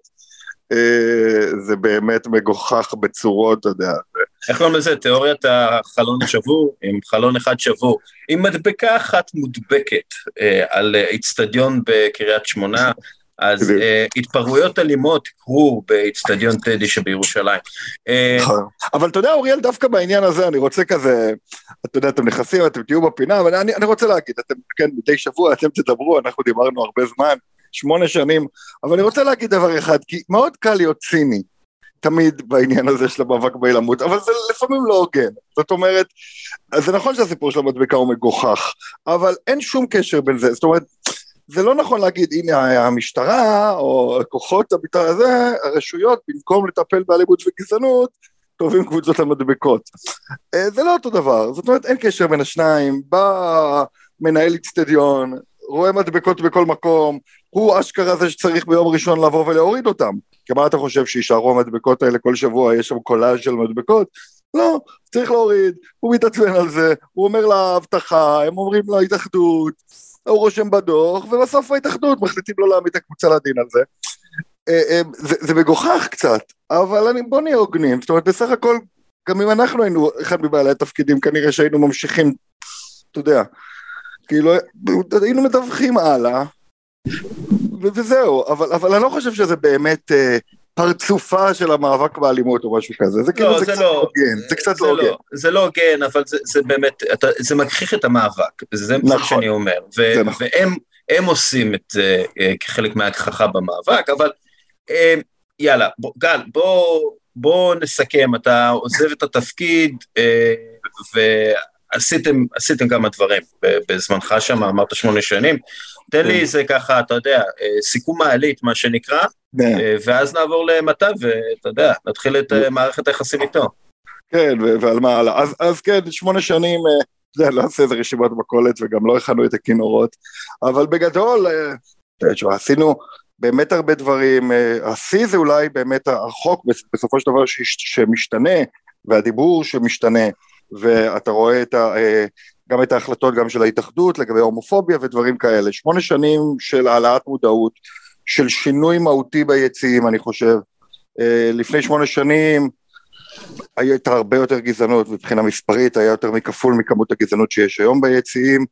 זה באמת מגוחך בצורות, אתה יודע. איך קוראים לזה? תיאוריית החלון השבור, עם חלון אחד שבור, עם מדבקה אחת מודבקת על אצטדיון בקריית שמונה, אז התפרעויות אלימות קרו באצטדיון טדי שבירושלים. אבל אתה יודע, אוריאל, דווקא בעניין הזה, אני רוצה כזה, אתה יודע, אתם נכנסים, אתם תהיו בפינה, אבל אני רוצה להגיד, אתם, כן, מדי שבוע אתם תדברו, אנחנו דיברנו הרבה זמן, שמונה שנים, אבל אני רוצה להגיד דבר אחד, כי מאוד קל להיות ציני, תמיד בעניין הזה של המאבק באלימות, אבל זה לפעמים לא הוגן, זאת אומרת, זה נכון שהסיפור של המדבקה הוא מגוחך, אבל אין שום קשר בין זה, זאת אומרת, זה לא נכון להגיד, הנה המשטרה, או כוחות הביטר הזה, הרשויות, במקום לטפל באלימות וגזענות, טובים קבוצות המדבקות. זה לא אותו דבר, זאת אומרת, אין קשר בין השניים, בא מנהל אצטדיון, רואה מדבקות בכל מקום, הוא אשכרה זה שצריך ביום ראשון לבוא ולהוריד אותם. כמה אתה חושב שישארו המדבקות האלה כל שבוע, יש שם קולאז' של מדבקות? לא, צריך להוריד, הוא מתעצבן על זה, הוא אומר לה הבטחה, הם אומרים לה התאחדות, הוא רושם בדוח, ובסוף ההתאחדות מחליטים לא להעמיד את הקבוצה לדין על זה. זה, זה מגוחך קצת, אבל אני, בוא נהיה הוגנים, זאת אומרת, בסך הכל, גם אם אנחנו היינו אחד מבעלי התפקידים, כנראה שהיינו ממשיכים, אתה יודע, כאילו, היינו מדווחים הלאה, וזהו, אבל, אבל אני לא חושב שזה באמת פרצופה של המאבק באלימות או משהו כזה, זה כאילו, זה קצת לא הוגן, זה קצת לא הוגן. זה לא הוגן, אבל זה באמת, זה מכחיך את המאבק, זה מה שאני אומר, והם עושים את זה כחלק מההכחכה במאבק, אבל יאללה, גל, בוא נסכם, אתה עוזב את התפקיד, ועשיתם כמה דברים בזמנך שם, אמרת שמונה שנים, תן לי זה ככה, אתה יודע, סיכום מעלית, מה שנקרא, ואז נעבור למטה, ואתה יודע, נתחיל את מערכת היחסים איתו. כן, ועל מה הלאה. אז כן, שמונה שנים, לא עושה איזה רשימת מכולת, וגם לא הכנו את הכינורות, אבל בגדול, עשינו באמת הרבה דברים, השיא זה אולי באמת החוק בסופו של דבר שמשתנה, והדיבור שמשתנה, ואתה רואה את ה, גם את ההחלטות גם של ההתאחדות לגבי הומופוביה ודברים כאלה, שמונה שנים של העלאת מודעות, של שינוי מהותי ביציעים אני חושב, לפני שמונה שנים הייתה הרבה יותר גזענות מבחינה מספרית, היה יותר מכפול מכמות הגזענות שיש היום ביציעים,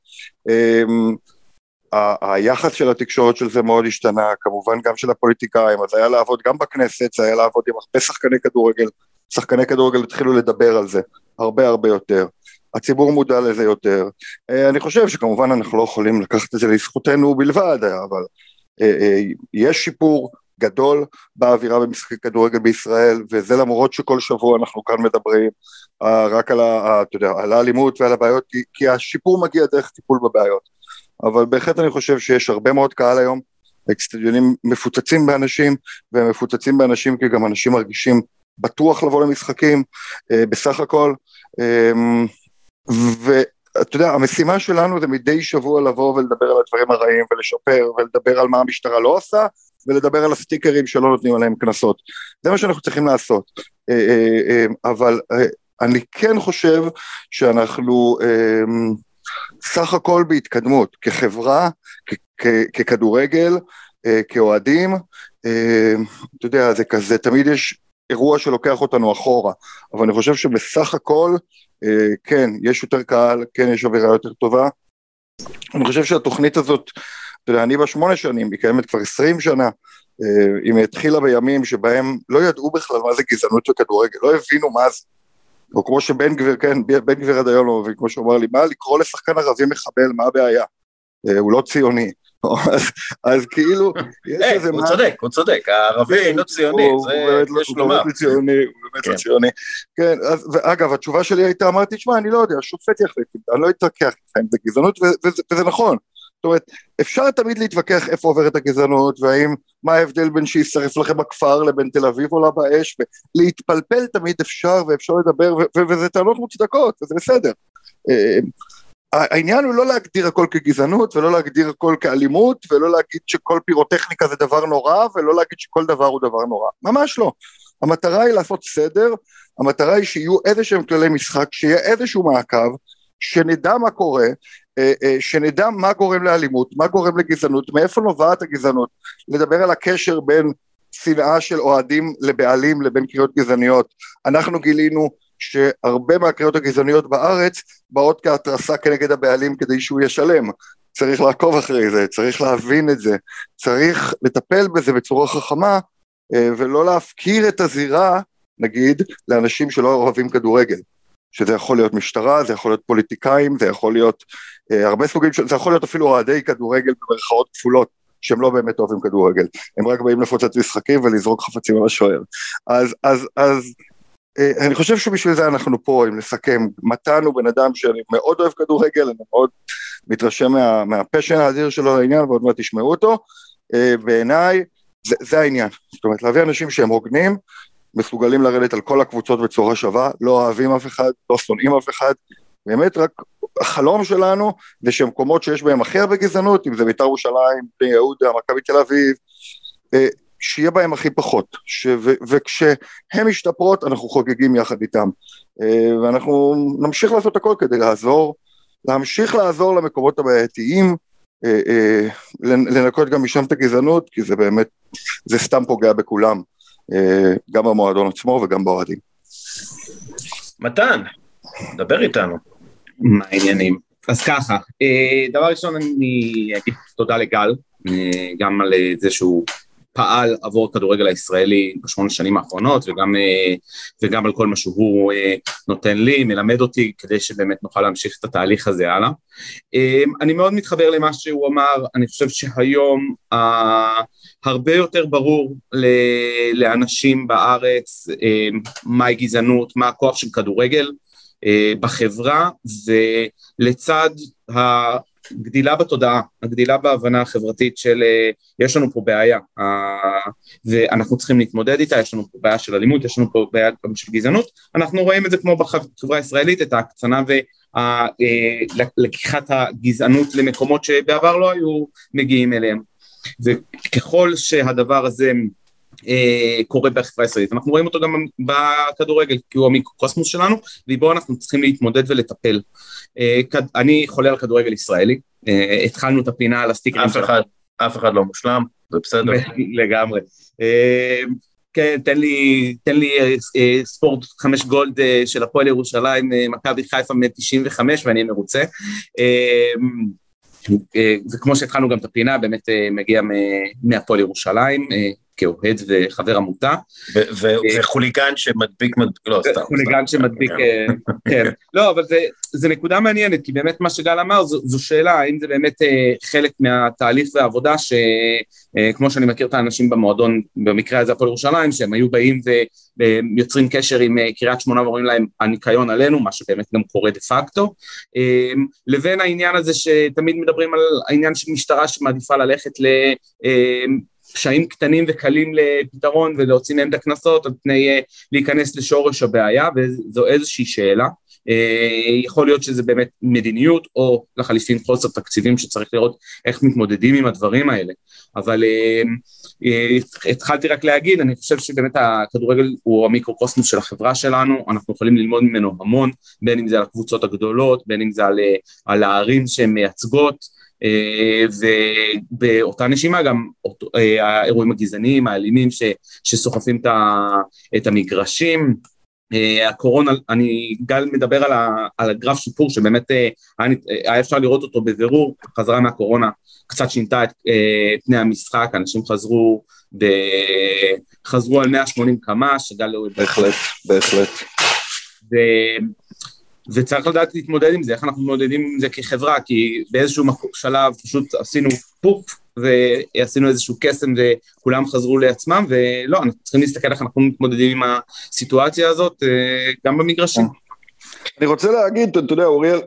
היחס של התקשורת של זה מאוד השתנה, כמובן גם של הפוליטיקאים, אז היה לעבוד גם בכנסת, זה היה לעבוד עם הרבה שחקני כדורגל, שחקני כדורגל התחילו לדבר על זה, הרבה הרבה יותר, הציבור מודע לזה יותר, אני חושב שכמובן אנחנו לא יכולים לקחת את זה לזכותנו בלבד, אבל יש שיפור גדול באווירה במשחקי כדורגל בישראל, וזה למרות שכל שבוע אנחנו כאן מדברים רק על, ה, אתה יודע, על האלימות ועל הבעיות, כי, כי השיפור מגיע דרך טיפול בבעיות, אבל בהחלט אני חושב שיש הרבה מאוד קהל היום, האצטדיונים מפוצצים באנשים, והם מפוצצים באנשים כי גם אנשים מרגישים בטוח לבוא למשחקים, בסך הכל, ואתה יודע, המשימה שלנו זה מדי שבוע לבוא ולדבר על הדברים הרעים, ולשפר, ולדבר על מה המשטרה לא עושה, ולדבר על הסטיקרים שלא נותנים עליהם כנסות, זה מה שאנחנו צריכים לעשות, אבל אני כן חושב שאנחנו סך הכל בהתקדמות, כחברה, ככדורגל, כאוהדים, אתה יודע, זה כזה, תמיד יש אירוע שלוקח אותנו אחורה, אבל אני חושב שבסך הכל, כן, יש יותר קהל, כן, יש אווירה יותר טובה, אני חושב שהתוכנית הזאת, אתה יודע, אני בשמונה שנים, היא קיימת כבר עשרים שנה, היא התחילה בימים שבהם לא ידעו בכלל מה זה גזענות וכדורגל, לא הבינו מה זה, או כמו שבן גביר, כן, בן גביר עד היום לא מבין, כמו שאומר לי, מה לקרוא לשחקן ערבי מחבל, מה הבעיה? הוא לא ציוני, אז כאילו, הוא צודק, הוא צודק, הערבי אינו ציוני, זה יש לומר. הוא באמת ציוני, הוא באמת לא ציוני, כן, ואגב, התשובה שלי הייתה, אמרתי, תשמע, אני לא יודע, השופט יחליט, אני לא אתווכח עם זה גזענות, וזה נכון, זאת אומרת, אפשר תמיד להתווכח איפה עוברת הגזענות, והאם, מה ההבדל בין שישרף לכם בכפר לבין תל אביב עולה באש, ולהתפלפל תמיד אפשר, ואפשר לדבר, וזה טענות מוצדקות, וזה בסדר. העניין הוא לא להגדיר הכל כגזענות, ולא להגדיר הכל כאלימות, ולא להגיד שכל פירוטכניקה זה דבר נורא, ולא להגיד שכל דבר הוא דבר נורא. ממש לא. המטרה היא לעשות סדר, המטרה היא שיהיו איזשהם כללי משחק, שיהיה איזשהו מעקב, שנדע מה קורה, שנדע מה גורם לאלימות, מה גורם לגזענות, מאיפה נובעת הגזענות, לדבר על הקשר בין שנאה של אוהדים לבעלים לבין קריאות גזעניות. אנחנו גילינו שהרבה מהקריאות הגזעניות בארץ באות כהתרסה כנגד הבעלים כדי שהוא ישלם. צריך לעקוב אחרי זה, צריך להבין את זה, צריך לטפל בזה בצורה חכמה, ולא להפקיר את הזירה, נגיד, לאנשים שלא אוהבים כדורגל. שזה יכול להיות משטרה, זה יכול להיות פוליטיקאים, זה יכול להיות אה, הרבה סוגים, זה יכול להיות אפילו אוהדי כדורגל במרכאות כפולות, שהם לא באמת אוהבים כדורגל, הם רק באים לפוצץ משחקים ולזרוק חפצים על השוער. אז, אז, אז אה, אני חושב שבשביל זה אנחנו פה, אם נסכם, מתן הוא בן אדם שאני מאוד אוהב כדורגל, אני מאוד מתרשם מה, מהפשן האדיר שלו לעניין, ועוד מעט תשמעו אותו, אה, בעיניי זה, זה העניין, זאת אומרת, להביא אנשים שהם הוגנים, מסוגלים לרדת על כל הקבוצות בצורה שווה, לא אוהבים אף אחד, לא שונאים אף אחד, באמת רק החלום שלנו, זה שמקומות שיש בהם הכי הרבה גזענות, אם זה בית"ר ירושלים, בני יהודה, מכבי תל אביב, שיהיה בהם הכי פחות, ש- ו- וכשהם משתפרות, אנחנו חוגגים יחד איתם, ואנחנו נמשיך לעשות הכל כדי לעזור, להמשיך לעזור למקומות הבעייתיים, לנקות גם משם את הגזענות, כי זה באמת, זה סתם פוגע בכולם, גם במועדון עצמו וגם באוהדים. מתן, דבר איתנו. מה העניינים? אז ככה, דבר ראשון אני אגיד תודה לגל, גם על זה שהוא פעל עבור כדורגל הישראלי בשמונה שנים האחרונות, וגם, וגם על כל מה שהוא נותן לי, מלמד אותי, כדי שבאמת נוכל להמשיך את התהליך הזה הלאה. אני מאוד מתחבר למה שהוא אמר, אני חושב שהיום הרבה יותר ברור לאנשים בארץ מהי גזענות, מה הכוח של כדורגל בחברה, ולצד הגדילה בתודעה, הגדילה בהבנה החברתית של יש לנו פה בעיה, ואנחנו צריכים להתמודד איתה, יש לנו פה בעיה של אלימות, יש לנו פה בעיה של גזענות, אנחנו רואים את זה כמו בחברה הישראלית, את ההקצנה ולקיחת הגזענות למקומות שבעבר לא היו מגיעים אליהם. וככל שהדבר הזה קורה בחברה הישראלית, אנחנו רואים אותו גם בכדורגל, כי הוא המיקרוקוסמוס שלנו, ובו אנחנו צריכים להתמודד ולטפל. אני חולה על כדורגל ישראלי, התחלנו את הפינה על הסטיקרים. אף אחד, אף אחד לא מושלם, זה בסדר. לגמרי. כן, תן לי, תן לי ספורט חמש גולד של הפועל ירושלים, מכבי חיפה מ-תשעים וחמש, ואני מרוצה. וכמו שהתחלנו גם את הפינה, באמת מגיע מהפועל ירושלים, כאוהד וחבר עמותה. וחוליגן שמדביק, לא, סתם. חוליגן שמדביק, כן. לא, אבל זה נקודה מעניינת, כי באמת מה שגל אמר, זו שאלה, האם זה באמת חלק מהתהליך והעבודה, שכמו שאני מכיר את האנשים במועדון, במקרה הזה הפועל ירושלים, שהם היו באים ויוצרים קשר עם קריית שמונה, ואומרים להם, הניקיון עלינו, מה שבאמת גם קורה דה פקטו, לבין העניין הזה שתמיד מדברים על העניין של משטרה, שמעדיפה ללכת ל... פשעים קטנים וקלים לפתרון ולהוציא מהם את הכנסות על פני להיכנס לשורש הבעיה, וזו איזושהי שאלה. יכול להיות שזה באמת מדיניות או לחליפין חוסר תקציבים שצריך לראות איך מתמודדים עם הדברים האלה. אבל התחלתי רק להגיד, אני חושב שבאמת הכדורגל הוא המיקרוקוסמוס של החברה שלנו, אנחנו יכולים ללמוד ממנו המון, בין אם זה על הקבוצות הגדולות, בין אם זה על, על הערים שהן מייצגות, ובאותה נשימה גם האירועים הגזעניים, האלימים שסוחפים את המגרשים. הקורונה, אני גל מדבר על הגרף שיפור שבאמת היה אפשר לראות אותו בבירור, חזרה מהקורונה קצת שינתה את פני המשחק, אנשים חזרו חזרו על מאה ושמונים קמ"ש, שגל לא... בהחלט, בהחלט. וצריך לדעת להתמודד עם זה, איך אנחנו מתמודדים עם זה כחברה, כי באיזשהו שלב פשוט עשינו פופ, ועשינו איזשהו קסם, וכולם חזרו לעצמם, ולא, אנחנו צריכים להסתכל איך אנחנו מתמודדים עם הסיטואציה הזאת, גם במגרשים. אני רוצה להגיד, אתה יודע, אוריאל,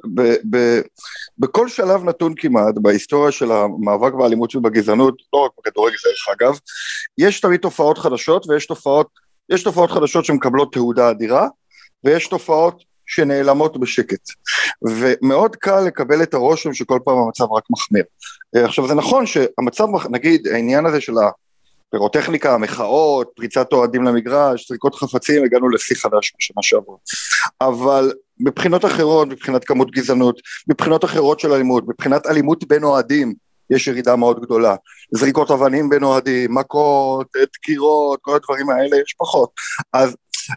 בכל שלב נתון כמעט, בהיסטוריה של המאבק באלימות ובגזענות, לא רק בכדורגל דרך אגב, יש תמיד תופעות חדשות, ויש תופעות, יש תופעות חדשות שמקבלות תהודה אדירה, ויש תופעות שנעלמות בשקט, ומאוד קל לקבל את הרושם שכל פעם המצב רק מחמיר. עכשיו זה נכון שהמצב, נגיד העניין הזה של הפירוטכניקה, המחאות, פריצת אוהדים למגרש, זריקות חפצים, הגענו לשיא חדש בשנה שעברה, אבל מבחינות אחרות, מבחינת כמות גזענות, מבחינות אחרות של אלימות, מבחינת אלימות בין אוהדים, יש ירידה מאוד גדולה, זריקות אבנים בין אוהדים, מכות, דקירות, כל הדברים האלה יש פחות, אז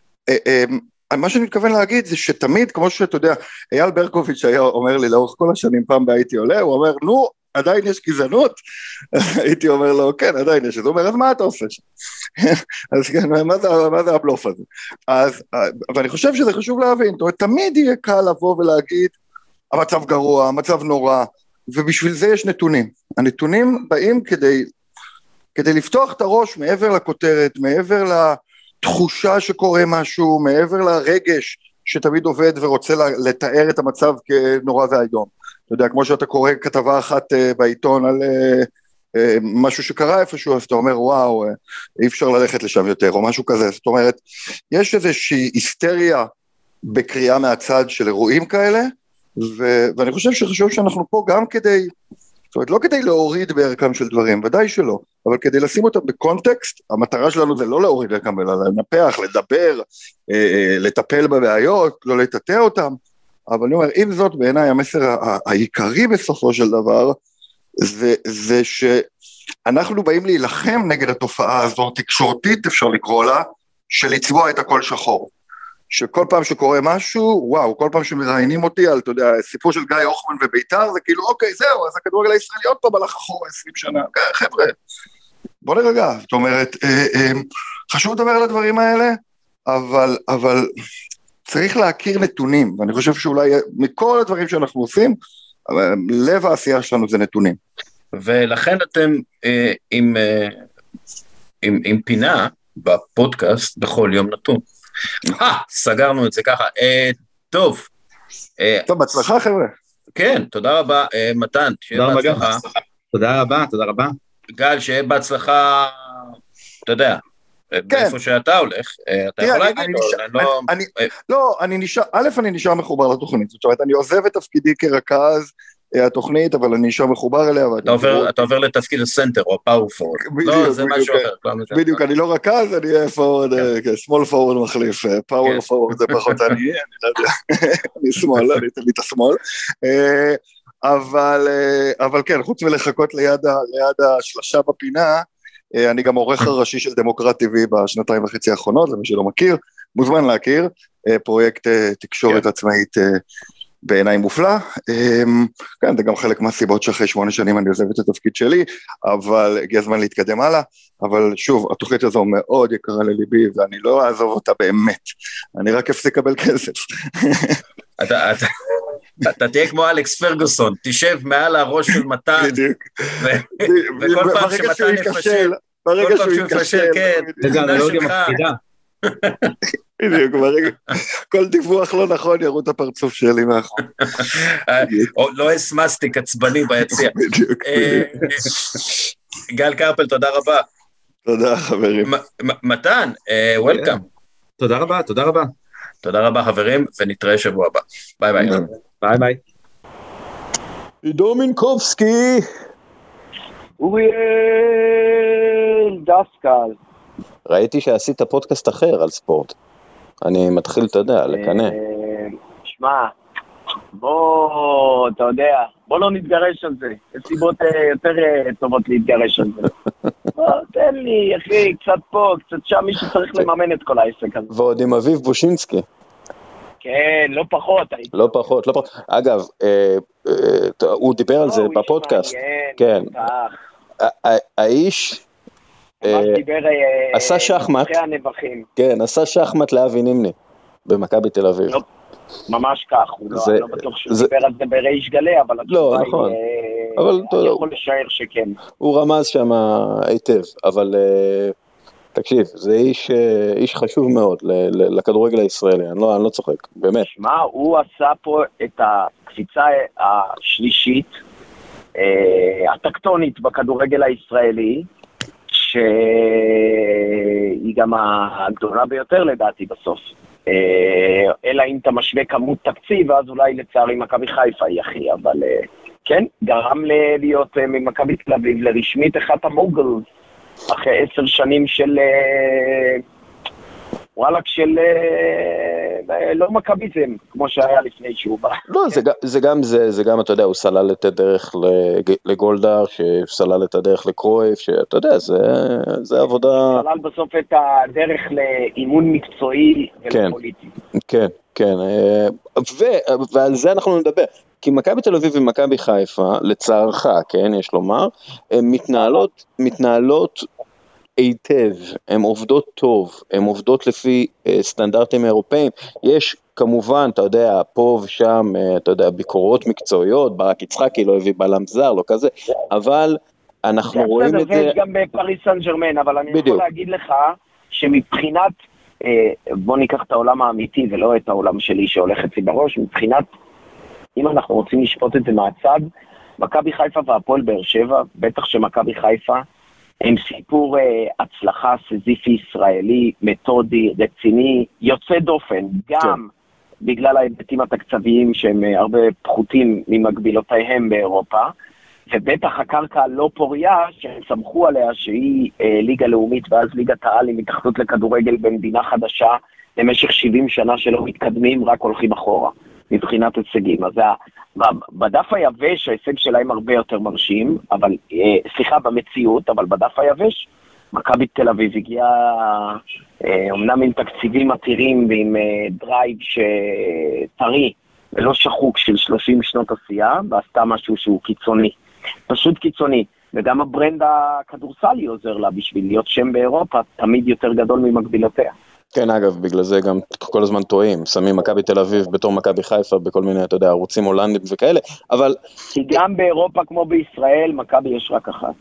מה שאני מתכוון להגיד זה שתמיד, כמו שאתה יודע, אייל ברקוביץ' היה אומר לי לאורך כל השנים, פעם בהייתי עולה, הוא אומר, נו, עדיין יש גזענות? הייתי אומר לו, כן, עדיין יש. הוא אומר, אז מה אתה עושה שם? אז כן, מה זה, מה זה הבלוף הזה? אז, ואני חושב שזה חשוב להבין, זאת אומרת, תמיד יהיה קל לבוא ולהגיד, המצב גרוע, המצב נורא, ובשביל זה יש נתונים. הנתונים באים כדי, כדי לפתוח את הראש מעבר לכותרת, מעבר ל... תחושה שקורה משהו, מעבר לרגש שתמיד עובד ורוצה לתאר את המצב כנורא והיום. אתה יודע, כמו שאתה קורא כתבה אחת בעיתון על משהו שקרה איפשהו, אז אתה אומר, וואו, אי אפשר ללכת לשם יותר, או משהו כזה. זאת אומרת, יש איזושהי היסטריה בקריאה מהצד של אירועים כאלה, ו- ואני חושב שחשוב שאנחנו פה גם כדי, זאת אומרת, לא כדי להוריד בערכם של דברים, ודאי שלא, אבל כדי לשים אותם בקונטקסט, המטרה שלנו זה לא להוריד בערכם, אלא לנפח, לדבר, לטפל בבעיות, לא לטאטא אותם, אבל אני אומר, אם זאת בעיניי המסר העיקרי בסופו של דבר, זה, זה שאנחנו באים להילחם נגד התופעה הזאת, תקשורתית אפשר לקרוא לה, של לצבוע את הכל שחור. שכל פעם שקורה משהו, וואו, כל פעם שמראיינים אותי על, אתה יודע, סיפור של גיא אוחמן וביתר, זה כאילו, אוקיי, זהו, אז הכדורגל הישראלי עוד פעם הלך אחורה עשרים שנה, חבר'ה, בוא נרגע, זאת אומרת, חשוב לדבר על הדברים האלה, אבל, אבל צריך להכיר נתונים, ואני חושב שאולי מכל הדברים שאנחנו עושים, לב העשייה שלנו זה נתונים. ולכן אתם עם, עם, עם פינה בפודקאסט בכל יום נתון. אה, סגרנו את זה ככה, טוב. טוב, בהצלחה חבר'ה. כן, תודה רבה, מתן, שיהיה בהצלחה. תודה רבה, תודה רבה. גל, שיהיה בהצלחה, אתה יודע, באיפה שאתה הולך, אתה יכול להגיד לו, לא, אני נשאר, א', אני נשאר מחובר לתוכנית, זאת אומרת, אני עוזב את תפקידי כרכז, התוכנית, אבל אני שם מחובר אליה. אתה עובר לתפקיד הסנטר או הפאור פורוד. לא, זה משהו אחר. בדיוק, אני לא רכז, אני אהיה פורוד, סמול פורוד מחליף, פאור פורוד זה פחות אני, אני לא יודע, אני שמאל, אני תמיד את השמאל. אבל, אבל כן, חוץ מלחכות ליד, ליד השלשה בפינה, אני גם עורך הראשי של דמוקרט טי וי בשנתיים וחצי האחרונות, למי שלא מכיר, מוזמן להכיר, פרויקט תקשורת עצמאית בעיניי מופלא, כן, זה גם חלק מהסיבות שאחרי שמונה שנים אני עוזב את התפקיד שלי, אבל הגיע הזמן להתקדם הלאה, אבל שוב, התוכנית הזו מאוד יקרה לליבי, ואני לא אעזוב אותה באמת, אני רק אפסיק לקבל כסף. אתה, אתה... אתה תהיה כמו אלכס פרגוסון, תשב מעל הראש של מתן, וכל פעם שמתן יפשל, ברגע שהוא יפשל, כן, זה אנלוגיה מפחידה. בדיוק, ברגע, כל דיווח לא נכון יראו את הפרצוף שלי מאחור. לא אסמסטיק עצבני ביציע. בדיוק. גל קרפל, תודה רבה. תודה חברים. מתן, וולקאם. תודה רבה, תודה רבה. תודה רבה חברים, ונתראה שבוע הבא. ביי ביי. ביי ביי. עידו מינקובסקי. אוריאל דסקל. ראיתי שעשית פודקאסט אחר על ספורט. אני מתחיל, אתה יודע, לקנא. שמע, בוא, אתה יודע, בוא לא נתגרש על זה. יש סיבות יותר טובות להתגרש על זה. תן לי, אחי, קצת פה, קצת שם, מישהו צריך לממן את כל העסק הזה. ועוד עם אביב בושינסקי. כן, לא פחות. לא פחות, לא פחות. אגב, הוא דיבר על זה בפודקאסט. כן. האיש עשה שחמט. כן, עשה שחמט לאבי נימני, במכבי תל אביב. ממש כך, הוא לא בטוח שהוא דיבר על זה בריש גלי, אבל לא, נכון. אני יכול לשער שכן. הוא רמז שם היטב, אבל תקשיב, זה איש, איש חשוב מאוד לכדורגל הישראלי, אני לא, אני לא צוחק, באמת. שמע, הוא עשה פה את הקפיצה השלישית, הטקטונית בכדורגל הישראלי, שהיא גם הגדולה ביותר לדעתי בסוף. אלא אם אתה משווה כמות תקציב, אז אולי לצערי מכבי חיפה היא הכי, אבל כן, גרם להיות ממכבי תל אביב לרשמית אחת המוגל, אחרי עשר שנים של וואלק של לא מכביזם, כמו שהיה לפני שהוא בא. לא, זה, זה גם, זה, זה גם, אתה יודע, הוא סלל את הדרך לגולדהר, שסלל את הדרך לקרויף, שאתה יודע, זה, זה עבודה... הוא סלל בסוף את הדרך לאימון מקצועי ולפוליטי. כן, כן, ו, ועל זה אנחנו נדבר. כי מכבי תל אביב ומכבי חיפה, לצערך, כן, יש לומר, הן מתנהלות, מתנהלות היטב, הן עובדות טוב, הן עובדות לפי אה, סטנדרטים אירופאים, יש כמובן, אתה יודע, פה ושם, אה, אתה יודע, ביקורות מקצועיות, ברק יצחקי לא הביא בלם זר, לא כזה, אבל אנחנו רואים את זה... ויש גם בפריס סן ז'רמן, אבל אני יכול להגיד לך, שמבחינת, אה, בוא ניקח את העולם האמיתי, ולא את העולם שלי שהולך אצלי בראש, מבחינת, אם אנחנו רוצים לשפוט את זה מהצד, מכבי חיפה והפועל באר שבע, בטח שמכבי חיפה, הם סיפור uh, הצלחה סזיפי ישראלי, מתודי, רציני, יוצא דופן, גם כן. בגלל ההיבטים התקצביים שהם uh, הרבה פחותים ממקבילותיהם באירופה, ובטח הקרקע הלא פוריה שהם סמכו עליה שהיא uh, ליגה לאומית ואז ליגת העל עם התאחדות לכדורגל במדינה חדשה, למשך שבעים שנה שלא מתקדמים, רק הולכים אחורה מבחינת הישגים. אז בדף היבש ההישג שלהם הרבה יותר מרשים, אבל סליחה במציאות, אבל בדף היבש מכבי תל אביב הגיעה אומנם עם תקציבים עתירים ועם דרייב שטרי ולא שחוק של שלושים שנות עשייה, ועשתה משהו שהוא קיצוני, פשוט קיצוני, וגם הברנד הכדורסלי עוזר לה בשביל להיות שם באירופה תמיד יותר גדול ממקבילותיה. כן, אגב, בגלל זה גם כל הזמן טועים, שמים מכבי תל אביב בתור מכבי חיפה בכל מיני, אתה יודע, ערוצים הולנדים וכאלה, אבל... כי גם באירופה כמו בישראל, מכבי יש רק אחת.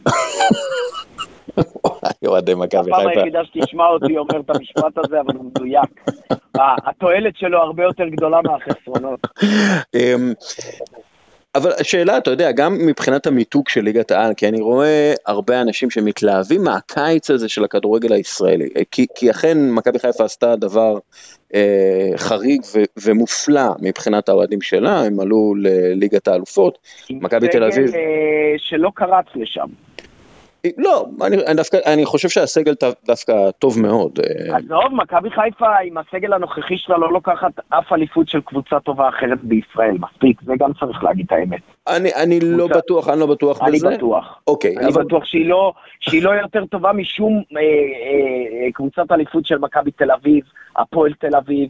יועדי מכבי חיפה. הפעם היחידה שתשמע אותי אומר את המשפט הזה, אבל הוא מדויק. התועלת שלו הרבה יותר גדולה מהחסרונות. אבל השאלה, אתה יודע, גם מבחינת המיתוג של ליגת העל, כי אני רואה הרבה אנשים שמתלהבים מהקיץ הזה של הכדורגל הישראלי, כי, כי אכן מכבי חיפה עשתה דבר אה, חריג ו, ומופלא מבחינת האוהדים שלה, הם עלו לליגת האלופות, מכבי תל אביב. סגל אה, שלא קרץ לשם. לא, אני, אני, דווקא, אני חושב שהסגל דווקא טוב מאוד. עזוב, מכבי חיפה עם הסגל הנוכחי שלה לא לוקחת אף אליפות של קבוצה טובה אחרת בישראל, מספיק, זה גם צריך להגיד את האמת. אני, אני לא בטוח, אני לא בטוח אני בזה. אני בטוח. אוקיי. אני אבל... בטוח שהיא לא, שהיא לא יותר טובה משום אה, אה, קבוצת אליפות של מכבי תל אביב, הפועל תל אביב,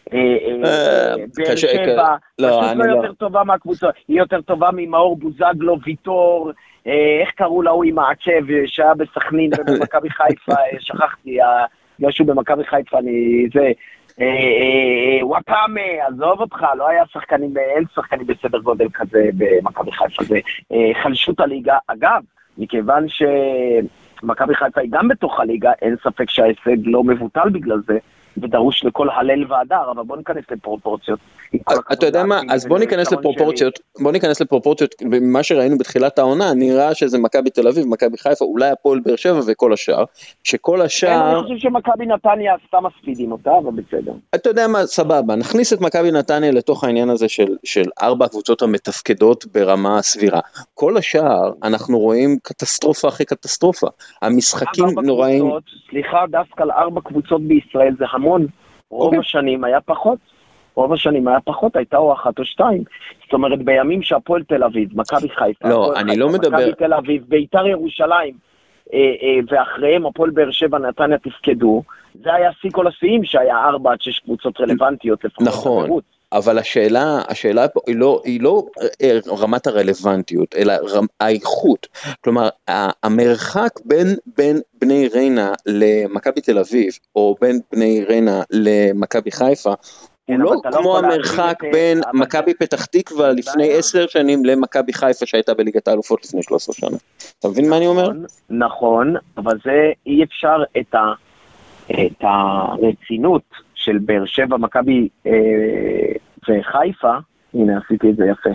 באר שבע, פשוט לא יותר טובה מהקבוצה, היא יותר טובה ממאור בוזגלו, ויטור, איך קראו לה הוא עם העקב שהיה בסכנין ובמכבי חיפה, שכחתי, משהו במכבי חיפה, אני זה, וואקאמה, עזוב אותך, לא היה שחקנים, אין שחקנים בסדר גודל כזה במכבי חיפה, זה חלשות הליגה, אגב, מכיוון שמכבי חיפה היא גם בתוך הליגה, אין ספק שההישג לא מבוטל בגלל זה, ודרוש לכל הלל והדר, אבל בוא ניכנס לפרופורציות. אתה יודע מה, אז בוא ניכנס לפרופורציות, בוא ניכנס לפרופורציות, במה שראינו בתחילת העונה, נראה שזה מכבי תל אביב, מכבי חיפה, אולי הפועל באר שבע וכל השאר, שכל השאר... אני חושב שמכבי נתניה סתם מספידים אותה, אבל בסדר. אתה יודע מה, סבבה, נכניס את מכבי נתניה לתוך העניין הזה של, של ארבע הקבוצות המתפקדות ברמה סבירה. כל השאר, אנחנו רואים קטסטרופה אחרי קטסטרופה. המשחקים נוראים... סליחה, דווקא על ארבע קבוצות בישראל זה המון. רוב השנים היה פחות. רוב השנים היה פחות, הייתה או אחת או שתיים. זאת אומרת, בימים שהפועל תל אביב, מכבי חיפה, לא, אני לא מדבר... מכבי תל אביב, ביתר ירושלים, ואחריהם הפועל באר שבע נתניה תפקדו, זה היה שיא כל השיאים שהיה ארבע עד שש קבוצות רלוונטיות. נכון, אבל השאלה, השאלה פה היא לא, היא לא רמת הרלוונטיות, אלא האיכות. כלומר, המרחק בין, בין בני ריינה למכבי תל אביב, או בין בני ריינה למכבי חיפה, הוא לא כמו המרחק בין מכבי פתח תקווה לפני עשר שנים למכבי חיפה שהייתה בליגת האלופות לפני שלוש עשרה שנה. אתה מבין מה אני אומר? נכון, אבל זה אי אפשר את ה, את הרצינות של באר שבע, מכבי וחיפה, הנה עשיתי את זה יפה.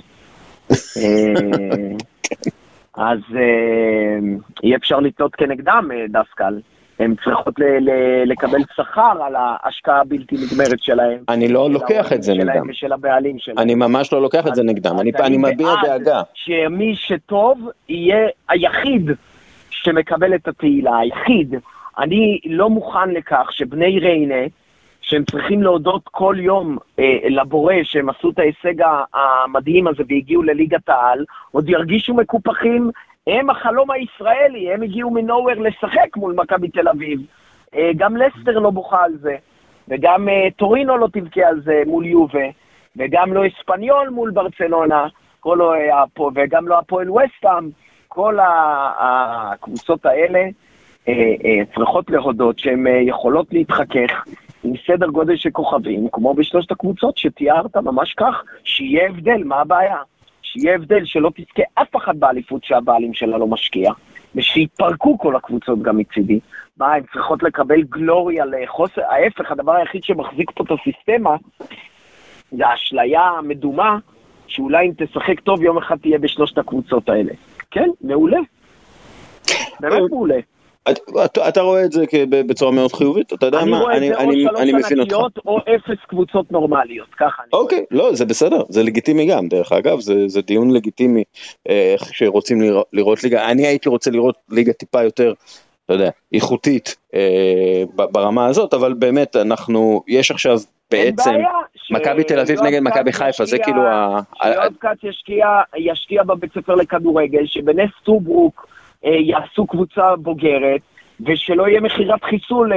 אז אי אפשר לטעות כנגדם דווקא. הן צריכות לקבל שכר על ההשקעה הבלתי נגמרת שלהם. אני לא לוקח את זה נגדם. ושל הבעלים שלהם. אני ממש לא לוקח את זה נגדם. אני מביע דאגה. שמי שטוב יהיה היחיד שמקבל את התהילה, היחיד. אני לא מוכן לכך שבני ריינה, שהם צריכים להודות כל יום אה, לבורא שהם עשו את ההישג המדהים הזה והגיעו לליגת העל, עוד ירגישו מקופחים, הם החלום הישראלי, הם הגיעו מנוהוור לשחק מול מכבי תל אביב, אה, גם לסטר לא בוכה על זה, וגם אה, טורינו לא תבכה על זה מול יובה, וגם לא אספניול מול ברצלונה, כל, אה, וגם לא הפועל וסטהאם, כל הקבוצות האלה, צריכות להודות שהן יכולות להתחכך עם סדר גודל של כוכבים, כמו בשלושת הקבוצות שתיארת ממש כך, שיהיה הבדל, מה הבעיה? שיהיה הבדל שלא תזכה אף אחד באליפות שהבעלים שלה לא משקיע, ושיתפרקו כל הקבוצות גם מצידי. מה, הן צריכות לקבל גלוריה לחוסר, ההפך, הדבר היחיד שמחזיק פה את הסיסטמה, זה האשליה המדומה, שאולי אם תשחק טוב יום אחד תהיה בשלושת הקבוצות האלה. כן, מעולה. באמת מעולה. אתה רואה את זה בצורה מאוד חיובית, אתה יודע מה, אני מבין אותך. או אפס קבוצות נורמליות, ככה. אוקיי, לא, זה בסדר, זה לגיטימי גם, דרך אגב, זה דיון לגיטימי, שרוצים לראות ליגה, אני הייתי רוצה לראות ליגה טיפה יותר, אתה יודע, איכותית ברמה הזאת, אבל באמת אנחנו, יש עכשיו בעצם, מכבי תל אביב נגד מכבי חיפה, זה כאילו ה... שיואב כץ ישקיע בבית ספר לכדורגל, שבנס טוברוק, יעשו קבוצה בוגרת, ושלא יהיה מחירת חיסול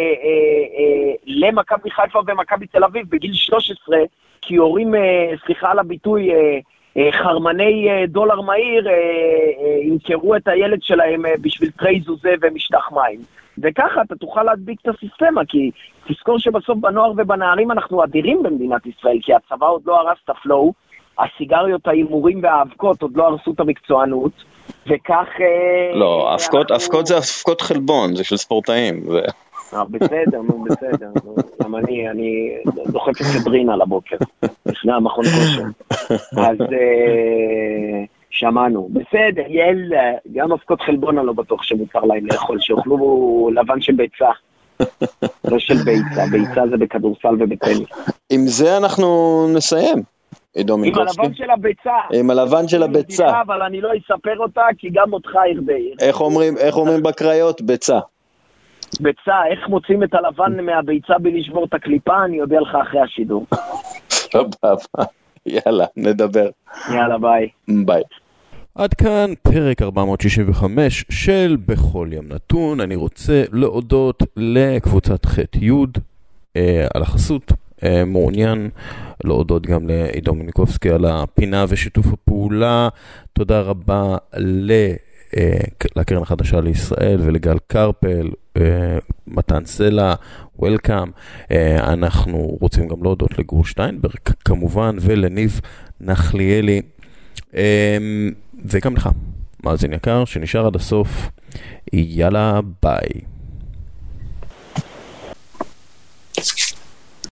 למכבי חיפה ומכבי תל אביב בגיל שלוש עשרה, כי הורים, סליחה על הביטוי, חרמני דולר מהיר, ימכרו את הילד שלהם בשביל טרי זוזה ומשטח מים. וככה אתה תוכל להדביק את הסיסטמה, כי תזכור שבסוף בנוער ובנערים אנחנו אדירים במדינת ישראל, כי הצבא עוד לא הרס את הפלואו, הסיגריות, האימורים והאבקות עוד לא הרסו את המקצוענות, וכך... לא, אבקות זה אבקות חלבון, זה של ספורטאים. בסדר, נו, בסדר. גם אני, אני דוחף את סדרינה לבוקר, לפני המכון כושר. אז שמענו. בסדר, יאללה, גם אבקות חלבון לא בטוח שמותר להם לאכול, שאוכלו לבן של ביצה. לא של ביצה, ביצה זה בכדורסל ובטניס. עם זה אנחנו נסיים. עם הלבן של הביצה. עם הלבן של הביצה. אבל אני לא אספר אותה, כי גם אותך ירדי. איך אומרים, איך אומרים בקריות? ביצה. ביצה, איך מוצאים את הלבן מהביצה בלי לשבור את הקליפה, אני יודע לך אחרי השידור. סבבה. יאללה, נדבר. יאללה, ביי. ביי. עד כאן פרק ארבע מאות שישים וחמש של בכל יום נתון. אני רוצה להודות לקבוצת ח' י' אה, על החסות. אה, מעוניין להודות גם לעידו מניקובסקי על הפינה ושיתוף הפעולה. תודה רבה ל... לקרן החדשה לישראל ולגל קרפל, מתן סלע, וולקאם. אנחנו רוצים גם להודות לגור שטיינברג כמובן, ולניב נחליאלי, וגם לך מאזין יקר שנשאר עד הסוף. יאללה ביי.